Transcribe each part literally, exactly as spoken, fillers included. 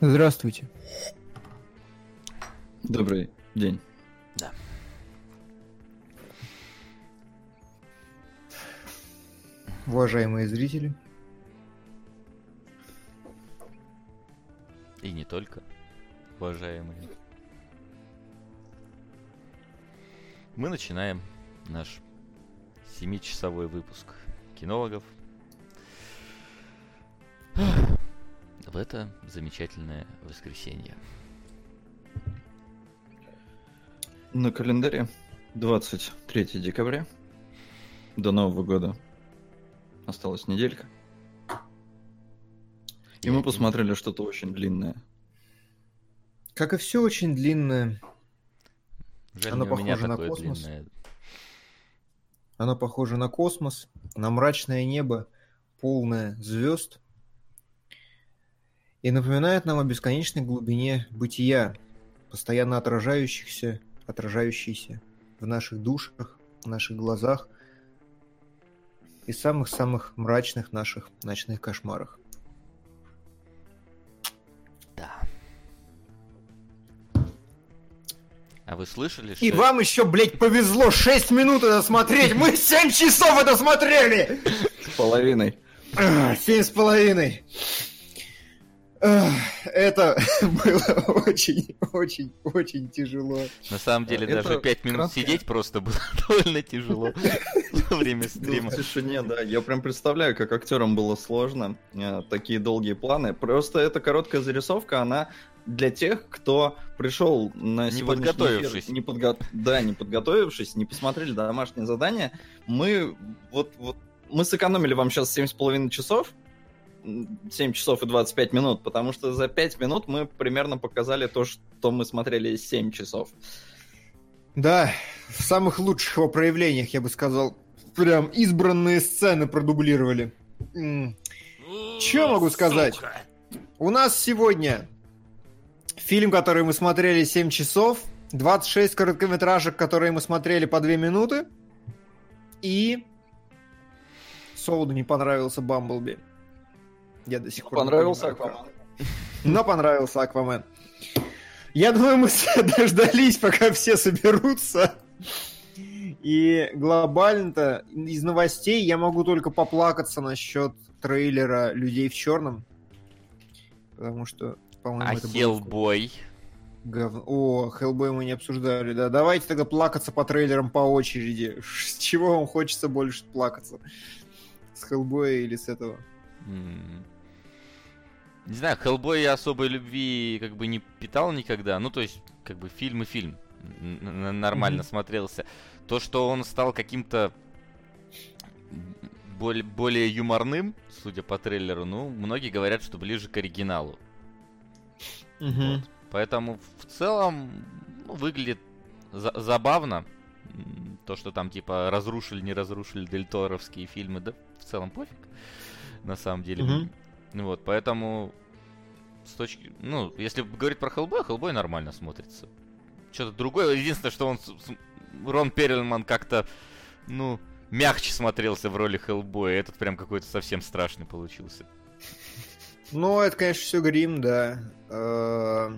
Здравствуйте. Добрый день. Да. Уважаемые зрители. И не только, уважаемые. Мы начинаем наш семичасовой выпуск кинологов в это замечательное воскресенье. На календаре двадцать третье декабря. До Нового года осталась неделька. И мы посмотрели что-то очень длинное. Как и все очень длинное. Жаль, Оно не у меня похоже на такое космос. длинное. Оно похоже на космос, на мрачное небо, полное звезд. И напоминает нам о бесконечной глубине бытия, постоянно отражающихся, отражающейся в наших душах, в наших глазах и самых-самых мрачных наших ночных кошмарах. Да. А вы слышали, что... И вам еще, блядь, повезло шесть минут это смотреть! Мы семь часов это смотрели! С половиной. Семь с половиной. Это было очень, очень, очень тяжело. На самом деле, Это даже пять минут краткое. сидеть просто было довольно тяжело во время стрима. В тишине, да. Я прям представляю, как актерам было сложно. э, Такие долгие планы. Просто эта короткая зарисовка, она для тех, кто пришел на Не сегодняшний подготовившись. эфир, не подго... да, не подготовившись, не посмотрели домашнее задание. Мы вот, вот мы сэкономили вам сейчас семь с половиной часов. семь часов и двадцать пять минут, потому что за пять минут мы примерно показали то, что мы смотрели семь часов. Да, в самых лучших его проявлениях, я бы сказал, прям избранные сцены продублировали. М. Чё могу сказать? У нас сегодня фильм, который мы смотрели семь часов, двадцать шесть короткометражек, которые мы смотрели по две минуты, и Солоду не понравился Бамблби. Я до сих пор не Понравился понимаю, Аквамен? как. Но понравился Аквамен. Я думаю, мы дождались, пока все соберутся. И глобально-то из новостей я могу только поплакаться насчет трейлера «Людей в черном». Потому что, по-моему, А это было Хеллбой? говно. О, Хеллбой мы не обсуждали, да. Давайте тогда плакаться по трейлерам по очереди. С чего вам хочется больше плакаться? С Хеллбоя или с этого? М. Не знаю, Хеллбой я особой любви как бы не питал никогда. Ну, то есть, как бы фильм и фильм. Н- н- Нормально Мгм. смотрелся. То, что он стал каким-то более, более юморным, судя по трейлеру, ну, многие говорят, что ближе к оригиналу. Вот. Поэтому в целом ну, выглядит за- забавно. М, То, что там типа разрушили, не разрушили дельторовские фильмы, да в целом пофиг. На самом деле. Мгм. Ну Вот, поэтому с точки... Ну, если говорить про Хеллбоя, Хеллбой нормально смотрится. Что-то другое. Единственное, что он... с- с- Рон Перлман как-то, ну, мягче смотрелся в роли Хеллбоя. Этот прям какой-то совсем страшный получился. Ну, это, конечно, все грим, да. Э,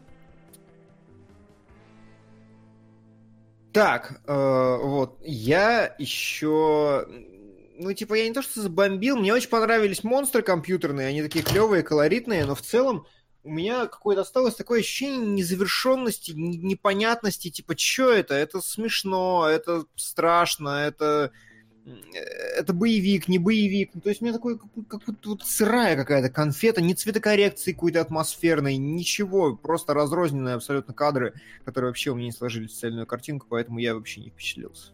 Так, э, вот, я еще... Ну, типа, я не то что забомбил, мне очень понравились монстры компьютерные, они такие клевые, колоритные, но в целом у меня какое-то осталось такое ощущение незавершенности, н- непонятности, типа, что это? Это смешно, это страшно, это... Это боевик, не боевик. Ну, то есть у меня такой, как, как будто вот сырая какая-то конфета, не цветокоррекции какой-то атмосферной, ничего, просто разрозненные абсолютно кадры, которые вообще у меня не сложились в цельную картинку, поэтому я вообще не впечатлился.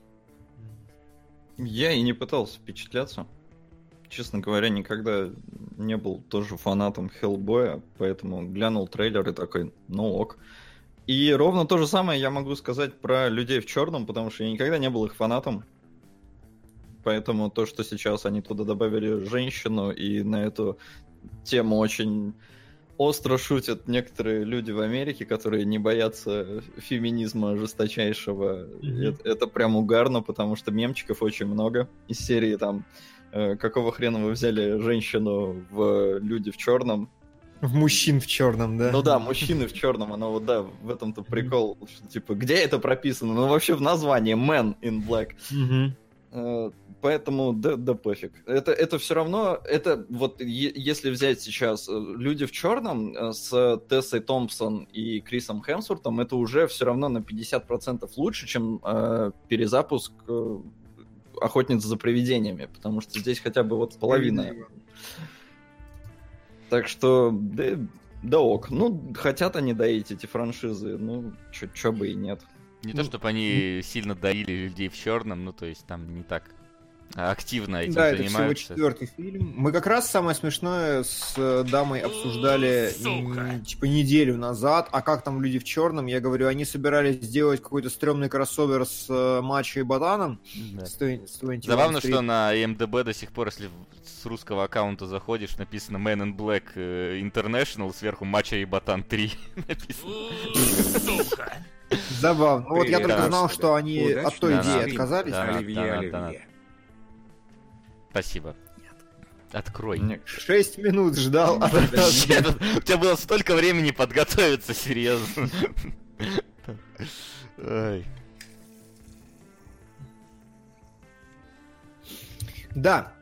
Я и не пытался впечатляться. Честно говоря, никогда не был тоже фанатом Хеллбоя, поэтому глянул трейлер и такой, ну ок. И ровно то же самое я могу сказать про «Людей в черном», потому что я никогда не был их фанатом. Поэтому то, что сейчас они туда добавили женщину, и на эту тему очень остро шутят некоторые люди в Америке, которые не боятся феминизма жесточайшего. Мгм. Это, это прям угарно, потому что мемчиков очень много из серии там э, «Какого хрена вы взяли женщину в «Люди в черном»?» В мужчин в черном, да? Ну да, мужчины в черном, оно вот, да, в этом-то прикол, что, типа, где это прописано? Ну, вообще в названии Man in Black. Угу. Поэтому, да, да пофиг. Это, это все равно, это вот, е- если взять сейчас люди в черном с Тессой Томпсон и Крисом Хемсвортом, это уже все равно на пятьдесят процентов лучше, чем э, перезапуск э, Охотницы за привидениями, потому что здесь хотя бы вот половина. Так что, да, да ок. Ну, хотят они доить эти франшизы, ну, чё, чё бы и нет. Не Ну, то, чтобы они сильно доили людей в черном, ну, то есть там не так активно этим да, это занимаются. всего четвертый фильм. Мы как раз самое смешное с дамой обсуждали м, типа неделю назад, а как там люди в черном? Я говорю, они собирались сделать какой-то стрёмный кроссовер с э, Мачо и Ботаном. Да. С Twen- с двадцать один Забавно, Street. что на эм ди би до сих пор, если с русского аккаунта заходишь, написано Man in Black э, International, сверху Мачо и Ботан три написано. Сука! Забавно. Ну, вот я Привет, только знал, господа. что они Удачного от той идеи стрима. отказались. Да. Оливье, да, да, Оливье. да. Спасибо. Открой. Мне- Шесть минут ждал. а Вообще, тут У тебя было столько времени подготовиться, серьезно. Ай. Да.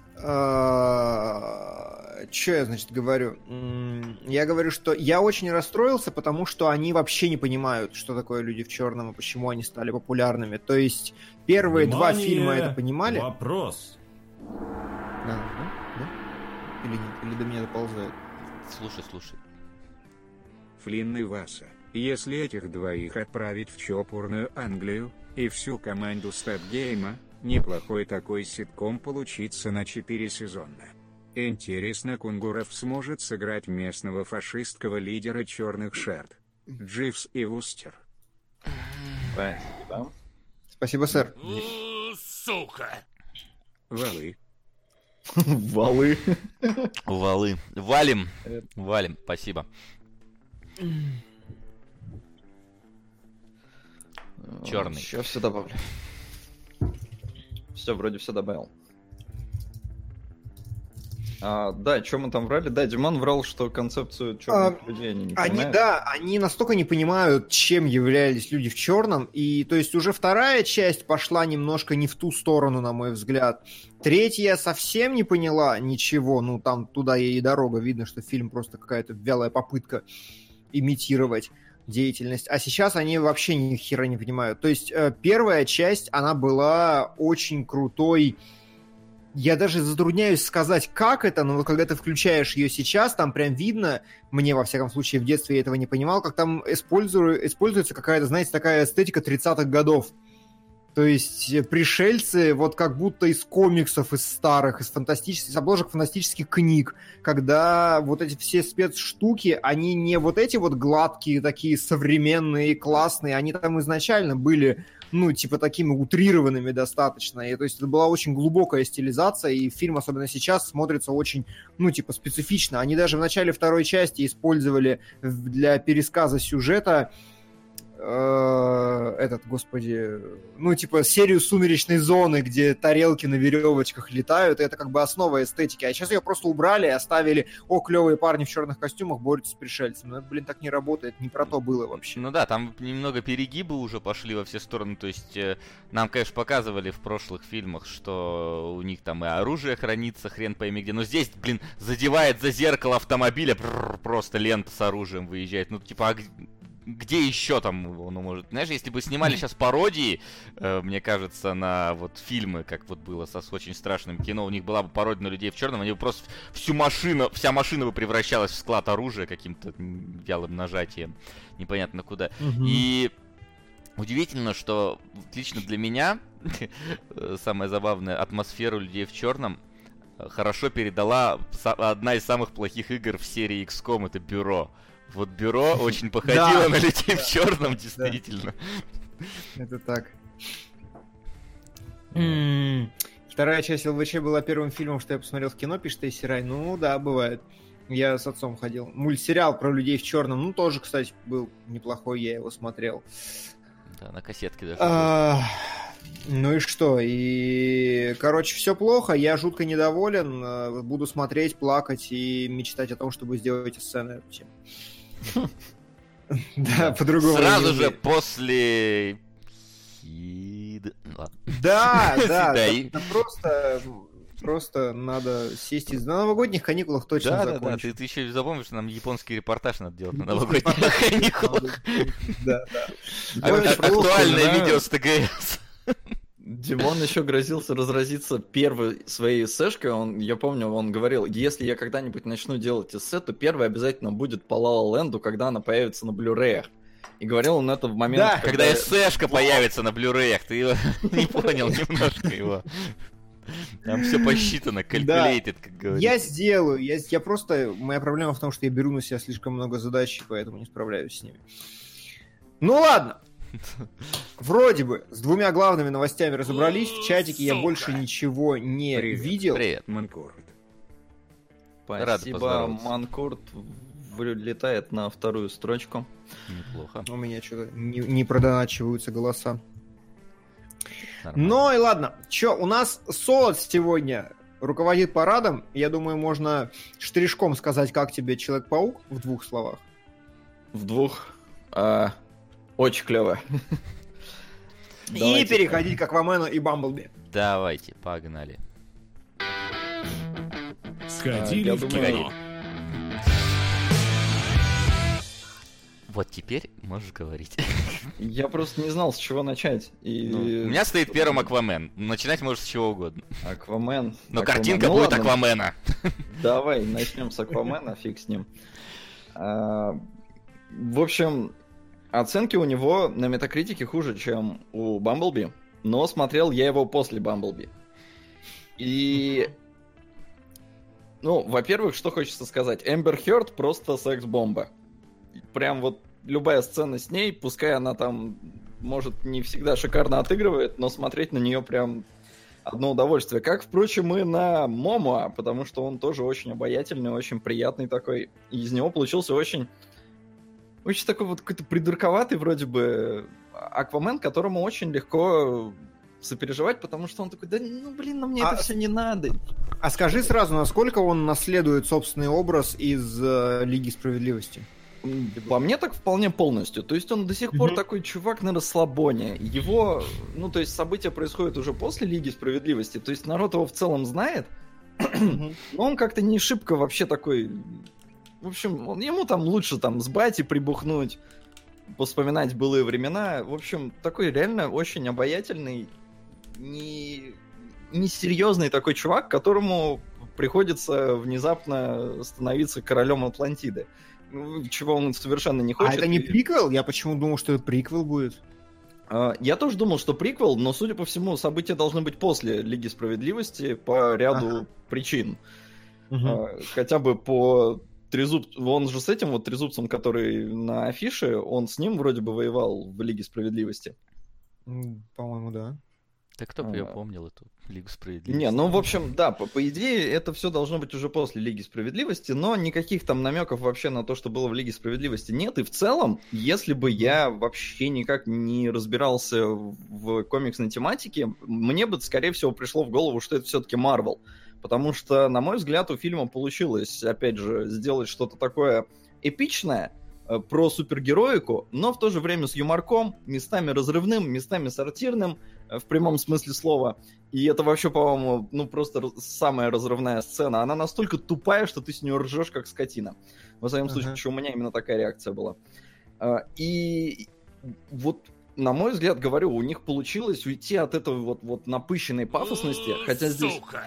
Че я, значит, говорю? М, Я говорю, что я очень расстроился, потому что они вообще не понимают, что такое люди в черном и почему они стали популярными. То есть первые два Внимание! фильма это понимали. Вопрос. Да, да, да? Или нет? Или до меня доползает? Слушай, слушай. Флинн и Васа. Если этих двоих отправить в чопорную Англию, и всю команду Статгейма, неплохой такой ситком получится на четыре сезона. Интересно, Кунгуров сможет сыграть местного фашистского лидера черных шерд. Дживс и Вустер. Спасибо. Спасибо, сэр. У, Сука! Валы. Валы. Валы. Валим. Валим. Спасибо. Чёрный. Сейчас все добавлю. Все, вроде все добавил. А, да, что мы там врали? Да, Диман врал, что концепцию черных А, людей они не Они, понимают. да, они настолько не понимают, чем являлись люди в черном, и то есть уже вторая часть пошла немножко не в ту сторону, на мой взгляд. Третья совсем не поняла ничего, ну там туда ей и дорога, видно, что фильм просто какая-то вялая попытка имитировать деятельность, а сейчас они вообще ни хера не понимают. То есть э, первая часть, она была очень крутой. Я даже затрудняюсь сказать, как это, но вот когда ты включаешь ее сейчас, там прям видно, мне, во всяком случае, в детстве я этого не понимал, как там использую, используется какая-то, знаете, такая эстетика тридцатых годов. То есть пришельцы вот как будто из комиксов, из старых, из фантастических, из обложек фантастических книг, когда вот эти все спецштуки, они не вот эти вот гладкие, такие современные, классные, они там изначально были, ну, типа такими утрированными достаточно. И, то есть это была очень глубокая стилизация, и фильм, особенно сейчас, смотрится очень, ну, типа специфично. Они даже в начале второй части использовали для пересказа сюжета этот, господи, ну, типа, серию «Сумеречной зоны», где тарелки на веревочках летают, и это как бы основа эстетики. А сейчас ее просто убрали и оставили, о, клевые парни в черных костюмах борются с пришельцами. Ну, это, блин, так не работает, не про то было вообще. Ну да, там немного перегибы уже пошли во все стороны, то есть э, нам, конечно, показывали в прошлых фильмах, что у них там и оружие хранится, хрен пойми где, но здесь, блин, задевает за зеркало автомобиля, прррр, просто лента с оружием выезжает, ну, типа, а где еще там оно может... Знаешь, если бы снимали сейчас пародии, э, мне кажется, на вот фильмы, как вот было со с очень страшным кино, у них была бы пародия на людей в черном, они бы просто всю машину, вся машина бы превращалась в склад оружия каким-то вялым нажатием, непонятно куда. Угу. И удивительно, что лично для меня самое забавное, атмосферу людей в черном хорошо передала одна из самых плохих игр в серии икс ком, это Бюро. Вот Бюро очень походило на людей в черном, действительно. Это так. Вторая часть эл вэ че была первым фильмом, что я посмотрел в кино, пишет Эйсирай. Ну да, бывает. Я с отцом ходил. Мультсериал про людей в черном, ну тоже, кстати, был неплохой, я его смотрел. Да, на кассетке даже. А, Ну и что? И, короче, все плохо, я жутко недоволен, буду смотреть, плакать и мечтать о том, чтобы сделать эссе на эту тему. Да, по-другому. Сразу же после... Да, да, просто... Просто надо сесть из... На новогодних каникулах точно да, закончить. Да, да, ты, ты еще запомнишь, что нам японский репортаж надо делать на новогодних каникулах. Да, да. Актуальное видео с ТГС. Димон еще грозился разразиться первой своей эссешкой. Он, я помню, он говорил, если я когда-нибудь начну делать эссе, то первый обязательно будет по Ла Ла Ленду, когда она появится на блюреях. И говорил он это в момент... Да, когда, когда эссешка появится на блюреях. Ты его не понял немножко его. Там все посчитано, calculated, как говорится. Я сделаю, я, я просто... Моя проблема в том, что я беру на себя слишком много задач, и поэтому не справляюсь с ними. Ну ладно. Вроде бы с двумя главными новостями разобрались. В чатике я больше ничего не Привет. видел. Привет. Манкурт. Спасибо, Манкурт вылетает на вторую строчку. Неплохо. У меня что-то не, не продоначиваются голоса. Нормально. Ну и ладно. Чё, у нас Солод сегодня руководит парадом. Я думаю, можно штришком сказать, как тебе Человек-паук в двух словах. В двух. А, очень клево. И переходить к Аквамену и Бамблби. Давайте, погнали. Сходили А, в думаю, кино. Вот теперь можешь говорить. Я просто не знал, с чего начать. И... Ну, у меня стоит первым Аквамен. Начинать можешь с чего угодно. Аквамен. Но Аквамен. картинка Ну, будет ладно. Аквамена. Давай, начнем с Аквамена, фиг с ним. А, в общем, оценки у него на Метакритике хуже, чем у Бамблби, но смотрел я его после Бамблби. И... Ну, во-первых, что хочется сказать. Эмбер Хёрд просто секс-бомба. Прям вот любая сцена с ней, пускай она там, может, не всегда шикарно отыгрывает, но смотреть на нее прям одно удовольствие. Как, впрочем, и на Момоа, потому что он тоже очень обаятельный, очень приятный такой. И из него получился очень... Очень такой вот какой-то придурковатый вроде бы Аквамен, которому очень легко сопереживать, потому что он такой, да ну блин, ну мне А- это все не надо. А скажи сразу, насколько он наследует собственный образ из э, Лиги Справедливости? По мне так вполне полностью. То есть он до сих пор Мгм. такой чувак на расслабоне. Его, ну то есть события происходят уже после Лиги Справедливости. То есть народ его в целом знает, но он как-то не шибко вообще такой... В общем, он, ему там лучше там с бати прибухнуть, вспоминать былые времена. В общем, такой реально очень обаятельный, не, не серьезный такой чувак, которому приходится внезапно становиться королем Атлантиды. Ну, чего он совершенно не хочет. А это не И- приквел? Я почему думал, что это приквел будет? А, Я тоже думал, что приквел, но, судя по всему, события должны быть после Лиги Справедливости по ряду Ага. причин. Мгм. А, Хотя бы по трезубцу. Он же с этим вот трезубцем, который на афише, он с ним вроде бы воевал в Лиге Справедливости. М, По-моему, да. Да кто бы ее А. помнил, эту Лигу Справедливости? Не, ну, в общем, да, по, по идее, это все должно быть уже после Лиги Справедливости, но никаких там намеков вообще на то, что было в Лиге Справедливости, нет. И в целом, если бы я вообще никак не разбирался в комиксной тематике, мне бы, скорее всего, пришло в голову, что это все-таки Марвел. Потому что, на мой взгляд, у фильма получилось, опять же, сделать что-то такое эпичное, э, про супергероику, но в то же время с юморком, местами разрывным, местами сортирным, э, в прямом смысле слова. И это вообще, по-моему, ну просто раз- самая разрывная сцена. Она настолько тупая, что ты с нее ржешь, как скотина. Во всяком Ага. случае, что у меня именно такая реакция была. А, И вот, на мой взгляд, говорю, у них получилось уйти от этой вот, вот напыщенной пафосности, хотя здесь... Сука.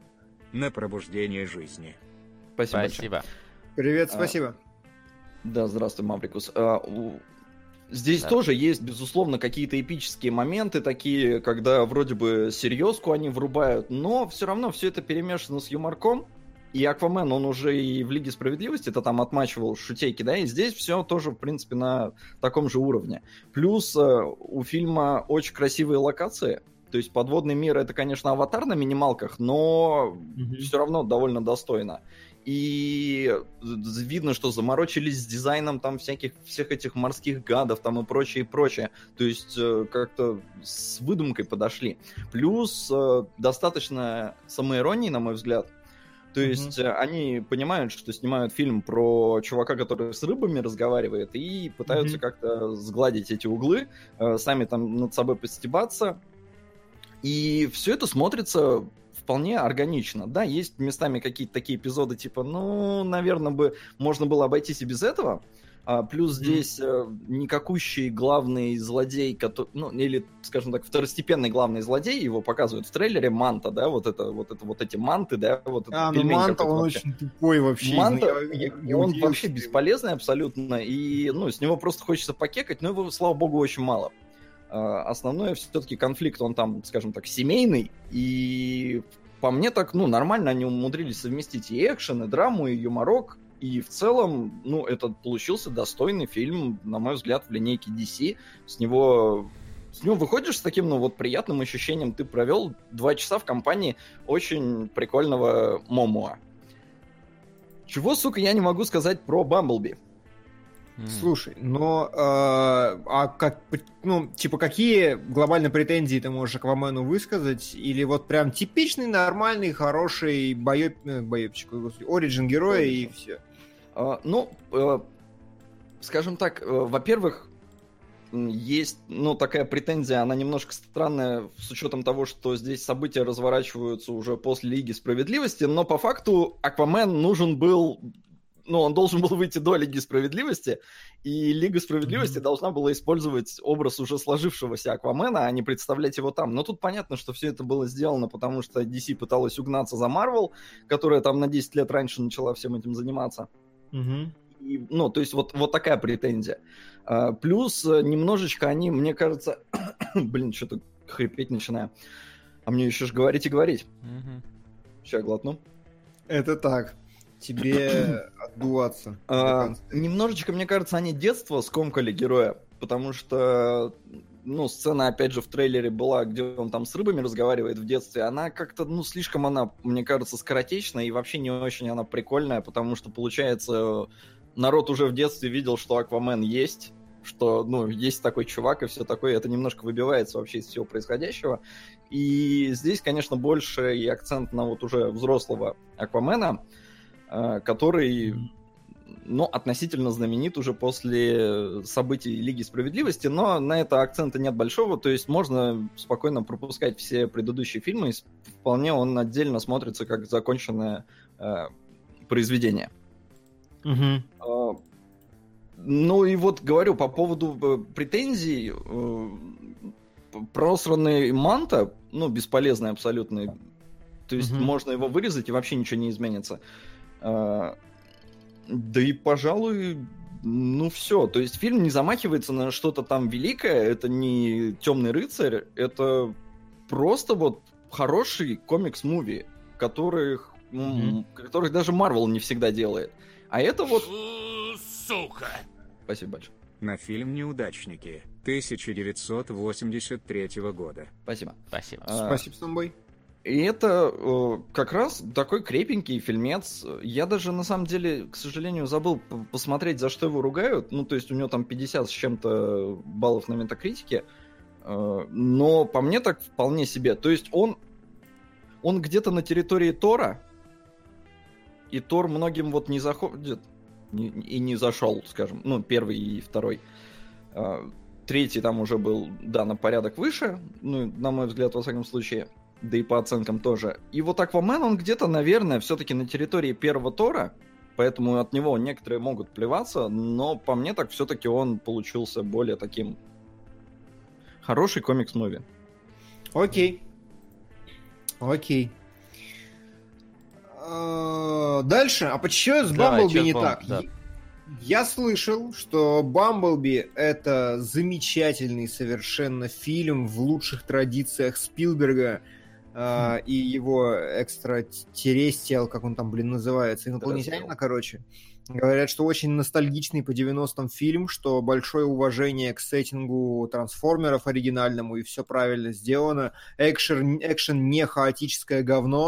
На пробуждение жизни. Спасибо большое. Спасибо. Привет, А, спасибо. Да, здравствуй, Маврикус. А, у- Здесь Да. тоже есть, безусловно, какие-то эпические моменты такие, когда вроде бы серьезку они врубают, но все равно все это перемешано с юморком. И Аквамен, он уже и в Лиге Справедливости это там отмачивал шутейки, да, и здесь все тоже, в принципе, на таком же уровне. Плюс э, у фильма очень красивые локации. То есть подводный мир — это, конечно, аватар на минималках, но Мгм. все равно довольно достойно. И видно, что заморочились с дизайном там всяких, всех этих морских гадов там и прочее, и прочее. То есть как-то с выдумкой подошли. Плюс достаточно самоиронии, на мой взгляд. То есть mm-hmm. они понимают, что снимают фильм про чувака, который с рыбами разговаривает, и пытаются mm-hmm. как-то сгладить эти углы, сами там над собой постебаться. И все это смотрится вполне органично. Да, есть местами какие-то такие эпизоды, типа, ну, наверное, бы можно было обойтись и без этого. А, плюс mm-hmm. здесь э, никакущий главный злодей, который, ну, или, скажем так, второстепенный главный злодей, его показывают в трейлере, Манта, да, вот это, вот это, вот эти манты, да, вот этот а, пельмень. А, ну Манта, он вообще. Очень тупой вообще. Манта, я, я, он я вообще бесполезный абсолютно, и, ну, с него просто хочется покекать, но его, слава богу, очень мало. А, основной все-таки конфликт, он там, скажем так, семейный, и по мне так, ну, нормально они умудрились совместить и экшен, и драму, и юморок. И в целом, ну, это получился достойный фильм, на мой взгляд, в линейке ди си. С него, с него выходишь с таким, ну, вот приятным ощущением. Ты провел два часа в компании очень прикольного Момоа. Чего, сука, я не могу сказать про Бамблби? Слушай, но э, а как, ну, типа, какие глобальные претензии ты можешь Аквамену высказать? Или вот прям типичный, нормальный, хороший боёп... боёпчик, оригин героя и все? Uh, ну, uh, скажем так, uh, во-первых, есть, ну, такая претензия, она немножко странная с учетом того, что здесь события разворачиваются уже после Лиги Справедливости, но по факту Аквамен нужен был... Ну, он должен был выйти до Лиги Справедливости, и Лига Справедливости mm-hmm. должна была использовать образ уже сложившегося Аквамена, а не представлять его там. Но тут понятно, что все это было сделано, потому что ди си пыталась угнаться за Marvel, которая там на десять лет раньше начала всем этим заниматься. Mm-hmm. И, ну, то есть вот, вот такая претензия. А, плюс немножечко они, мне кажется... Блин, что-то хрипеть начинаю. А мне еще ж говорить и говорить. Mm-hmm. Сейчас глотну. Это так. Тебе отдуваться. А, немножечко, мне кажется, они детство скомкали героя, потому что, ну, сцена, опять же, в трейлере была, где он там с рыбами разговаривает в детстве, она как-то, ну, слишком она, мне кажется, скоротечная и вообще не очень она прикольная, потому что, получается, народ уже в детстве видел, что Аквамен есть, что, ну, есть такой чувак и все такое, это немножко выбивается вообще из всего происходящего. И здесь, конечно, больше и акцент на вот уже взрослого Аквамена, который, ну, относительно знаменит уже после событий Лиги Справедливости, но на это акцента нет большого, то есть можно спокойно пропускать все предыдущие фильмы, и вполне он отдельно смотрится как законченное э, произведение. Угу. Э, ну и вот говорю по поводу претензий, э, просранный Манта, ну, бесполезный абсолютно, то есть угу. можно его вырезать и вообще ничего не изменится. Uh, да и, пожалуй, ну все. То есть фильм не замахивается на что-то там великое, это не «Темный рыцарь», это просто вот хороший комикс-муви, которых, mm-hmm. которых даже Marvel не всегда делает. А это вот... Сука! Спасибо большое. На фильм «Неудачники» тысяча девятьсот восемьдесят третьего года. Спасибо. Спасибо. А, Спасибо, Самбой. И это э, как раз такой крепенький фильмец. Я даже, на самом деле, к сожалению, забыл п- посмотреть, за что его ругают. Ну, то есть у него там пятьдесят с чем-то баллов на метакритике. Э, но по мне так вполне себе. То есть он, он где-то на территории Тора. И Тор многим вот не заходит. Не, и не зашел, скажем. Ну, первый и второй. Э, третий там уже был, да, на порядок выше. Ну, на мой взгляд, во всяком случае. Да и по оценкам тоже. И вот Аквамен, он где-то, наверное, все-таки на территории первого Тора, поэтому от него некоторые могут плеваться, но по мне так все-таки он получился более таким хороший комикс-муви. Окей. Окей. Дальше. А почему с Бамблби не так? Да. Я слышал, что «Бамблби» — это замечательный совершенно фильм в лучших традициях Спилберга э, и его экстратерестиал, как он там, блин, называется, инопланетянина, короче. Говорят, что очень ностальгичный по девяностым фильм, что большое уважение к сеттингу трансформеров оригинальному, и все правильно сделано. Экшен, экшен не хаотическое говно.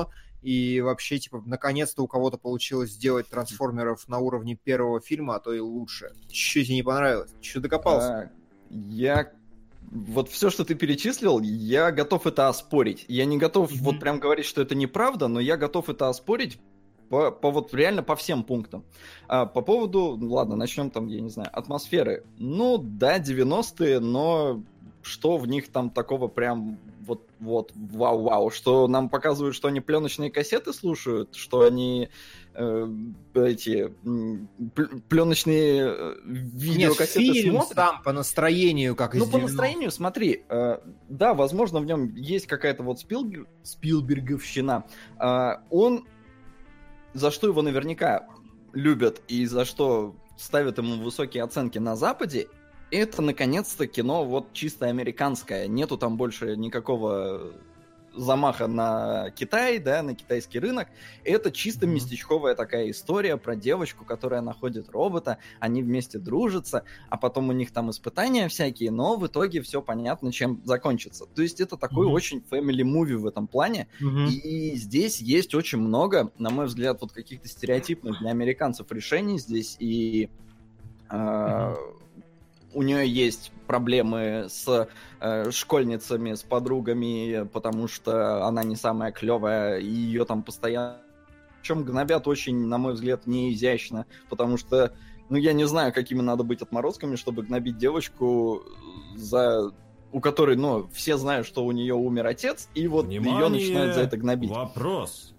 и вообще, типа, наконец-то у кого-то получилось сделать трансформеров на уровне первого фильма, а то и лучше. Чуть тебе не понравилось? Чуть докопался? А, я... Вот все, что ты перечислил, я готов это оспорить. Я не готов mm-hmm. вот прям говорить, что это неправда, но я готов это оспорить по, по вот реально по всем пунктам. А, по поводу, ладно, начнем там, я не знаю, атмосферы. Ну, да, девяностые, но что в них там такого прям вот, вот, вау-вау, что нам показывают, что они пленочные кассеты слушают, что они э, эти пленочные э, видеокассеты Нет, фильм смотрят. Сам по настроению, как из Ну, по девяностых. настроению, смотри, э, да, возможно, в нем есть какая-то вот Спилбер... Спилберговщина. Э, он, за что его наверняка любят и за что ставят ему высокие оценки на Западе, это, наконец-то, кино вот чисто американское. Нету там больше никакого замаха на Китай, да, на китайский рынок. Это чисто mm-hmm. местечковая такая история про девочку, которая находит робота, они вместе дружатся, а потом у них там испытания всякие, но в итоге все понятно, чем закончится. То есть это такой mm-hmm. очень family movie в этом плане, mm-hmm. и здесь есть очень много, на мой взгляд, вот каких-то стереотипных для американцев решений здесь, и... Э- mm-hmm. У нее есть проблемы с э, школьницами, с подругами, потому что она не самая клевая, и ее там постоянно... Причем гнобят очень, на мой взгляд, неизящно, потому что, ну, я не знаю, какими надо быть отморозками, чтобы гнобить девочку, за... у которой, ну, все знают, что у нее умер отец, и вот Внимание! Ее начинают за это гнобить. Вопрос.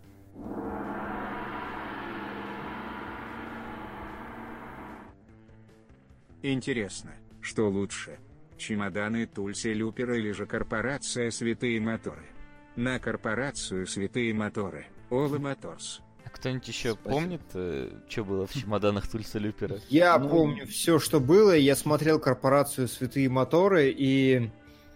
Интересно, что лучше? Чемоданы Тульси Люпера или же корпорация Святые Моторы? На корпорацию Святые Моторы. Ола Моторс. А кто-нибудь еще Спасибо. помнит, э, что было в чемоданах Тульси Люпера? Я ну... помню все, что было. Я смотрел корпорацию Святые Моторы, и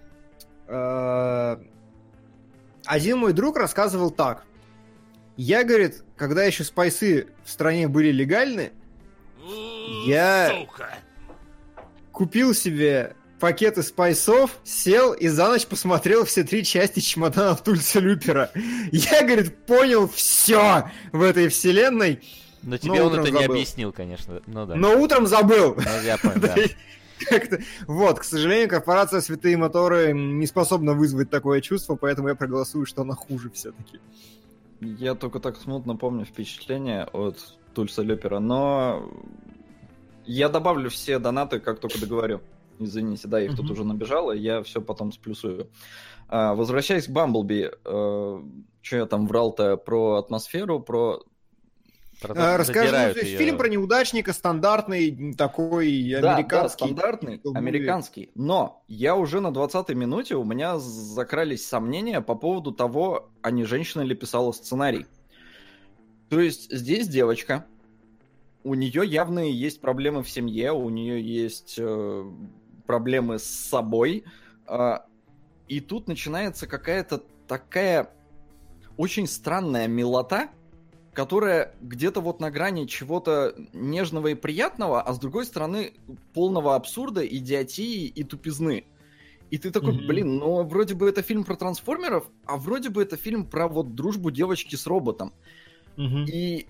э, один мой друг рассказывал так. Я, говорит, когда еще спайсы в стране были легальны, я... Сука! Купил себе пакеты спайсов, сел и за ночь посмотрел все три части чемоданов Тульси Люпера. Я, говорит, понял все в этой вселенной. Но тебе он это забыл. Не объяснил, конечно. Ну, да. Но утром забыл. Ну, я понял, да. Как-то... Вот, к сожалению, корпорация Святые Моторы не способна вызвать такое чувство, поэтому я проголосую, что она хуже все-таки. Я только так смутно помню впечатление от Тульси Люпера, но... Я добавлю все донаты, как только договорю. Извините, да, их uh-huh. тут уже набежало, я все потом сплюсую. А, возвращаясь к Бамблби, а, что я там врал-то про атмосферу, про... А, расскажи, то есть ее... фильм про неудачника, стандартный, такой американский. Да, да, стандартный, американский. Но я уже на двадцатой минуте, у меня закрались сомнения по поводу того, а не женщина ли писала сценарий. То есть здесь девочка... У нее явно есть проблемы в семье, у нее есть э, проблемы с собой. Э, и тут начинается какая-то такая очень странная милота, которая где-то вот на грани чего-то нежного и приятного, а с другой стороны полного абсурда, идиотии и тупизны. И ты такой, mm-hmm. блин, ну вроде бы это фильм про трансформеров, а вроде бы это фильм про вот дружбу девочки с роботом. Mm-hmm. И...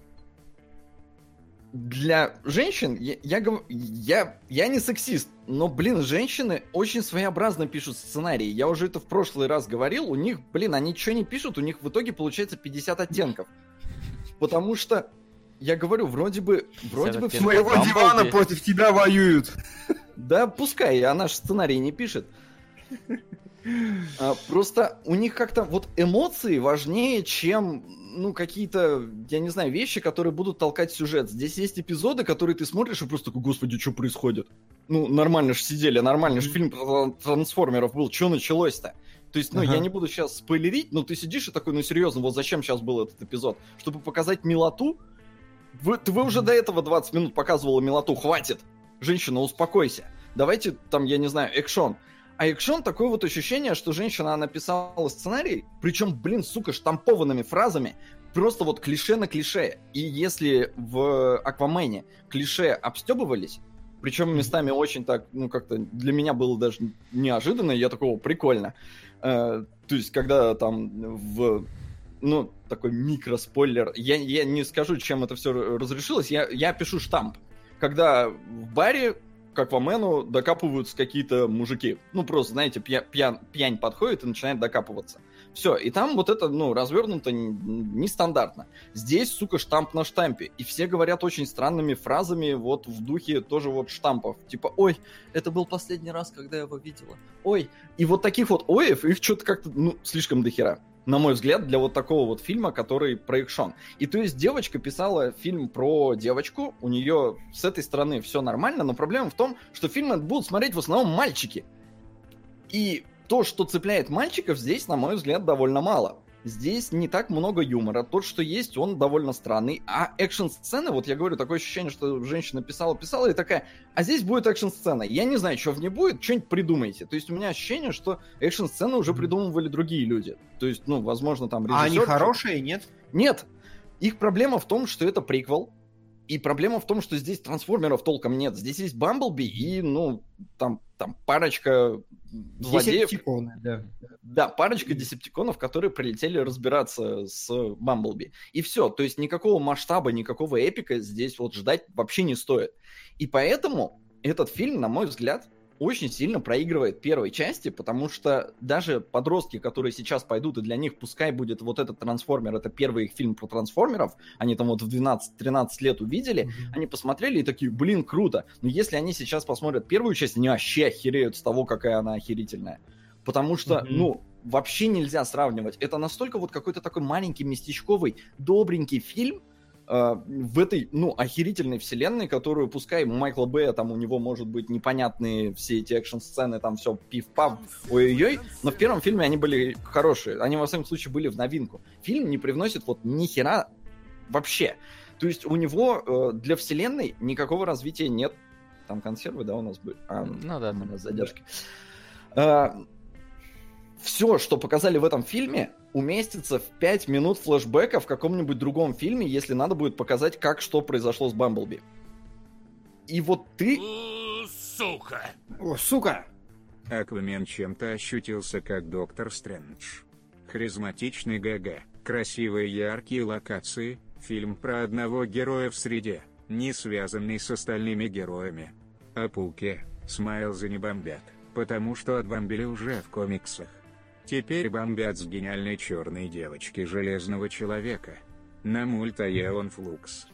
Для женщин, я, я, я, я не сексист, но, блин, женщины очень своеобразно пишут сценарии. Я уже это в прошлый раз говорил, у них, блин, они ничего не пишут, у них в итоге получается пятьдесят оттенков. Потому что, я говорю, вроде бы... Вроде бы с моего дивана против тебя воюют. Да, пускай, она же сценарий не пишет. А, просто у них как-то вот эмоции важнее, чем, ну, какие-то, я не знаю, вещи, которые будут толкать сюжет. Здесь есть эпизоды, которые ты смотришь и просто такой, господи, что происходит? Ну, нормально же сидели, нормально же фильм про трансформеров был, что началось-то? То есть, ну, ага. я не буду сейчас спойлерить, но ты сидишь и такой, ну, серьезно, вот зачем сейчас был этот эпизод? Чтобы показать милоту? Вы, вы уже до этого двадцать минут показывала милоту, хватит! Женщина, успокойся. Давайте там, я не знаю, экшон. А экшон такое вот ощущение, что женщина написала сценарий, причем, блин, сука, штампованными фразами, просто вот клише на клише. И если в Аквамене клише обстебывались, причем местами очень так, ну, как-то для меня было даже неожиданно, я такого, прикольно. Э, то есть, когда там в ну, такой микроспойлер. Я, я не скажу, чем это все разрешилось. Я, я пишу штамп. Когда в баре к Аквамену докапываются какие-то мужики. Ну, просто, знаете, пья, пьян, пьянь подходит и начинает докапываться. Все, и там вот это, ну, развернуто нестандартно. Здесь, сука, штамп на штампе. И все говорят очень странными фразами вот в духе тоже вот штампов. Типа, ой, это был последний раз, когда я его видела. Ой. И вот таких вот оев, их что-то как-то, ну, слишком дохера. На мой взгляд, для вот такого вот фильма, который про экшон. И то есть девочка писала фильм про девочку, у нее с этой стороны все нормально, но проблема в том, что фильмы будут смотреть в основном мальчики. И то, что цепляет мальчиков, здесь, на мой взгляд, довольно мало. Здесь не так много юмора. Тот, что есть, он довольно странный. А экшн-сцены, вот я говорю, такое ощущение, что женщина писала-писала и такая, а здесь будет экшн-сцена. Я не знаю, что в ней будет, что-нибудь придумайте. То есть у меня ощущение, что экшн-сцены уже придумывали другие люди. То есть, ну, возможно, там режиссер... А они хорошие, нет? Нет. Их проблема в том, что это приквел. И проблема в том, что здесь трансформеров толком нет. Здесь есть Бамблби и, ну, там, там парочка злодеев. Десептиконы, да. Да, парочка десептиконов, которые прилетели разбираться с Бамблби. И все. То есть никакого масштаба, никакого эпика здесь вот ждать вообще не стоит. И поэтому этот фильм, на мой взгляд, очень сильно проигрывает первой части, потому что даже подростки, которые сейчас пойдут, и для них пускай будет вот этот «Трансформер», это первый их фильм про трансформеров, они там вот в двенадцать-тринадцать лет увидели, mm-hmm. они посмотрели и такие, блин, круто. Но если они сейчас посмотрят первую часть, они вообще охереют с того, какая она охерительная. Потому что, mm-hmm. ну, вообще нельзя сравнивать. Это настолько вот какой-то такой маленький, местечковый, добренький фильм, в этой, ну, охерительной вселенной, которую, пускай Майкла Бэя, там у него, может быть, непонятные все эти экшн-сцены, там все пиф-паф, ой-ой-ой, но в первом фильме они были хорошие, они, во всяком случае, были в новинку. Фильм не привносит вот ни хера вообще. То есть у него э, для вселенной никакого развития нет. Там консервы, да, у нас были? А, ну да, у нас задержки. Э, все, что показали в этом фильме, уместится в пять минут флешбека в каком-нибудь другом фильме, если надо будет показать, как что произошло с Бамблби. И вот ты... Сука! О, сука! Аквамен чем-то ощутился как Доктор Стрэндж. Харизматичный ГГ, красивые яркие локации, фильм про одного героя в среде, не связанный с остальными героями. О пауке, Смайлзы не бомбят, потому что отбомбили уже в комиксах. Теперь бомбят с гениальной черной девочки Железного Человека. На мульт Аеон Флукс.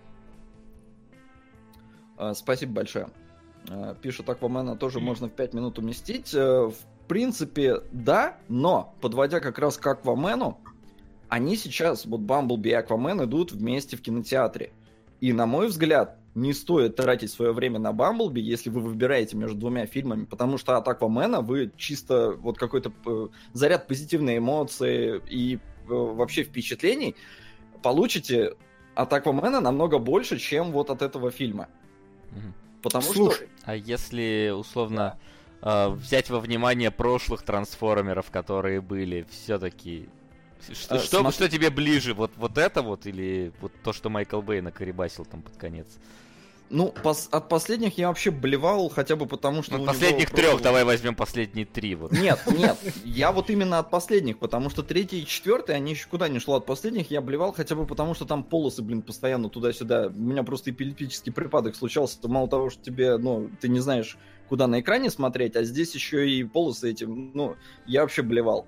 А, спасибо большое. А, пишут, Аквамена тоже можно в пять минут уместить. А, в принципе, да, но, подводя как раз к Аквамену, они сейчас, вот Бамблби и Аквамен, идут вместе в кинотеатре. И, на мой взгляд, не стоит тратить свое время на Бамблби, если вы выбираете между двумя фильмами, потому что от Аквамена вы чисто вот какой-то э, заряд позитивной эмоции и э, вообще впечатлений получите от Аквамена намного больше, чем вот от этого фильма. Угу. Потому Слушай, что... А если, условно, э, взять во внимание прошлых трансформеров, которые были, все-таки... Что, А, что, смотри... что тебе ближе, вот, вот это вот или вот то, что Майкл Бэй накоребасил там под конец? Ну, пос- от последних я вообще блевал, хотя бы потому, что... Ну, у последних него трех, просто... давай возьмем последние три. Вот. Нет, нет, я вот именно от последних, потому что третий и четвертый, они еще куда не шло от последних, я блевал хотя бы потому, что там полосы, блин, постоянно туда-сюда. У меня просто эпилептический припадок случался, то мало того, что тебе, ну, ты не знаешь, куда на экране смотреть, а здесь еще и полосы эти, ну, я вообще блевал.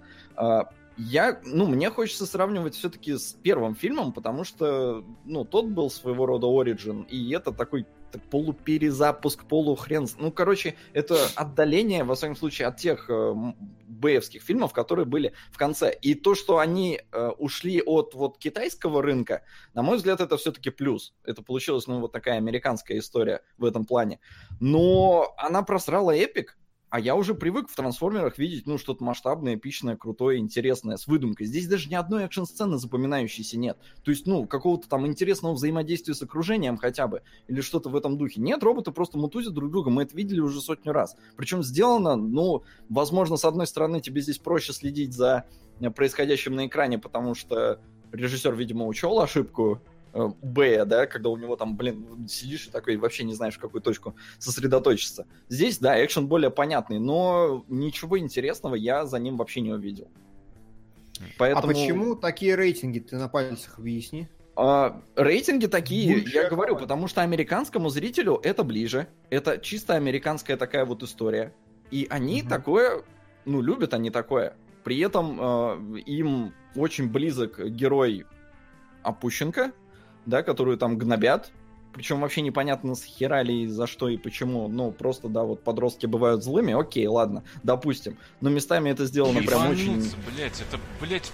Я, ну, мне хочется сравнивать все-таки с первым фильмом, потому что, ну, тот был своего рода оригин, и это такой так, полуперезапуск, полухрен... Ну, короче, это отдаление, во всяком случае, от тех э, бэевских фильмов, которые были в конце. И то, что они э, ушли от вот китайского рынка, на мой взгляд, это все-таки плюс. Это получилась, ну, вот такая американская история в этом плане. Но она просрала эпик. А я уже привык в трансформерах видеть, ну, что-то масштабное, эпичное, крутое, интересное, с выдумкой. Здесь даже ни одной экшн-сцены запоминающейся нет. То есть, ну, какого-то там интересного взаимодействия с окружением хотя бы, или что-то в этом духе. Нет, роботы просто мутузят друг друга, мы это видели уже сотню раз. Причем сделано, ну, возможно, с одной стороны, тебе здесь проще следить за происходящим на экране, потому что режиссер, видимо, учел ошибку Бэя, да, когда у него там, блин, сидишь и такой вообще не знаешь, в какую точку сосредоточиться. Здесь, да, экшен более понятный, но ничего интересного я за ним вообще не увидел. Поэтому... А почему такие рейтинги? Ты на пальцах объясни. А, рейтинги такие, Больше я говорю, аккаунт. потому что американскому зрителю это ближе. Это чисто американская такая вот история. И они Мгм. такое, ну, любят они такое. При этом э, им очень близок герой Опущенко, да, которую там гнобят. Причем вообще непонятно с хера ли, за что и почему. Ну, просто, да, вот подростки бывают злыми, окей, ладно, допустим. Но местами это сделано прям очень... Ебануться, блядь, это, блядь...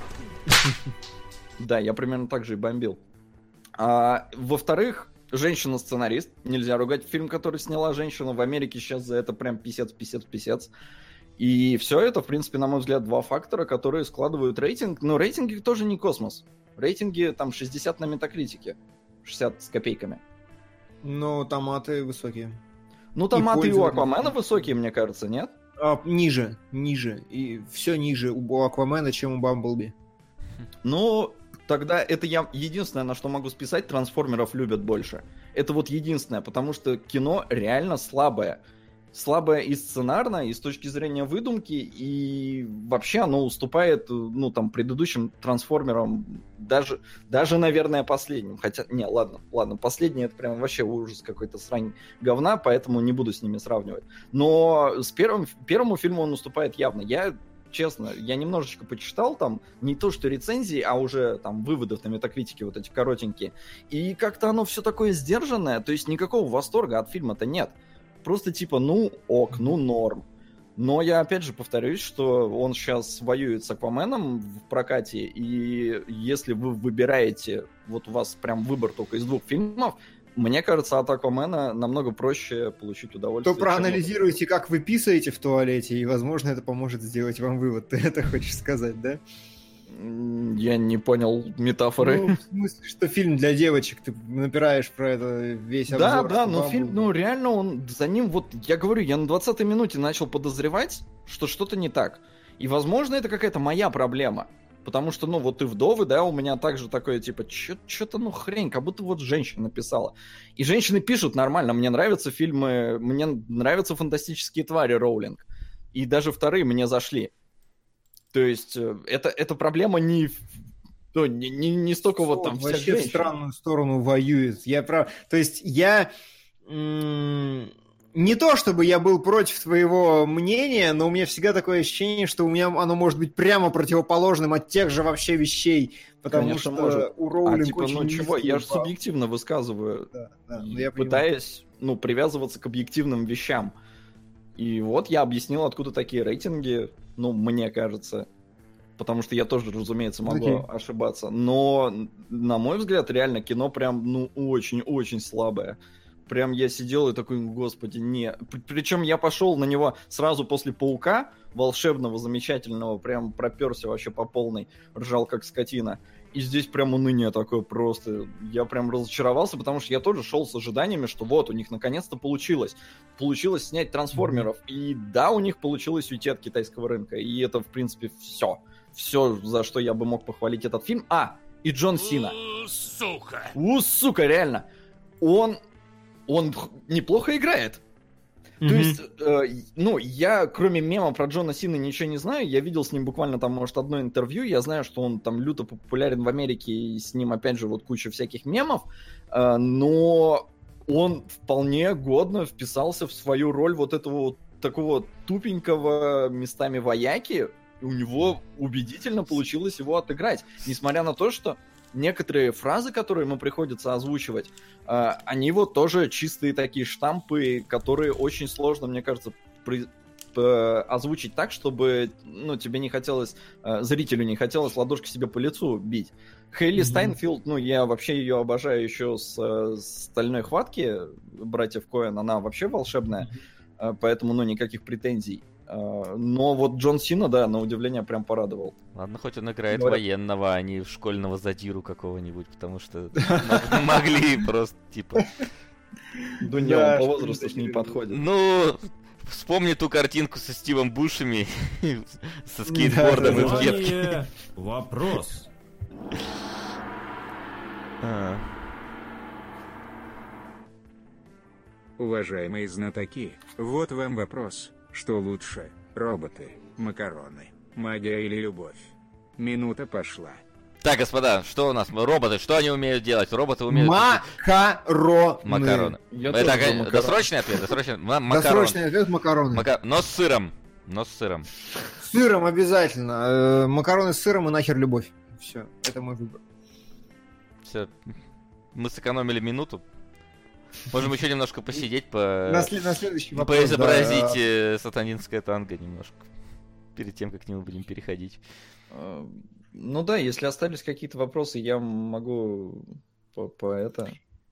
Да, я примерно так же и бомбил. А, во-вторых, женщина-сценарист. Нельзя ругать фильм, который сняла женщина. В Америке сейчас за это прям писец, писец, писец. И все это, в принципе, на мой взгляд, два фактора, которые складывают рейтинг. Но рейтинги тоже не космос. Рейтинги там шестьдесят на Метакритике. шестьдесят с копейками. Но томаты высокие. Ну, томаты и у пользователи. Аквамена высокие, мне кажется, нет? А, ниже, ниже. И все ниже у Аквамена, чем у Бамблби. Ну, тогда это я единственное, на что могу списать, трансформеров любят больше. Это вот единственное, потому что кино реально слабое. Слабое и сценарно, и с точки зрения выдумки, и вообще оно уступает, ну, там, предыдущим трансформерам, даже, даже, наверное, последним. Хотя, не, ладно, ладно, последний это прям вообще ужас какой-то, срань говна, поэтому не буду с ними сравнивать. Но с первым, первому фильму он уступает явно. Я, честно, я немножечко почитал там, не то что рецензии, а уже там выводов на Метакритике, вот эти коротенькие. И как-то оно все такое сдержанное, то есть никакого восторга от фильма-то нет. Просто типа, ну ок, ну норм. Но я опять же повторюсь, что он сейчас воюет с Акваменом в прокате, и если вы выбираете, вот у вас прям выбор только из двух фильмов, мне кажется, от Аквамена намного проще получить удовольствие. То проанализируйте, как вы писаете в туалете, и, возможно, это поможет сделать вам вывод. Ты это хочешь сказать, да? Я не понял метафоры. Ну, в смысле, что фильм для девочек, ты напираешь про это весь обзор. Да, да, но Бамблби. фильм, ну реально он за ним, вот я говорю, я на двадцатой минуте начал подозревать, что что-то не так. И, возможно, это какая-то моя проблема. Потому что, ну, вот и вдовы, да, у меня также такое, типа, что-то, ну, хрень, как будто вот женщина писала. И женщины пишут нормально, мне нравятся фильмы, мне нравятся фантастические твари Роулинг. И даже вторые мне зашли. То есть, это, эта проблема не... Ну, не, не, не столько вот там всех вообще в женщин. странную сторону воюет. Я прав... То есть я... М- не то, чтобы я был против твоего мнения, но у меня всегда такое ощущение, что у меня оно может быть прямо противоположным от тех же вообще вещей. Потому Конечно, что может. у Роулинг а, типа, очень ну чего, низкий я же балл. субъективно высказываю, Да, да, и ну, я пытаясь, ну, привязываться к объективным вещам. И вот я объяснил, откуда такие рейтинги, ну, мне кажется. Потому что я тоже, разумеется, могу Okay. ошибаться. Но, на мой взгляд, реально кино прям, ну, очень-очень слабое. Прям я сидел и такой, господи, не. Причем я пошел на него сразу после «Паука», волшебного, замечательного, прям проперся вообще по полной, ржал как скотина. И здесь прям уныние такое просто. Я прям разочаровался, потому что я тоже шел с ожиданиями, что вот, у них наконец-то получилось. Получилось снять трансформеров. Mm-hmm. И да, у них получилось уйти от китайского рынка. И это, в принципе, все. Все, за что я бы мог похвалить этот фильм. А, и Джон Сина. У, сука. У, сука, реально. Он, он неплохо играет. Mm-hmm. То есть, э, ну, я, кроме мема про Джона Сина, ничего не знаю. Я видел с ним буквально там, может, одно интервью. Я знаю, что он там люто популярен в Америке, и с ним, опять же, вот куча всяких мемов. Э, но он вполне годно вписался в свою роль вот этого вот такого тупенького местами вояки. И у него убедительно получилось его отыграть. Несмотря на то, что некоторые фразы, которые ему приходится озвучивать, э, они вот тоже чистые такие штампы, которые очень сложно, мне кажется, при, э, озвучить так, чтобы, ну, тебе не хотелось, э, зрителю не хотелось ладошкой себе по лицу бить. Хейли mm-hmm. Стайнфилд, ну, я вообще ее обожаю еще с, с «Стальной хватки» братьев Коэн, она вообще волшебная, mm-hmm. э, поэтому, ну, никаких претензий. Но вот Джон Сина, да, на удивление прям порадовал. Ладно, хоть он играет Говорят... военного, а не школьного задиру какого-нибудь, потому что могли просто, типа... Да не, он по возрасту не подходит. Ну, вспомни ту картинку со Стивом Бушеми, со скейтбордом и в кепке. Вопрос. Уважаемые знатоки, вот вам вопрос. Что лучше, роботы, макароны, магия или любовь? Минута пошла. Так, господа, что у нас? Роботы, что они умеют делать? Роботы умеют... Макароны. Макароны. Я Это тоже за как- макароны. досрочный ответ? Досрочный... Ма- макарон. Досрочный ответ макароны. Мака- Но с сыром. Но с сыром. С сыром обязательно. Э, Макароны с сыром и нахер любовь. Все, это мой выбор. Все. Мы сэкономили минуту. Можем еще немножко посидеть, по... На, след- на следующий вопрос. поизобразить да. э, сатанинское танго немножко. Перед тем, как к нему будем переходить. Э, Ну да, если остались какие-то вопросы, я могу по, по это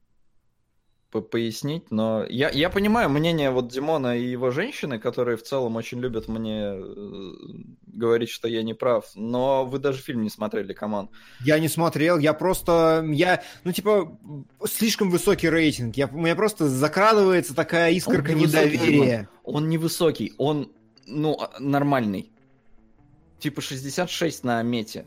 по- пояснить, но я, я понимаю мнение вот Димона и его женщины, которые в целом очень любят мне э, говорить, что я не прав, но вы даже фильм не смотрели, камон. Я не смотрел, я просто... Я, ну, типа, слишком высокий рейтинг. Я, у меня просто закрадывается такая искорка Он невысокий, недоверия. Он невысокий, он, ну, а- нормальный. Типа шестьдесят шесть на мете.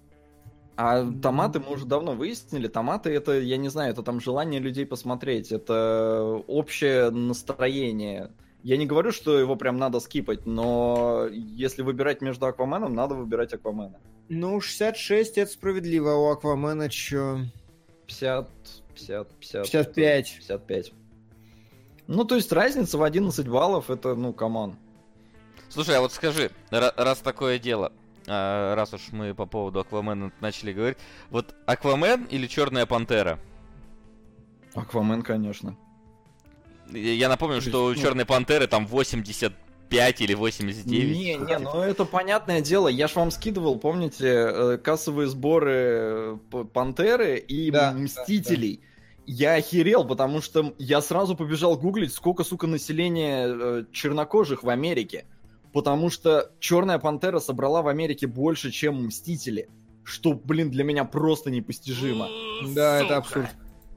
А томаты мы уже давно выяснили. Томаты это, я не знаю, это там желание людей посмотреть. Это общее настроение. Я не говорю, что его прям надо скипать, но если выбирать между Акваменом, надо выбирать Аквамена. Ну, шестьдесят шесть это справедливо, а у Аквамена чё? пятьдесят, пятьдесят, пятьдесят. пятьдесят пять. пятьдесят пять. Ну, то есть разница в одиннадцать баллов, это, ну, камон. Слушай, а вот скажи, ра- раз такое дело, а, раз уж мы по поводу Аквамена начали говорить, вот Аквамен или Черная Пантера? Аквамен, конечно. Я я напомню, что у Ну. Черной Пантеры там восемьдесят пять или восемьдесят девять. Не, не, ну это понятное дело. Я ж вам скидывал, помните, э, кассовые сборы э, П- Пантеры и Да, Мстителей. Я охерел, потому что я сразу побежал гуглить, сколько, сука, населения э, чернокожих в Америке. Потому что Черная Пантера собрала в Америке больше, чем Мстители. Что, блин, для меня просто непостижимо. Да, это абсурд.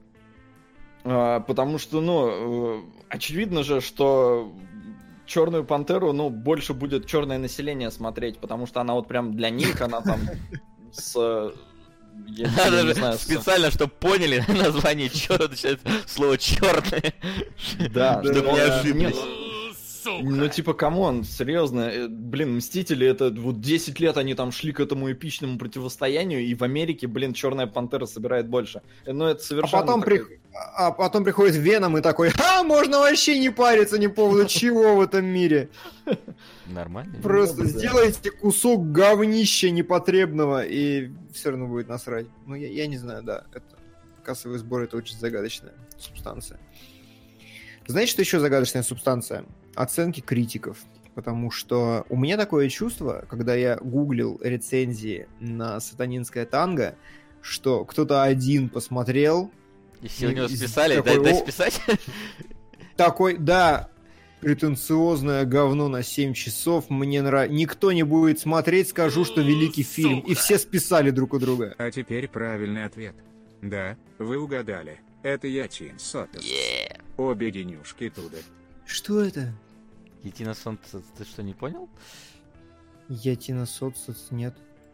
А, потому что, ну, э, очевидно же, что Черную Пантеру, ну, больше будет черное население смотреть, потому что она вот прям для них, она там с... э, я, я Надо не же знаю, с- специально, чтобы поняли название черное, начинает слово черное. Да, Чтобы да, не да. ошиблись. Сука. Ну, типа, камон, серьезно, э, блин, Мстители, это вот десять лет они там шли к этому эпичному противостоянию, и в Америке, блин, Черная Пантера собирает больше. Э, Ну, это А совершенно... потом, такой- при... а потом приходит Веном и такой, а, можно вообще не париться ни по поводу чего в этом мире. Нормально. Просто Ну, да. сделайте кусок говнища непотребного, и все равно будет насрать. Ну, я, я не знаю, да. Это... Кассовый сбор — это очень загадочная субстанция. Знаете, что еще загадочная субстанция? Оценки критиков. Потому что у меня такое чувство, когда я гуглил рецензии на сатанинское танго, что кто-то один посмотрел, И все у него из- списали, такой, дай, дай о, списать. такой, да, претенциозное говно на семь часов, мне нравится. Никто не будет смотреть, скажу, что великий фильм. И все списали друг у друга. А теперь правильный ответ. Да, вы угадали. Это Ятин Сотос. Yeah. Обе денюшки туда. Что это? Етина Солнце, ты что, не понял? Ятина Соцсоц, нет.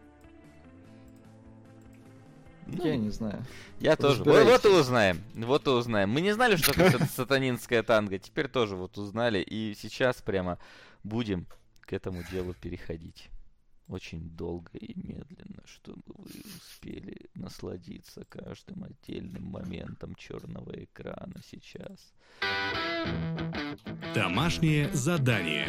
Я не знаю. Я тоже. Вот, Разбирайтесь. вот и узнаем. Вот и узнаем. Мы не знали, что это сатанинская танго. Теперь тоже вот узнали. И сейчас прямо будем к этому делу переходить. Очень долго и медленно, чтобы вы успели насладиться каждым отдельным моментом черного экрана сейчас. Домашнее задание.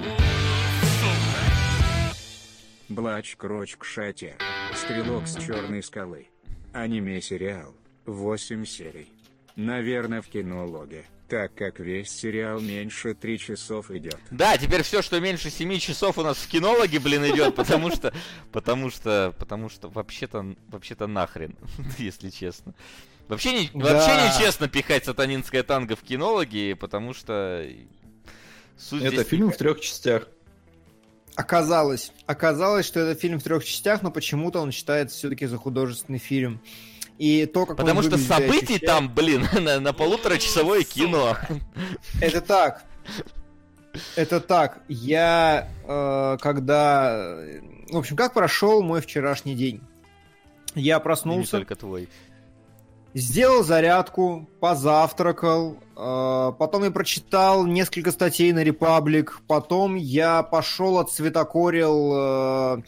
Блач Кроч Кшатер. Стрелок с черной скалы. Аниме-сериал. восемь серий. Наверное, в кинологе, так как весь сериал меньше трех часов идет. Да, теперь все, что меньше семи часов у нас в кинологе, блин, идет, потому что, потому что, потому что вообще-то, вообще-то нахрен, если честно. Вообще не, Да. вообще нечестно пихать сатанинское танго в кинологи, потому что суть Это здесь- фильм в трех частях. Оказалось, оказалось, что это фильм в трех частях, но почему-то он считается все-таки за художественный фильм. И то, как он Потому что выглядит, я событий ощущаю- там, блин, на, на полуторачасовое кино. Это так. Это так. Я, э, когда... В общем, как прошел мой вчерашний день? Я И не проснулся, только твой. сделал зарядку, позавтракал, э, потом я прочитал несколько статей на Republic, потом я пошел отцветокорил э,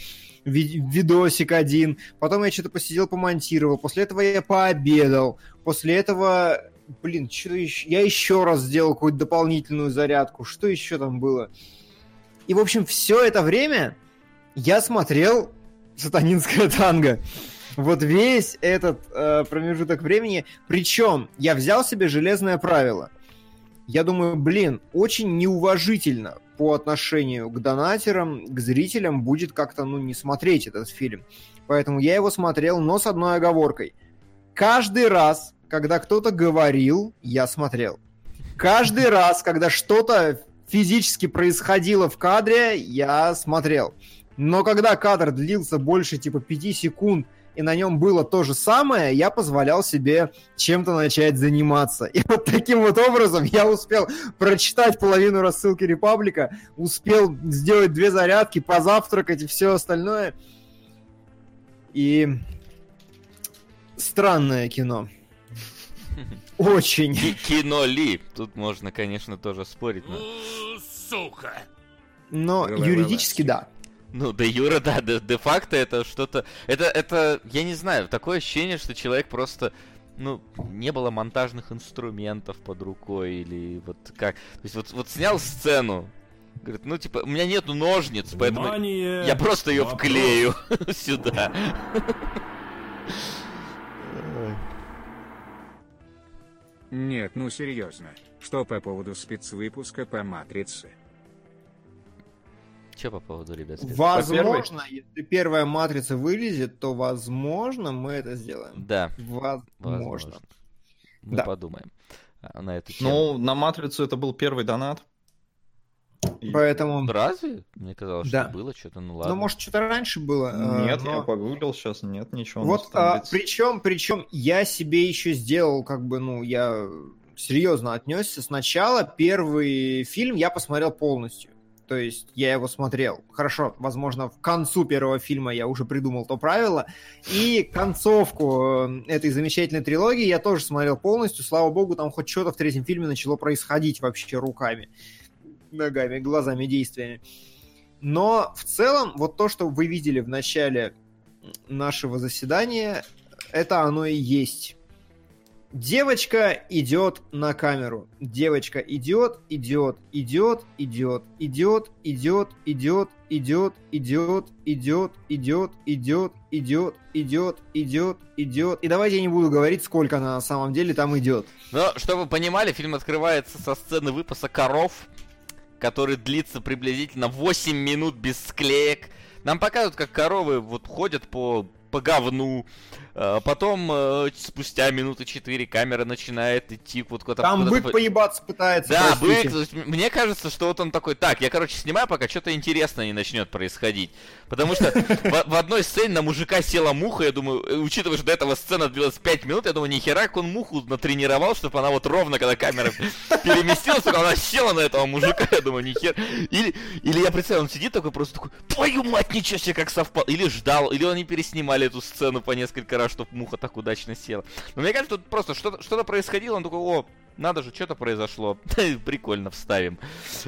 ви- видосик один, потом я что-то посидел, помонтировал, после этого я пообедал, после этого, блин, что еще? Я еще раз сделал какую-то дополнительную зарядку, что еще там было? И, в общем, все это время я смотрел «Сатанинское танго». Вот весь этот э, промежуток времени. Причем я взял себе железное правило. Я думаю, блин, очень неуважительно по отношению к донатерам, к зрителям будет как-то, ну, не смотреть этот фильм. Поэтому я его смотрел, но с одной оговоркой. Каждый раз, когда кто-то говорил, я смотрел. Каждый раз, когда что-то физически происходило в кадре, я смотрел. Но когда кадр длился больше типа пяти секунд, и на нем было то же самое, я позволял себе чем-то начать заниматься. И вот таким вот образом я успел прочитать половину рассылки Репаблика, успел сделать две зарядки, позавтракать и все остальное. И странное кино. Очень. Кино ли? Тут можно, конечно, тоже спорить. Но, Сука! но юридически да. Ну, де юра, да, де, де-факто это что-то... Это, это, я не знаю, такое ощущение, что человек просто... Ну, не было монтажных инструментов под рукой, или вот как... То есть вот, вот снял сцену, говорит, ну, типа, у меня нету ножниц, поэтому Внимание! я просто ее Вопрос. вклею сюда. Нет, ну серьезно. Что по поводу спецвыпуска по «Матрице»? Че по поводу, ребят? спец- Возможно, если первая матрица вылезет, то, возможно, мы это сделаем. Да, Возможно. возможно. Мы Да. подумаем а, на эту тему. Ну, на «Матрицу» это был первый донат. И- Поэтому... Разве? Мне казалось, Да. что было что-то, ну ладно. Ну, может, что-то раньше было. э, Нет, но- я погуглил сейчас, нет, ничего. у нас Вот, там а, ведь- причем, причем я себе еще сделал, как бы, ну, я серьезно отнесся. Сначала первый фильм я посмотрел полностью. То есть я его смотрел. Хорошо, возможно, в концу первого фильма я уже придумал то правило. И концовку э, этой замечательной трилогии я тоже смотрел полностью. Слава богу, там хоть что-то в третьем фильме начало происходить вообще руками, ногами, глазами, действиями. Но в целом, вот то, что вы видели в начале нашего заседания, это оно и есть. Девочка идет на камеру. Девочка идет, идет, идет, идет, идет, идет, идет, идет, идет, идет, идет, идет, идет, идет, идет, идет. И давайте я не буду говорить, сколько она на самом деле там идет. Но, чтобы вы понимали, фильм открывается со сцены выпаса коров, который длится приблизительно восемь минут без склеек. Нам показывают, как коровы вот ходят по, по говну. А потом, э, спустя минуты четыре, камера начинает идти вот куда-то... Там куда-то бык по- поебаться пытается. Да, простите. бык. То есть м- мне кажется, что вот он такой, так, я, короче, снимаю, пока что-то интересное не начнет происходить. Потому что в, в одной сцене на мужика села муха, я думаю, э, учитывая, что до этого сцена длилась пять минут, я думаю, нихера, как он муху натренировал, чтобы она вот ровно, когда камера переместилась, только она села на этого мужика, я думаю, нихера. Или, или я представляю, он сидит такой, просто такой, твою мать, ничего себе, как совпал. Или ждал, или они переснимали эту сцену по несколько раз, чтобы муха так удачно села. Но мне кажется, тут просто что-то, что-то происходило, он такой, о, надо же, что-то произошло. Прикольно, вставим.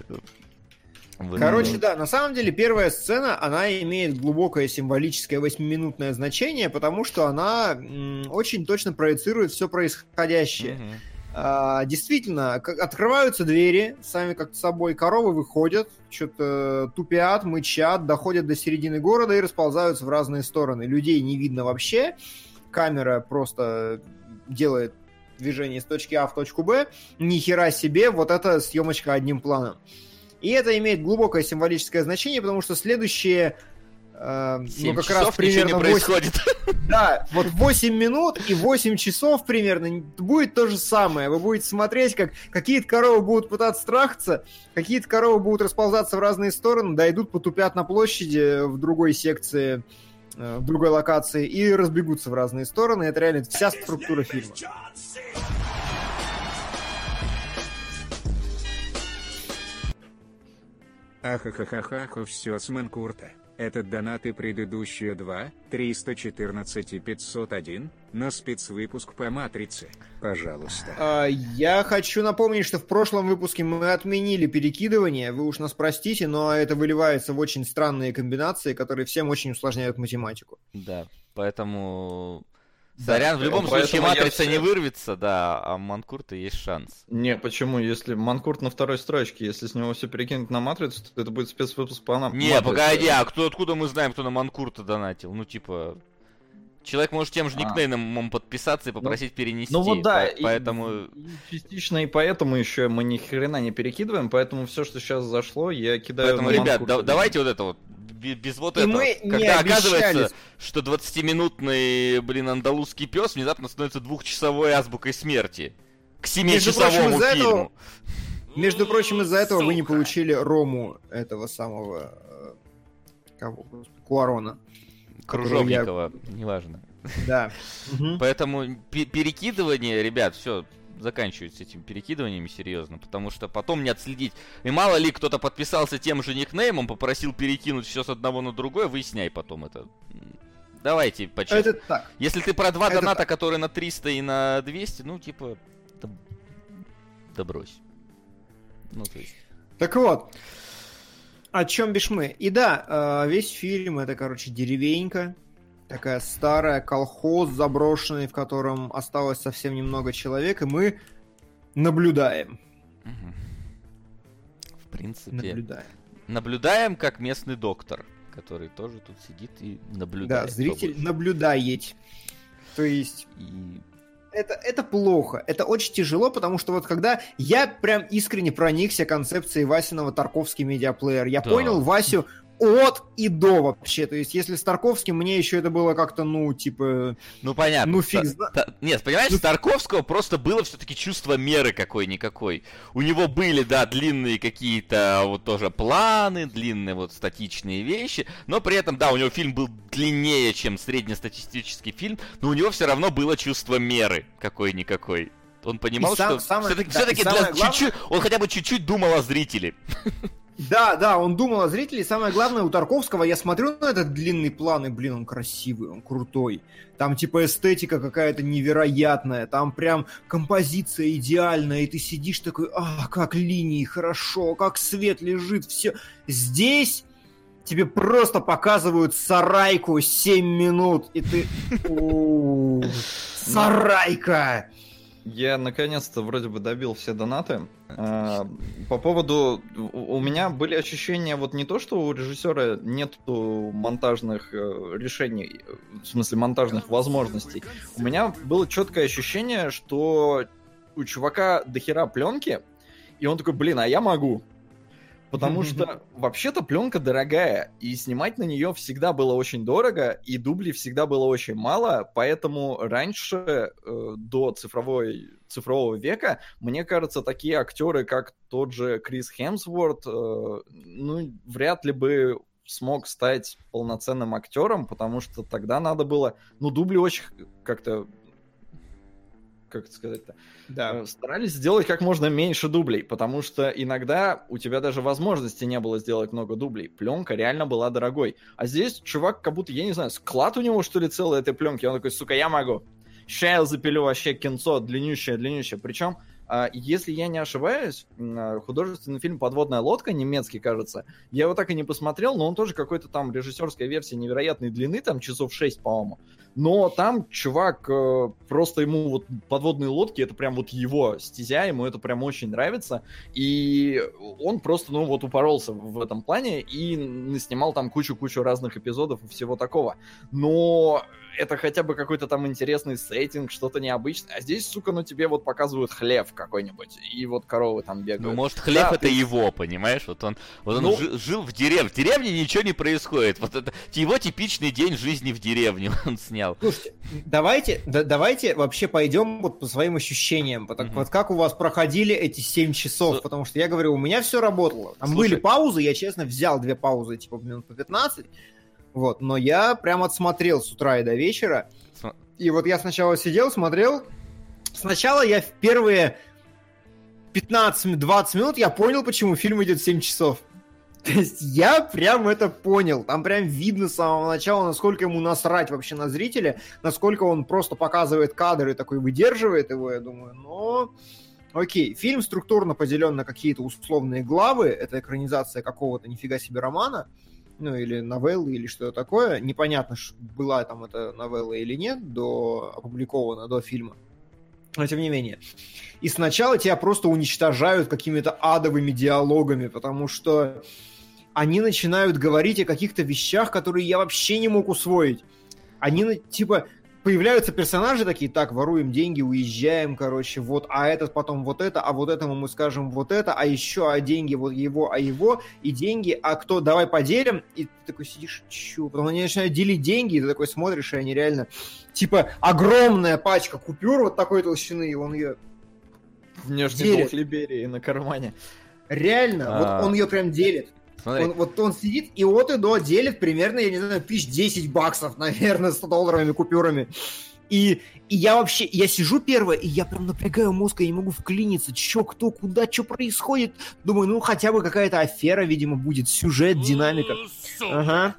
Короче, да, на самом деле первая сцена, она имеет глубокое символическое восьмиминутное значение, потому что она м, очень точно проецирует все происходящее. Мгм. А, действительно, как- открываются двери, сами как собой, коровы выходят, что-то тупят, мычат, доходят до середины города и расползаются в разные стороны. Людей не видно вообще, камера просто делает движение с точки А в точку Б, ни хера себе, вот это съемочка одним планом. И это имеет глубокое символическое значение, потому что следующие, э, ну Семь как часов раз примерно ничего не восемь, происходит. да, вот восемь минут и восемь часов примерно будет то же самое. Вы будете смотреть, как какие-то коровы будут пытаться трахаться, какие-то коровы будут расползаться в разные стороны, дойдут, потупят на площади в другой секции, э, в другой локации и разбегутся в разные стороны. Это реально вся структура фильма. Ахахахахаха, все с Манкурта. Это донаты предыдущие два, триста четырнадцать и пятьсот один, на спецвыпуск по Матрице. Пожалуйста. А, я хочу напомнить, что в прошлом выпуске мы отменили перекидывание. Вы уж нас простите, но это выливается в очень странные комбинации, которые всем очень усложняют математику. Да, поэтому... Сорян, в любом Поэтому случае матрица все... не вырвется, да, а Манкурта есть шанс. Не, почему? Если Манкурт на второй строчке, если с него все перекинуть на матрицу, то это будет спецвыпуск по нам. Не, погоди, а кто, откуда мы знаем, кто на Манкурта донатил? Ну, типа... Человек может тем же никнеймом а. подписаться и попросить ну, перенести. Ну вот да, по- поэтому... И, и частично и поэтому еще мы ни хрена не перекидываем, поэтому все, что сейчас зашло, я кидаю поэтому, на ребят, да, Манкурта. давайте вот это вот, без вот и этого. Мы когда оказывается, что двадцатиминутный, блин, андалузский пес внезапно становится двухчасовой азбукой смерти. К семичасовому фильму. Этого, между прочим, из-за этого вы не получили рому этого самого... Кого? Куарона. Кружовникова, я... неважно. Да. Поэтому перекидывание, ребят, все, заканчивают с этими перекидываниями серьезно, потому что потом не отследить. И мало ли кто-то подписался тем же никнеймом, попросил перекинуть все с одного на другое, выясняй потом это. Давайте по-честному. Это так. Если ты про два это доната, так. которые на триста и на двести, ну типа, да, да брось. Ну то есть. Так вот. О чем бишь мы? И да, весь фильм это, короче, деревенька. Такая старая, колхоз заброшенный, в котором осталось совсем немного человек, и мы наблюдаем. В принципе. Наблюдаем. Наблюдаем, как местный доктор, который тоже тут сидит и наблюдает. Да, зритель побольше. Наблюдает. То есть... И... Это, это плохо, это очень тяжело, потому что вот когда я прям искренне проникся концепцией Васиного Тарковский медиаплеер, я да. понял Васю от и до вообще, то есть если с Тарковским мне еще это было как-то, ну, типа... Ну, понятно. Ну, фиг знает. Та- та- нет, понимаешь, ну... с Тарковского просто было все-таки чувство меры какой-никакой. У него были, да, длинные какие-то вот тоже планы, длинные вот статичные вещи, но при этом, да, у него фильм был длиннее, чем среднестатистический фильм, но у него все равно было чувство меры какой-никакой. Он понимал, сам, что самое, все-таки, да, все-таки для главное... чуть-чуть, он хотя бы чуть-чуть думал о зрителе. Да, да, он думал о зрителе, и самое главное, у Тарковского, я смотрю на этот длинный план, и, блин, он красивый, он крутой. Там, типа, эстетика какая-то невероятная, там прям композиция идеальная, и ты сидишь такой, а, как линии, хорошо, как свет лежит, все. Здесь тебе просто показывают сарайку семь минут, и ты... Сарайка! Я наконец-то вроде бы добил все донаты. А, по поводу... У меня были ощущения вот не то, что у режиссера нету монтажных решений, в смысле монтажных возможностей. У меня было четкое ощущение, что у чувака дохера пленки, и он такой, блин, а я могу. Потому что вообще-то пленка дорогая, и снимать на нее всегда было очень дорого, и дублей всегда было очень мало, поэтому раньше, э, до цифровой, цифрового века, мне кажется, такие актеры, как тот же Крис Хемсворт, э, ну, вряд ли бы смог стать полноценным актером, потому что тогда надо было, ну, дубли очень как-то, как это сказать-то, да. старались сделать как можно меньше дублей, потому что иногда у тебя даже возможности не было сделать много дублей. Пленка реально была дорогой. А здесь чувак как будто, я не знаю, склад у него, что ли, целый этой пленки. Он такой, сука, я могу. Ща я запилю вообще кинцо длиннющее-длиннющее. Причем, если я не ошибаюсь, художественный фильм «Подводная лодка», немецкий, кажется, я его так и не посмотрел, но он тоже какой-то там режиссерской версии невероятной длины, там часов шесть, по-моему. Но там чувак, просто ему вот подводные лодки, это прям вот его стезя, ему это прям очень нравится, и он просто, ну вот, упоролся в этом плане и наснимал там кучу-кучу разных эпизодов и всего такого. Но это хотя бы какой-то там интересный сеттинг, что-то необычное. А здесь, сука, ну тебе вот показывают хлев какой-нибудь, и вот коровы там бегают. Ну, может, хлев да, это ты... его, понимаешь? Вот он, вот он ну... жил, жил в деревне. В деревне ничего не происходит. Вот это его типичный день жизни в деревне он снял. Слушайте, давайте, да, давайте вообще пойдем вот по своим ощущениям. Вот, mm-hmm. вот как у вас проходили эти семь часов? So... Потому что я говорю, у меня все работало. Там Слушай... были паузы, я, честно, взял две паузы, типа минут по пятнадцать. Вот, но я прям отсмотрел с утра и до вечера. См... И вот я сначала сидел, смотрел. Сначала я в первые пятнадцать-двадцать минут я понял, почему фильм идет семь часов. То есть я прям это понял. Там прям видно с самого начала, насколько ему насрать вообще на зрителя, насколько он просто показывает кадр и такой выдерживает его, я думаю. Но окей, фильм структурно поделен на какие-то условные главы. Это экранизация какого-то нифига себе романа. Ну, или новеллы, или что-то такое. Непонятно, была там эта новелла или нет, до, опубликована до фильма. Но тем не менее. И сначала тебя просто уничтожают какими-то адовыми диалогами, потому что они начинают говорить о каких-то вещах, которые я вообще не мог усвоить. Они, типа, появляются персонажи такие, так, воруем деньги, уезжаем, короче, вот, а этот потом вот это, а вот этому мы скажем вот это, а еще, а деньги вот его, а его, и деньги, а кто, давай поделим, и ты такой сидишь, чё? Потом они начинают делить деньги, и ты такой смотришь, и они реально, типа, огромная пачка купюр вот такой толщины, и он ее Внешний долг Либерии на кармане. Реально, А. вот он ее прям делит. Смотри. Он, вот он сидит и от и до делит примерно, я не знаю, тысяч десять баксов, наверное, сто долларовыми купюрами. И, и я вообще, я сижу первое, и я прям напрягаю мозг, я не могу вклиниться, чё, кто, куда, что происходит. Думаю, ну хотя бы какая-то афера, видимо, будет, сюжет, динамика. Ага.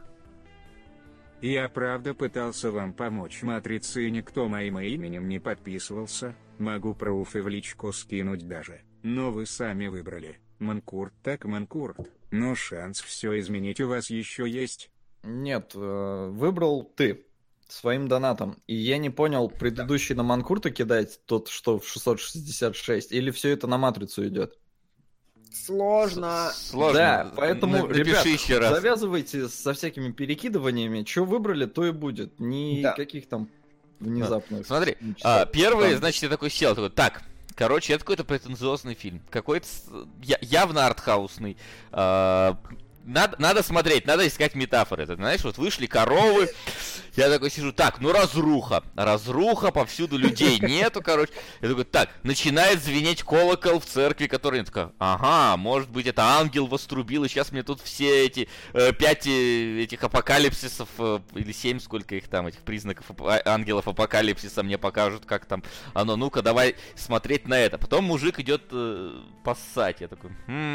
Я правда пытался вам помочь, Матрице, и никто моим именем не подписывался. Могу пруфы в личку скинуть даже. Но вы сами выбрали. Манкурт так Манкурт. Но шанс все изменить у вас еще есть. Нет, э, выбрал ты своим донатом. И я не понял, предыдущий на Манкурта кидать, тот, что в шестьсот шестьдесят шесть, или все это на Матрицу идет? Сложно. Сложно. Да, поэтому, Напиши ребят, еще раз. завязывайте со всякими перекидываниями. Что выбрали, то и будет. Никаких там внезапных... Смотри, ничего. а, первый, Там- значит, я такой сел, такой, так, короче, это какой-то претенциозный фильм, какой-то с- я- явно артхаусный. А, надо, надо смотреть, надо искать метафоры. Это, знаешь, вот вышли коровы, я такой сижу, так, ну разруха, разруха, повсюду людей нету, короче. Я такой, так, начинает звенеть колокол в церкви, который, я такой, ага, может быть, это ангел вострубил, и сейчас мне тут все эти, э, пять э, этих апокалипсисов, э, или семь, сколько их там, этих признаков ап- ангелов апокалипсиса мне покажут, как там оно, ну-ка, давай смотреть на это. Потом мужик идет э, поссать, я такой,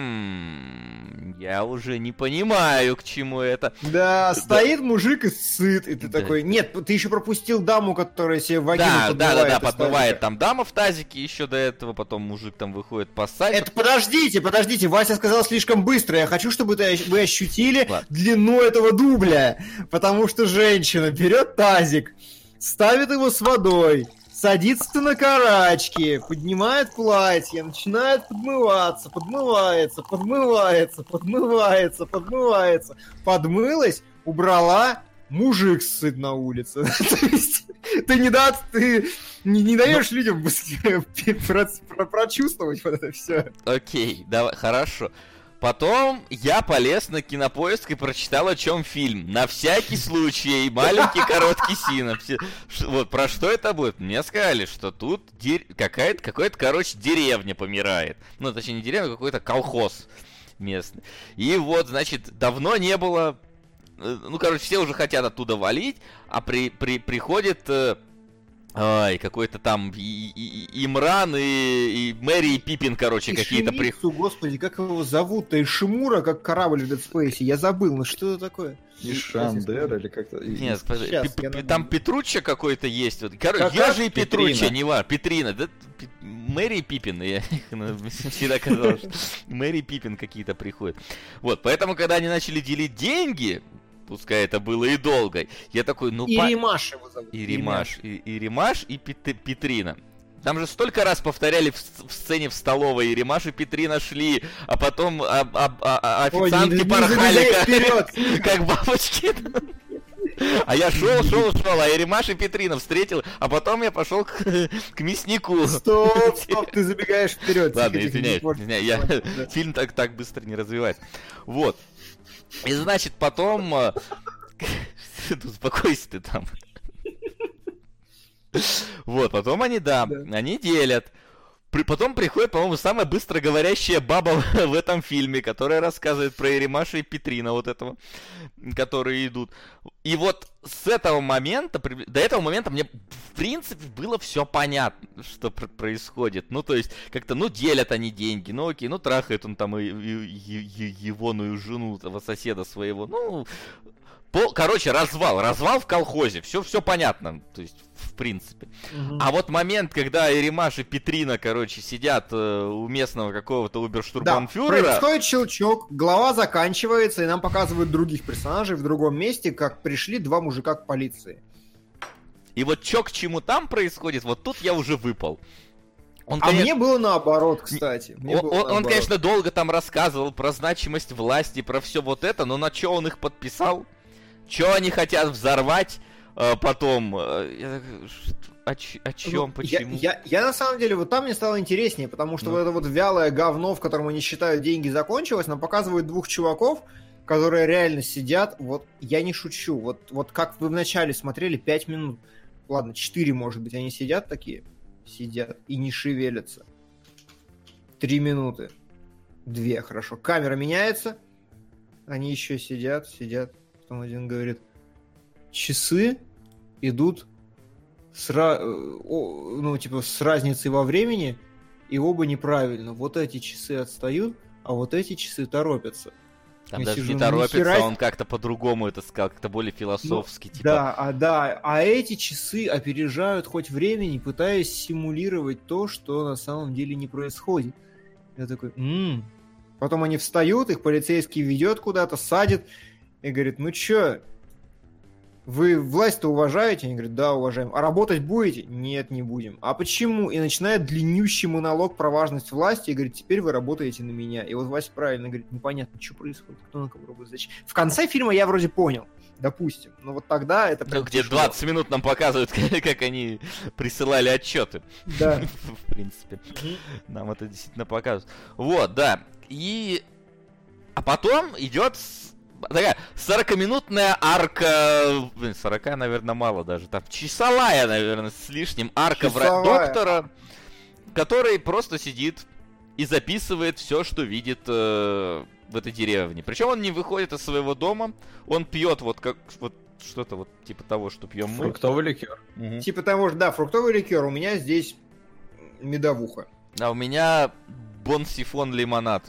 хм, я уже не понимаю, к чему это. Да, стоит мужик и сыт, и ты Да. такой, нет, ты еще пропустил даму, которая себе вагину Да, да, подмывает да, да, из подбывает тазика. там дама в тазике еще до этого, потом мужик там выходит поссать. Это подождите, подождите, Вася сказал слишком быстро. Я хочу, чтобы ты- вы ощутили Ладно. длину этого дубля. Потому что женщина берет тазик, ставит его с водой, садится на карачки, поднимает платье, начинает подмываться, подмывается, подмывается, подмывается, подмывается. Подмылась, убрала, мужик сыт на улице. То есть ты не да, ты не, не даешь людям быстрее про- про- прочувствовать вот это все. Окей, давай, хорошо. Потом я полез на Кинопоиск и прочитал, о чем фильм. На всякий случай, маленький короткий синопсис. Ш- Вот, про что это будет? Мне сказали, что тут дер- какая-то, какая-то, короче, деревня помирает. Ну, точнее, не деревня, а какой-то колхоз местный. И вот, значит, давно не было... э, Ну, короче, все уже хотят оттуда валить, а при, при, приходит... э, Ай, какой-то там и, и- и Имран, и, и Мэри и Пиппин, короче, какие-то при... Ишимицу, господи, как его зовут-то? Ишимура, как корабль в Dead Space. Я забыл, ну что это такое? Ишандер или как-то... и- Нет, подожди, Щас, Пи- я Пи- найду. там Петручча какой-то есть. Вот. Короче, Как- я как? же и Петрина. Петручча, не важно. Петрина, да? Пи- Мэри и Пиппин, я их ну, всегда казалось, что Мэри и Пиппин какие-то приходят. Вот, поэтому, когда они начали делить деньги, пускай это было и долго, я такой, ну... И по- Римаш его зовут. И Римаш, и, и Римаш, и Пет- Петрина. Там же столько раз повторяли в, с- в сцене в столовой, и Римаш и Петрина шли, а потом а, а- а- а- Ой, не- официантки не порхали, забегай как, вперед. как бабочки. А я шел, шел, шел, а Римаш и Петрина встретил, а потом я пошел к, к мяснику. Стоп, стоп, ты забегаешь вперед. Ладно, Тихо, тихо, извиняюсь, не порть. извиняюсь, я, Да. фильм так, так быстро не развивается. Вот. И значит, потом... э, ну, успокойся ты там. Вот, потом они, да, Да. они делят. При, потом приходит, по-моему, самая быстро говорящая баба в этом фильме, которая рассказывает про Еремаша и Петрина вот этого, которые идут. И вот с этого момента, до этого момента мне, в принципе, было все понятно, что пр- происходит. Ну, то есть, как-то, ну, делят они деньги, ну, окей, ну, трахает он там и, и, и, и егоную жену этого соседа своего, ну... По, короче, развал, развал в колхозе, все, все понятно, то есть, в принципе. Угу. А вот момент, когда Еремаш и Петрина, короче, сидят э, у местного какого-то оберштурмбанфюрера... Да, происходит щелчок, глава заканчивается, и нам показывают других персонажей в другом месте, как пришли два мужика к полиции. И вот чё к чему там происходит, вот тут я уже выпал. Он, а конечно... мне было наоборот, кстати. Мне он, было он, наоборот. он, конечно, долго там рассказывал про значимость власти, про все вот это, но на чё он их подписал? Чё они хотят взорвать э, потом? Э, о, ч- о чем, ну, почему? Я, я, я на самом деле, вот там мне стало интереснее, потому что ну. вот это вот вялое говно, в котором они считают деньги, закончилось, нам показывают двух чуваков, которые реально сидят, вот я не шучу, вот, вот как вы вначале смотрели, пять минут, ладно, четыре, может быть, они сидят такие, сидят и не шевелятся. Три минуты. Две, хорошо. Камера меняется, они еще сидят, сидят. Потом один говорит, часы идут с, ra- ну, типа, с разницей во времени, и оба неправильно. Вот эти часы отстают, а вот эти часы торопятся. Там я даже сижу, не торопится, хера... он как-то по-другому это сказал, как-то более философски. Ну, типа... Да, а, да, а эти часы опережают хоть времени, пытаясь симулировать то, что на самом деле не происходит. Я такой, м-м. Потом они встают, их полицейский ведет куда-то, садит, и говорит, ну чё, вы власть-то уважаете? Они говорят, да, уважаем. А работать будете? Нет, не будем. А почему? И начинает длиннющий монолог про важность власти и говорит, теперь вы работаете на меня. И вот Вася правильно говорит, непонятно, что происходит, кто на кого работает, зачем. В конце фильма я вроде понял, допустим. Но вот тогда это... Ну, где двадцать минут нам показывают, как они присылали отчеты. Да. В принципе. Нам это действительно показывают. Вот, да. И... А потом идет... Такая сорокаминутная арка, блин, сорока, наверное, мало даже, там часовая, наверное, с лишним арка вра- доктора, который просто сидит и записывает все, что видит э, в этой деревне. Причем он не выходит из своего дома, он пьет вот как вот что-то вот типа того, что пьем мы. Фруктовый ликер. Угу. Типа того же, да, фруктовый ликер. У меня здесь медовуха. А у меня бонсифон лимонад.